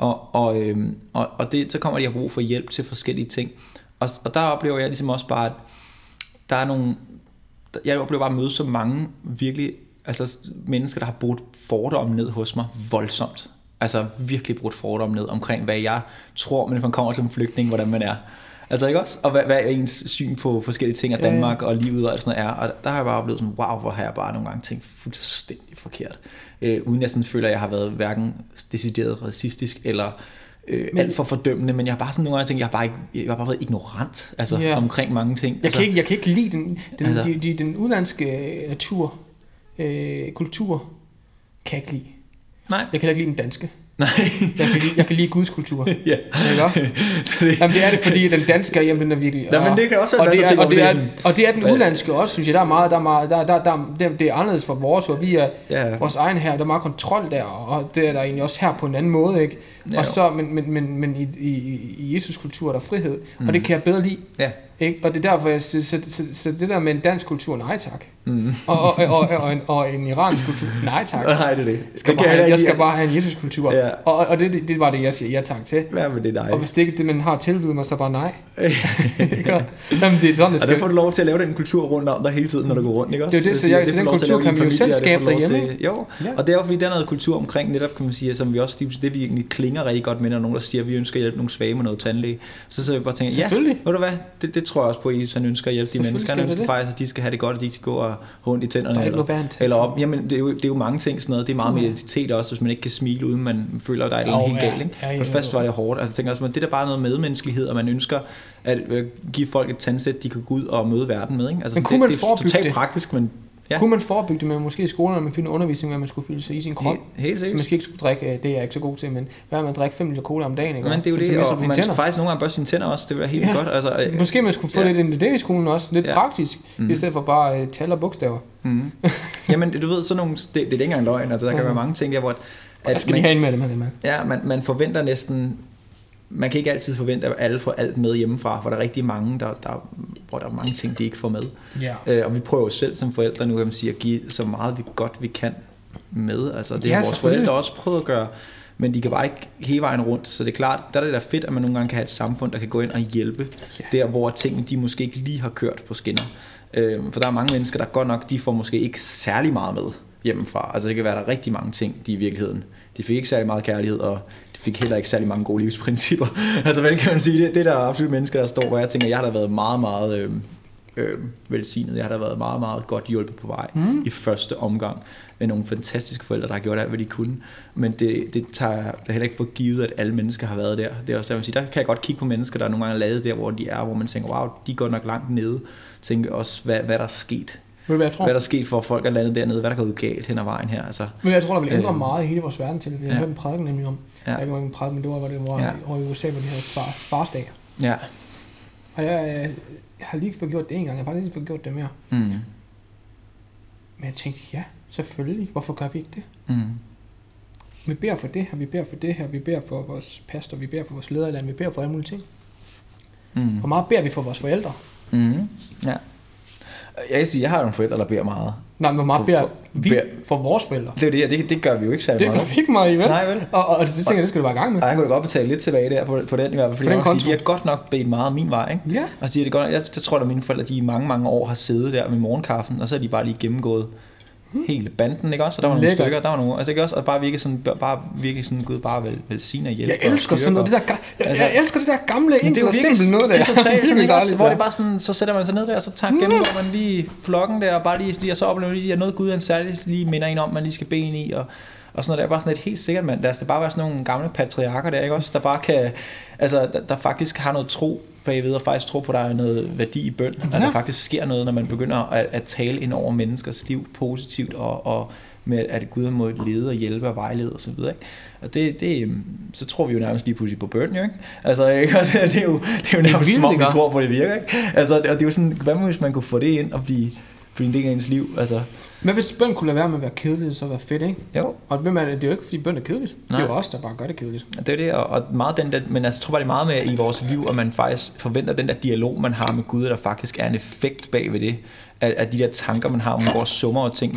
og det, så kommer de at have brug for hjælp til forskellige ting. Og der oplever jeg ligesom også bare, at der er nogle, jeg oplever bare at møde så mange virkelig, altså mennesker, der har brudt fordomme ned hos mig voldsomt. Altså virkelig brudt fordomme ned omkring, hvad jeg tror, men hvis man kommer som flygtning, hvordan man er. Altså ikke også? Og hvad er ens syn på forskellige ting af Danmark og livet og alt sådan noget er. Og der har jeg bare oplevet sådan, wow, hvor har jeg bare nogle gange tænkt fuldstændig forkert. Uden jeg sådan føler, at jeg har været hverken decideret racistisk eller alt for fordømmende, men jeg har bare sådan nogle gange tænkt, jeg har bare været ignorant omkring mange ting. Jeg kan ikke lide den udlandske natur, kultur, kan jeg ikke lide. Nej. Jeg kan ikke lide den danske. Nej. Jeg kan lide Guds kultur. Ja. Jamen det er det, fordi den danske er den er virkelig. Nej, men det kan også være og det er den udlandske også, synes jeg. Der det er anderledes for vores, hvor vi er vores egen her. Der er meget kontrol der, og det er der egentlig også her på en anden måde, ikke? Ja, og så men i Jesus kultur er der frihed, og det kan jeg bedre lide. Ja. Ikke? Og det er derfor, så det der med en dansk kultur, nej tak. Og en iransk kultur, nej tak. Nej, det er det. Jeg skal bare have en Jesus-kultur. Ja. Og det var det, jeg siger ja tak til. Ja, men det er og hvis det ikke det, man har tilbydet mig, så bare nej. Jamen, det er sådan, det skal. Og der får du lov til at lave den kultur rundt om dig hele tiden, når du går rundt, ikke også? Det er det, så den kultur kan man jo selv skabe derhjemme. Jo, og det er jo fordi, der er noget kultur omkring netop, kan man sige, som vi også, det vi egentlig klinger rigtig godt med, når nogen der siger, at vi ønsker at hjælpe nogle svage med noget tandlæge. Så jeg bare tænker, ja, ved du hvad, det tror jeg også på, at han ønsker at hjælpe de mennesker. Han ønsker faktisk, at de skal have det godt, at de skal gå og hunde i tænderne. Eller op. Jamen, det er jo mange ting sådan noget. Det er meget med identitet også, hvis man ikke kan smile, uden man føler, at der er et eller andet helt galt. Ikke? Først var det hårdt. Altså, jeg tænker også, det er da bare noget medmenneskelighed, og man ønsker at give folk et tandsæt, de kan gå ud og møde verden med. Ikke? Altså, men det er totalt praktisk, men ja. Kunne man forebygge det med måske i skolen, når man finder undervisning, hvad man skulle fylde sig i sin krop? Helt så man skal ikke skulle drikke, det er jeg ikke så god til, men hvad man drikker 5 liter cola om dagen, ikke? Men det er jo det, og man skal faktisk nogle gange børste sine tænder også, det vil være helt godt. Altså, måske man skulle få lidt ind i det i skolen også, lidt praktisk, i stedet for bare tal og bogstaver. Jamen, du ved, sådan nogle, det er ikke engang løgn, altså der kan være mange ting der, hvor jeg skal lige have ind med det, man. Ja, man forventer næsten. Man kan ikke altid forvente, at alle får alt med hjemmefra, for der er rigtig mange, hvor der er mange ting, de ikke får med. Yeah. Og vi prøver selv som forældre nu, kan man sige, at give så meget vi kan med. Altså, det har vores forældre også prøvet at gøre, men de kan bare ikke hele vejen rundt. Så det er klart, der er det da fedt, at man nogle gange kan have et samfund, der kan gå ind og hjælpe der, hvor tingene de måske ikke lige har kørt på skinner. For der er mange mennesker, der godt nok, de får måske ikke særlig meget med hjemmefra. Altså det kan være, der er rigtig mange ting, de i virkeligheden. De fik ikke særlig meget kærlighed, og de fik heller ikke særlig mange gode livsprincipper. Altså vel kan man sige, det der er absolut mennesker, der står, hvor jeg tænker, jeg har da været meget, meget velsignet. Jeg har da været meget, meget godt hjulpet på vej i første omgang med nogle fantastiske forældre, der har gjort alt, hvad de kunne. Men det tager jeg heller ikke for givet, at alle mennesker har været der. Det er også der, man siger, der kan jeg godt kigge på mennesker, der nogle gange er lavet der, hvor de er, hvor man tænker, wow, de går nok langt nede. Tænker også, hvad der er sket. Hvad der er sket for folk, der er landet dernede, hvad der er gået galt hen ad vejen her. Altså, men jeg tror, der vil ændre meget i hele vores verden til. Jeg hørte en prædiken nemlig om. Jeg ikke en prædiken, men det var, hvor i USA, hvor de havde farsdag. Ja. Og jeg har lige fået gjort det en gang, jeg har bare lige fået gjort det mere. Men jeg tænkte, ja, selvfølgelig. Hvorfor gør vi ikke det? Vi beder for det her, vi beder for det her, vi beder for vores pastor, vi beder for vores lederland, vi beder for alle mulige ting. Hvor meget beder vi for vores forældre? Ja. Jeg kan sige, jeg har nogle forældre, der beder meget. Nej, men hvor meget beder vi for vores forældre? Det gør vi jo ikke særlig meget. Det gør vi ikke meget i, vel? Nej, vel? Og det tænker jeg, det skal du bare i gang med. Ej, jeg kunne da godt betale lidt tilbage der på den i hvert fald, fordi jeg sige, de har godt nok bedt meget min vej, ikke? Ja. Og så det godt, jeg tror, at mine forældre, de i mange, mange år har siddet der med morgenkaffen, og så har de bare lige gennemgået hele banden, ikke også? Og der var nogle stykker, der var nogle, altså ikke også? Og bare virkelig sådan, Gud bare velsigne og hjælpe. Jeg elsker sådan noget, jeg elsker det der gamle, enkle og simple noget der. Det er totalt sådan, ikke også? Hvor det bare sådan, så sætter man sig ned der, og så gennemgår man lige flokken der, og bare lige, og så oplever man lige, at noget Gud er en særlig lige minder en om, man lige skal bede ind i, og sådan noget, der er bare sådan et helt sikkert, mand. Lad os det bare være sådan nogle gamle patriarker der, ikke også? Der bare kan, altså, der faktisk har noget tro bagved, og faktisk tror på, at der er noget værdi i bøn, at der faktisk sker noget, når man begynder at tale ind over menneskers liv positivt, og med, at Gud må lede og hjælpe og vejlede og så videre, ikke? Og så tror vi jo nærmest lige pludselig på bøn, jo, ikke? Altså, ikke? Altså det er jo nærmest som om, vi tror på, det virker, ikke? Altså, og det er jo sådan, hvad hvis man kunne få det ind og blive en del af ens liv, altså. Men hvis bøn kunne lade være med at være kedeligt, så var det fedt, ikke? Jo. Og det er jo ikke, fordi bøn er kedeligt. Nej. Det er jo os, der bare gør det kedeligt. Det er det, og meget den der, men altså, jeg tror bare, det er meget med i vores liv, at man faktisk forventer den der dialog, man har med Gud, der faktisk er en effekt bag ved det, at de der tanker, man har, man går og summer og ting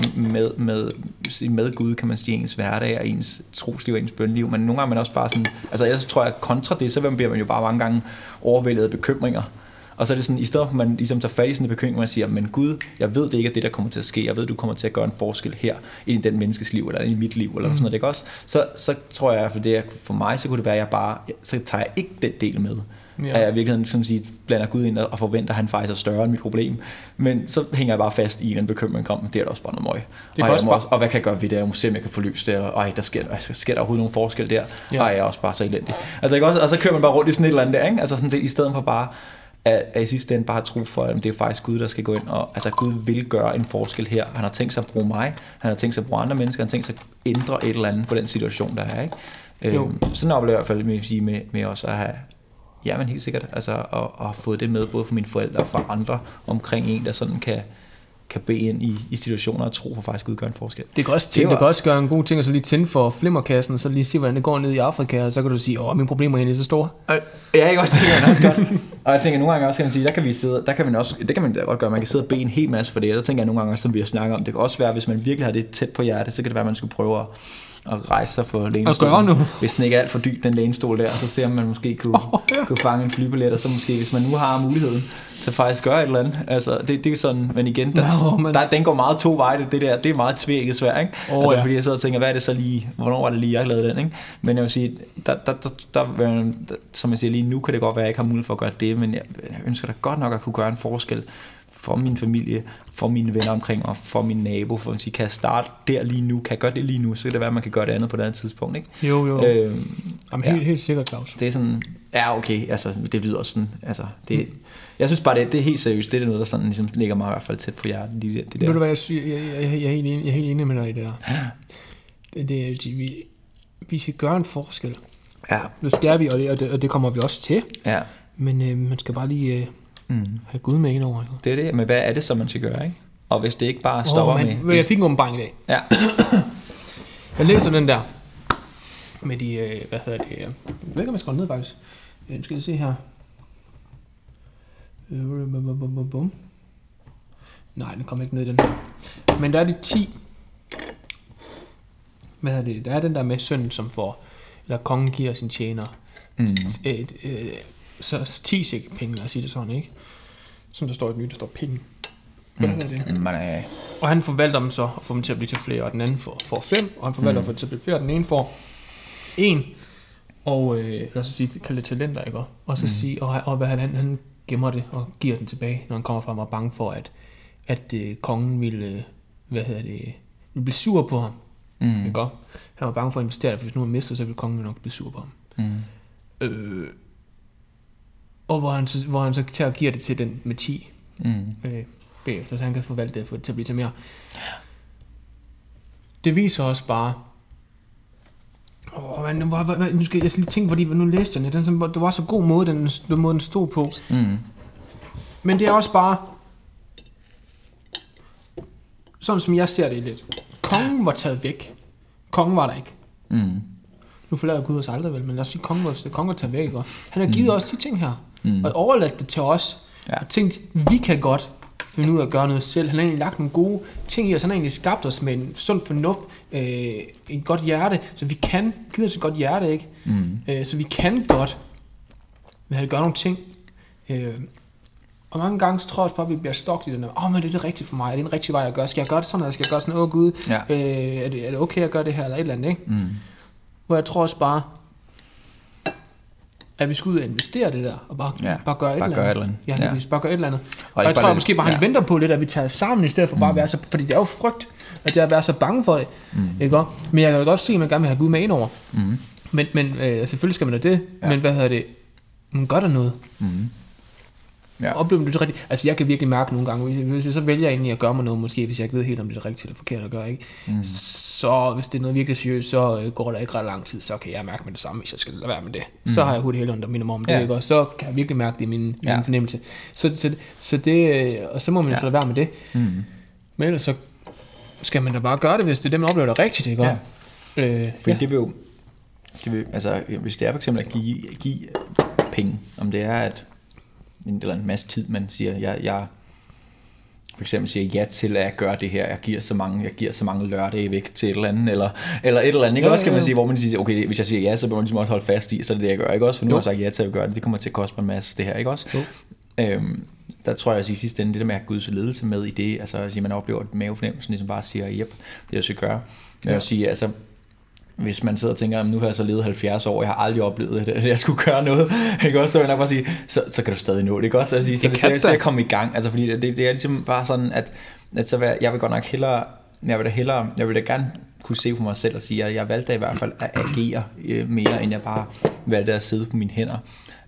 med Gud, kan man sige, ens hverdag og ens trosliv og ens bønliv, men nogle gange man også bare sådan, altså jeg tror, at kontra det, så bliver man jo bare mange gange overvældet af bekymringer. Og så er det sådan, i stedet for at man ligesom tager fat i sådan en bekymring, man siger, men Gud, jeg ved det ikke er det, der kommer til at ske. Jeg ved, du kommer til at gøre en forskel her, i den menneskes liv, eller i mit liv, eller sådan noget, ikke også? Så tror jeg, for mig, så kunne det være, så tager jeg ikke den del med. Ja. At jeg i virkeligheden, som siger, blander Gud ind og forventer, at han faktisk er større end mit problem. Men så hænger jeg bare fast i en bekymring om, det er da også bare noget møg. Og hvad kan jeg gøre ved det? Jeg må se, om jeg kan få løst det. Og der sker der overhovedet nogen forskel der. Ja. Og jeg er også bare så elendig. Altså, ikke også? Og så kører man bare rundt i sådan et eller andet der, ikke? Altså sådan set, i stedet for bare at i sidste ende bare tro for, at det er faktisk Gud, der skal gå ind, og altså Gud vil gøre en forskel her. Han har tænkt sig at bruge mig, han har tænkt sig at bruge andre mennesker, han har tænkt sig at ændre et eller andet på den situation, der er, ikke? Sådan oplever jeg i hvert fald med også at have, ja, men helt sikkert, altså at have fået det med, både for mine forældre og for andre omkring en, der sådan kan bede ind i situationer og tro for faktisk Gud gør en forskel. Det kan også gøre en god ting at så lige tænde for flimmerkassen, og så lige se, hvordan det går ned i Afrika, og så kan du sige, mine problemer er egentlig så store. Ja, ikke også, det også godt. Og jeg tænker nogle gange også, kan man sige, det kan man da godt gøre, man kan sidde og bede en hel masse for det, der tænker jeg nogle gange også, som vi har snakket om, det kan også være, hvis man virkelig har det tæt på hjertet, så kan det være, at man skulle prøve at rejse sig for lænestolen, hvis den ikke er alt for dyb, den lænestol der, så ser om man måske kunne fange en flybillet, og så måske, hvis man nu har muligheden, så faktisk gøre et eller andet. Altså, det er jo sådan, men igen, den går meget to veje, det der, det er meget tvækket svært, ikke? Fordi jeg sidder og tænker, hvad er det så lige, hvornår var det lige, jeg lavede den, ikke? Men jeg vil sige, der som jeg siger lige nu, kan det godt være, at jeg ikke har mulighed for at gøre det, men jeg ønsker da godt nok at kunne gøre en forskel for min familie, for mine venner omkring og for min nabo, for at sige, kan jeg starte der lige nu, kan jeg gøre det lige nu, så kan det være, at man kan gøre det andet på et andet tidspunkt, ikke? Jo. Jamen, helt sikkert, Claus. Det er sådan, ja okay, altså det lyder også sådan, altså det, jeg synes bare, det er helt seriøst, det er noget, der sådan ligesom ligger mig i hvert fald tæt på hjertet, det der. Ved du hvad, jeg er helt enig med dig i det der. Ja. Vi skal gøre en forskel. Ja. Det skal vi, og det kommer vi også til. Ja. Men man skal bare lige have Gud med ind over. Ikke? Det er det, men hvad er det så, man skal gøre, ikke? Og hvis det ikke bare stopper med... Jeg fik en åbenbaring i dag. Ja. Jeg læser den der med de, hvad hedder det, jeg ved ikke, om jeg skal ned faktisk. Nu skal jeg se her. Nej, den kommer ikke ned i den her. Men der er de 10. Hvad hedder det? Der er den der med sønnen, som får, eller kongen giver sin tjener så 10 sække penge, lad os sige det sådan, ikke? Som der står i det nye, der står penge. Hvad er det? Og han forvalter dem så, og får dem til at blive til flere, og den anden får 5, og han forvalter for til at blive flere, og den ene får 1, og lad os sige, kalde det talenter, ikke? Og så sige, og hvad han gemmer det, og giver den tilbage, når han kommer frem og er bange for, at kongen ville, ville blive sur på ham. Ikke? Han var bange for at investere det, for hvis nu han mister, så ville kongen nok blive sur på ham. Og hvor han så tager og giver det til den med 10 bagefter, så han kan forvalte det til at blive til mere. Det viser også bare, nu skal jeg lige tænke, fordi nu læste jeg den, det var så god måde, den måde den stod på. Men det er også bare, sådan som jeg ser det lidt. Kongen var taget væk. Kongen var der ikke. Nu forlader Gud os aldrig vel, men lad os sige, kongen var taget væk. Ikke? Han har givet os de ting her, og overladt det til os, og tænkt, vi kan godt finde ud af at gøre noget selv. Han har egentlig lagt nogle gode ting i os, han har egentlig skabt os med en sund fornuft, et godt hjerte, så vi kan, givet os et godt hjerte, ikke? Så vi kan godt gøre nogle ting, Og mange gange, så tror jeg også bare, at vi bliver stokt i den der, men det er det rigtigt for mig, er det en rigtig vej at gøre? Skal jeg gøre det sådan, eller skal jeg gøre sådan, Gud, er det okay at gøre det her, eller et eller andet, ikke? Hvor jeg tror også bare, at vi skal ud og investere det der, og bare gøre et eller andet. Ja, vi skal bare gøre et eller andet. Og jeg tror måske bare, han venter på lidt, at vi tager sammen, i stedet for bare at være så, fordi det er jo frygt, at jeg er være så bange for det, ikke? Men jeg kan godt se, at man gerne vil have Gud med ind over. Men selvfølgelig skal man da det, men man gør der noget. Oplever du det rigtigt? Altså jeg kan virkelig mærke nogle gange, hvis jeg så vælger jeg egentlig at gøre mig noget, måske hvis jeg ikke ved helt, om det er rigtigt eller forkert at gøre, ikke? Så hvis det er noget virkelig seriøst, så går der ikke ret lang tid, så kan jeg mærke med det samme, hvis jeg skal lade være med det. Så har jeg hurtigt Helligånden, der minder mig om det, ikke? Og så kan jeg virkelig mærke det i min fornemmelse. Så det, og så må man jo så lade være med det. Men ellers så skal man da bare gøre det, hvis det er det, man oplever det rigtigt, ikke? For det vil jo, altså hvis det er for eksempel at give penge, om det er at en eller anden masse tid, man siger, jeg for eksempel siger ja til at gøre det her, jeg giver så mange lørdage væk til et eller andet, eller et eller andet, ikke? Også kan man sige, hvor man siger, okay, hvis jeg siger ja, så må man ligesom også holde fast i, så er det jeg gør, ikke også? For nu har jeg sagt ja til at gøre det, det kommer til at koste mig en masse, det her, ikke også? Der tror jeg også i sidste ende, det der med at have Guds ledelse med i det, altså at man oplever mavefornemmelsen, ligesom bare siger, jep, det jeg skal gøre. Jeg vil sige, altså, hvis man sidder og tænker, nu har jeg så levet 70 år, jeg har aldrig oplevet, at jeg skulle gøre noget, ikke også? Så vil jeg nok bare sige, så kan du stadig nå det, ikke også? Altså, så jeg komme i gang, altså fordi det er ligesom bare sådan, at så jeg vil godt nok hellere, jeg vil da gerne kunne se på mig selv og sige, at jeg valgte i hvert fald at agere mere, end jeg bare valgte at sidde på mine hænder.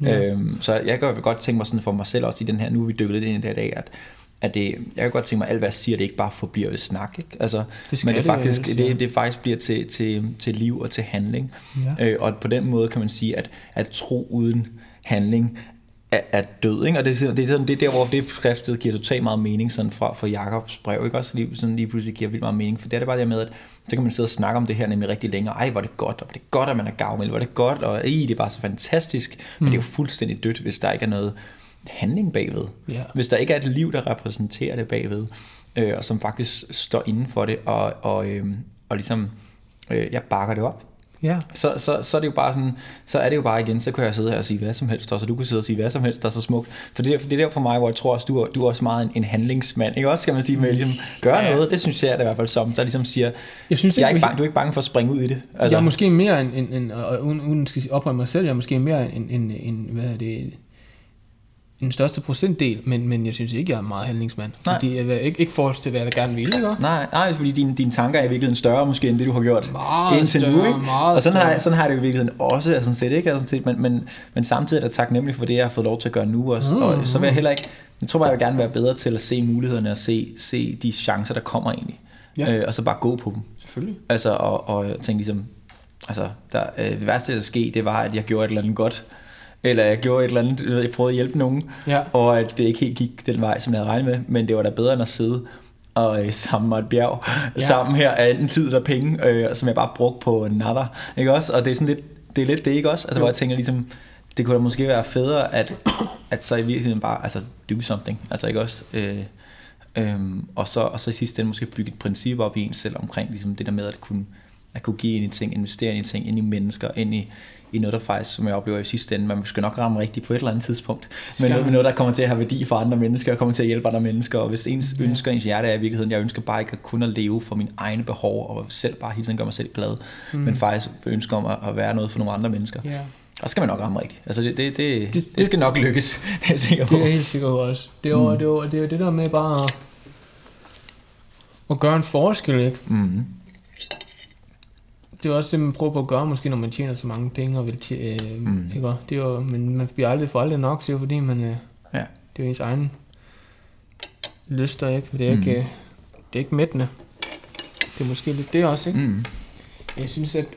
Så jeg kan godt tænke mig sådan for mig selv også i den her, nu er vi dykket lidt ind i det i dag, at det, jeg kan godt tænke mig, at alt hvad jeg siger, det ikke bare forbliver et snak, ikke? Altså, men det faktisk, det faktisk bliver til liv og til handling. Og på den måde kan man sige, at tro uden handling er død, ikke? Og det er der, hvor det skriftet giver totalt meget mening sådan fra Jakobs brev, ikke? Også lige pludselig giver vildt meget mening, for det er det bare det med, at så kan man sidde og snakke om det her nemlig rigtig længe, ej, hvor er det godt, og hvor er det godt, at man er gavmild, hvor er det godt, og det er bare så fantastisk, men det er jo fuldstændig dødt, hvis der ikke er noget handling bagved. Hvis der ikke er et liv, der repræsenterer det bagved, og som faktisk står inden for det, og ligesom jeg bakker det op. Så er det jo bare sådan, så er det jo bare igen, så kan jeg sidde her og sige hvad som helst, og så du kan sidde og sige hvad som helst, der er så smukt. For det er der for mig, hvor jeg tror også, du er også meget en handlingsmand, ikke også, skal man sige, med ligesom gøre noget. Det synes jeg er det i hvert fald som, der ligesom siger, du er ikke bange for at springe ud i det. Altså. Jeg er måske mere uden at opholde mig selv, jeg er måske mere en største procentdel, men jeg synes ikke, jeg er meget handlingsmand. Fordi jeg ikke forhold til, hvad jeg gerne vil, ikke? Nej, fordi dine tanker er i virkeligheden større måske, end det du har gjort indtil nu, ikke? Og sådan har det i virkeligheden også, altså set, ikke? Altså set, men samtidig er jeg taknemmelig for det, jeg har fået lov til at gøre nu også. Og så vil jeg heller ikke, jeg tror bare, jeg vil gerne være bedre til at se mulighederne og se de chancer, der kommer egentlig. Og så bare gå på dem. Selvfølgelig. Altså, og tænke ligesom, altså, det værste, der skete, det var, at jeg gjorde et eller andet godt, eller jeg gjorde et eller andet, jeg prøvede at hjælpe nogen, og at det ikke helt gik den vej, som jeg havde regnet med, men det var da bedre end at sidde og samle mig et bjerg sammen her af en tid og penge, som jeg bare brugte på natter, ikke også? Og det er sådan lidt det, ikke også? Altså, hvor jeg tænker ligesom, det kunne da måske være federe, at så i virkeligheden bare, altså, do something, altså, ikke også? Og så i sidste ende måske bygge et princip op i en selv omkring ligesom det der med at kunne give ind i ting, investere ind i ting, ind i mennesker, ind i noget, der faktisk, som jeg oplever i sidste ende, man skal nok ramme rigtigt på et eller andet tidspunkt, men noget, der kommer til at have værdi for andre mennesker, og kommer til at hjælpe andre mennesker, og hvis ens ønsker, ens hjerte er i virkeligheden, jeg ønsker bare ikke at kun at leve for mine egne behov, og selv bare hele tiden gøre mig selv glad, men faktisk ønsker om at være noget for nogle andre mennesker. Og så skal man nok ramme rigtigt. Altså det skal nok lykkes, det er jeg sikker på. Det er helt sikkert også. Det er jo det der med bare at gøre en forskel, ikke? Det er også det, man prøver på at gøre, måske når man tjener så mange penge, og vil ikke? Det er jo, men man bliver aldrig nok, så fordi man, det er jo ens egen lyster, ikke? Det er ikke, det er ikke mættende. Det er måske lidt det også, ikke? Jeg synes, at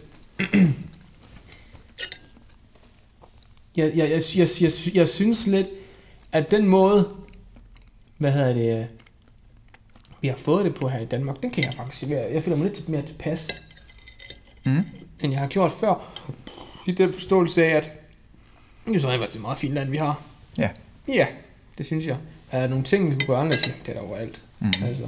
jeg synes lidt, at den måde, vi har fået det på her i Danmark, den kan jeg faktisk sige, jeg føler mig lidt mere tilpas, end jeg har gjort før. I den forståelse af, at det er sådan et meget fint land, vi har. Ja, det synes jeg. Er der nogle ting, vi kunne gøre anderledes? Det er der overalt. Altså.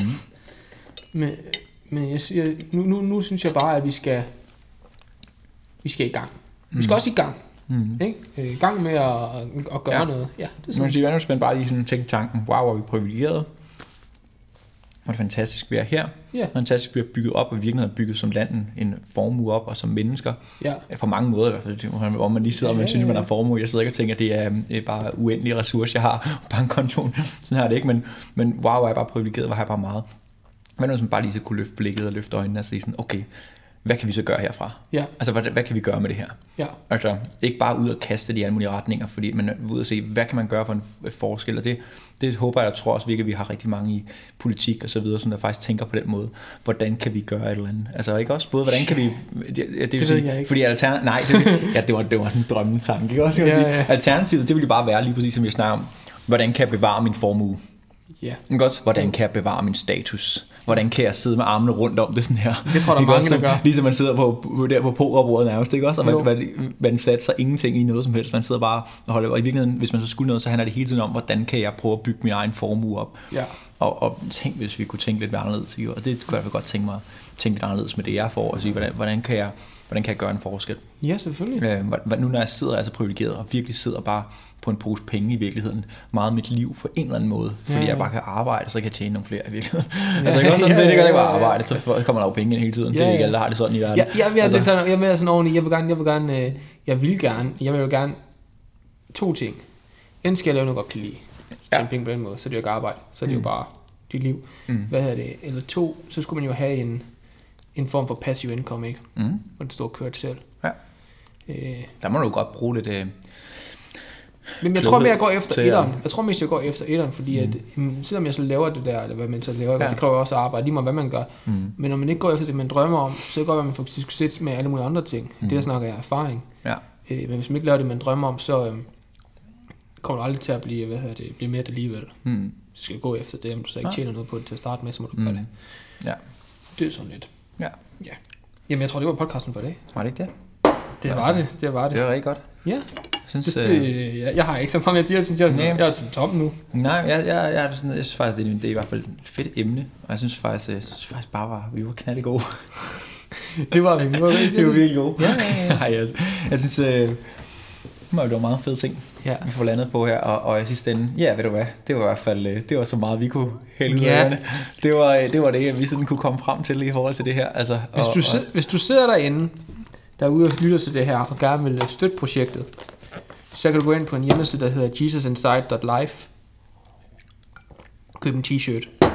Men jeg siger, nu synes jeg bare, at vi skal i gang. Vi skal også i gang. Ikke? Gang med at gøre noget. Ja, det er sådan. Man siger, bare lige sådan tænke tanken, wow, er vi privilegeret? Hvor er det fantastisk, vi er her. Ja. Fantastisk, vi har bygget op, og virkeligheden har bygget som land en formue op, og som mennesker. Ja. På mange måder i hvert fald, hvor man lige sidder og man synes, man har formue. Jeg sidder ikke og tænker, at det er bare uendelige ressourcer, jeg har på bankkontoen. Sådan her er det ikke, men wow, er jeg bare privilegeret, hvor har jeg bare meget. Men hvis man bare lige så kunne løfte blikket og løfte øjnene og sige sådan, okay, hvad kan vi så gøre herfra? Ja. Altså, hvad kan vi gøre med det her? Ja. Altså, ikke bare ud og kaste det i alle mulige retninger, fordi man er ud og se, hvad kan man gøre for en forskel? Og det håber jeg, tror også virkelig, at vi har rigtig mange i politik og så videre, som der faktisk tænker på den måde. Hvordan kan vi gøre et eller andet? Altså, ikke også både, hvordan kan vi... Det vil sige, jeg ikke. Fordi det var sådan en drømmetanke, ikke også? Ja. Alternativet, det ville jo bare være lige præcis, som jeg snakker om. Hvordan kan jeg bevare min formue? Ja. Ikke også? Hvordan kan jeg bevare min status? Hvordan kan jeg sidde med armene rundt om det sådan her? Det tror der er mange, der gør. Ligesom man sidder på pokerbordet nærmest, ikke også? Og man satser ingenting i noget som helst. Man sidder bare og holder. Og i virkeligheden, hvis man så skulle noget, så handler det hele tiden om, hvordan kan jeg prøve at bygge min egen formue op? Ja. Og tænk, hvis vi kunne tænke lidt mere anderledes. Og det kunne jeg godt tænke lidt anderledes med det, jeg får. Og sige, hvordan kan jeg gøre en forskel? Ja, selvfølgelig. Nu når jeg sidder altså privilegeret og virkelig sidder bare på en pose penge i virkeligheden, meget af mit liv på en eller anden måde, fordi jeg bare kan arbejde, så kan jeg tjene nogle flere i virkeligheden. Altså ikke også sådan, det kan ikke bare arbejde, så kommer der jo penge ind hele tiden. Det er ikke alle, der har det sådan i verden. Jeg er mere sådan ordentligt. Jeg vil jo gerne 2 ting. Enten skal jeg lave noget godt kan lide, tjene penge på den måde, så det er jo ikke arbejde, så det er jo bare dit liv. Eller 2, så skulle man jo have en form for passive income, ikke? Hvor det står kørt selv. Ja. Der må du godt bruge lidt... Men jeg tror mere, jeg går efter etteren. Jeg tror mest, jeg går efter etteren, fordi at, selvom jeg så laver det der, eller hvad man så laver, det kræver også arbejde, lige meget hvad man gør. Men når man ikke går efter det, man drømmer om, så kan det godt være, at man får succes med alle mulige andre ting. Det der snakker jeg erfaring. Ja. Men hvis man ikke laver det, man drømmer om, så kommer du aldrig til at blive, blive mere det alligevel. Så skal du gå efter det, om du så ikke tjener noget på det til at starte med, så må du gøre det. Ja. Det er sådan lidt. Ja. Jamen, jeg tror, det var podcasten for i dag. Var det ikke det? Det var det. Det var rigtig godt. Ja. Jeg har ikke så mange af de her, synes jeg er sådan tom nu. Nej, jeg synes faktisk, det er i hvert fald et fedt emne, og jeg synes faktisk bare, vi var knaldegode. Det var vi. Vi var virkelig gode. Ja. Jeg synes, det var meget fede ting, vi får landet på her, og i sidste ende, ved du hvad, det var i hvert fald, det var så meget, vi kunne hælde ud af det. Det var det, vi sådan kunne komme frem til i forhold til det her. Altså, hvis du sidder derinde, derude og lytter til det her, og gerne vil støtte projektet, så kan du gå ind på en hjemmeside, der hedder jesusinside.life. Køb en t-shirt.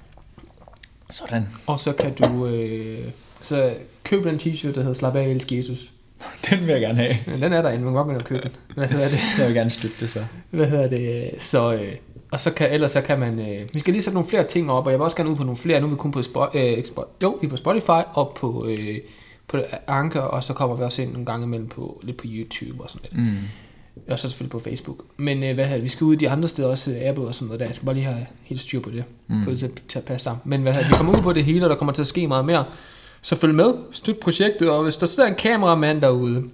Sådan. Og så kan du så købe den t-shirt, der hedder Slap af, elsk Jesus. Den vil jeg gerne have. Ja, den er derinde, man kan godt gå ind og købe den. Hvad hedder det? Jeg vil gerne støtte det så. Hvad hedder det? Så, og så kan man... vi skal lige sætte nogle flere ting op, og jeg vil også gerne ud på nogle flere. Nu er vi kun på vi er på Spotify og på Anchor, og så kommer vi også ind nogle gange imellem lidt på YouTube og sådan lidt. Og så selvfølgelig på Facebook. Men vi skal ud de andre steder, også Apple og sådan noget der. Jeg skal bare lige have helt styr på det, for det til at passe sammen. Men vi kommer ud på det hele, og der kommer til at ske meget mere. Så følg med, støt projektet, og hvis der sidder en kameramand derude,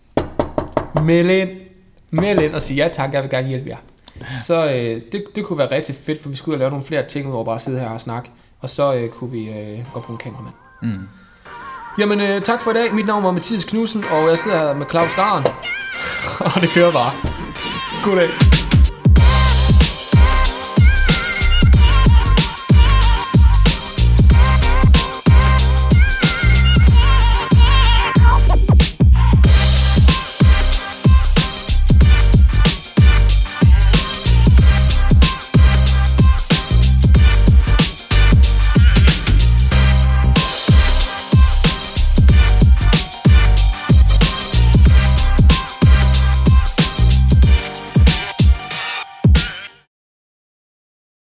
meld ind og sig ja tak, jeg vil gerne hjælpe jer. Så det kunne være rigtig fedt, for vi skulle ud og lave nogle flere ting, ud over bare at sidde her og snakke. Og så kunne vi gå på en kameramand. Jamen tak for i dag. Mit navn var Mathias Knudsen, og jeg sidder her med Claus Garen. Og det kører bare. God dag.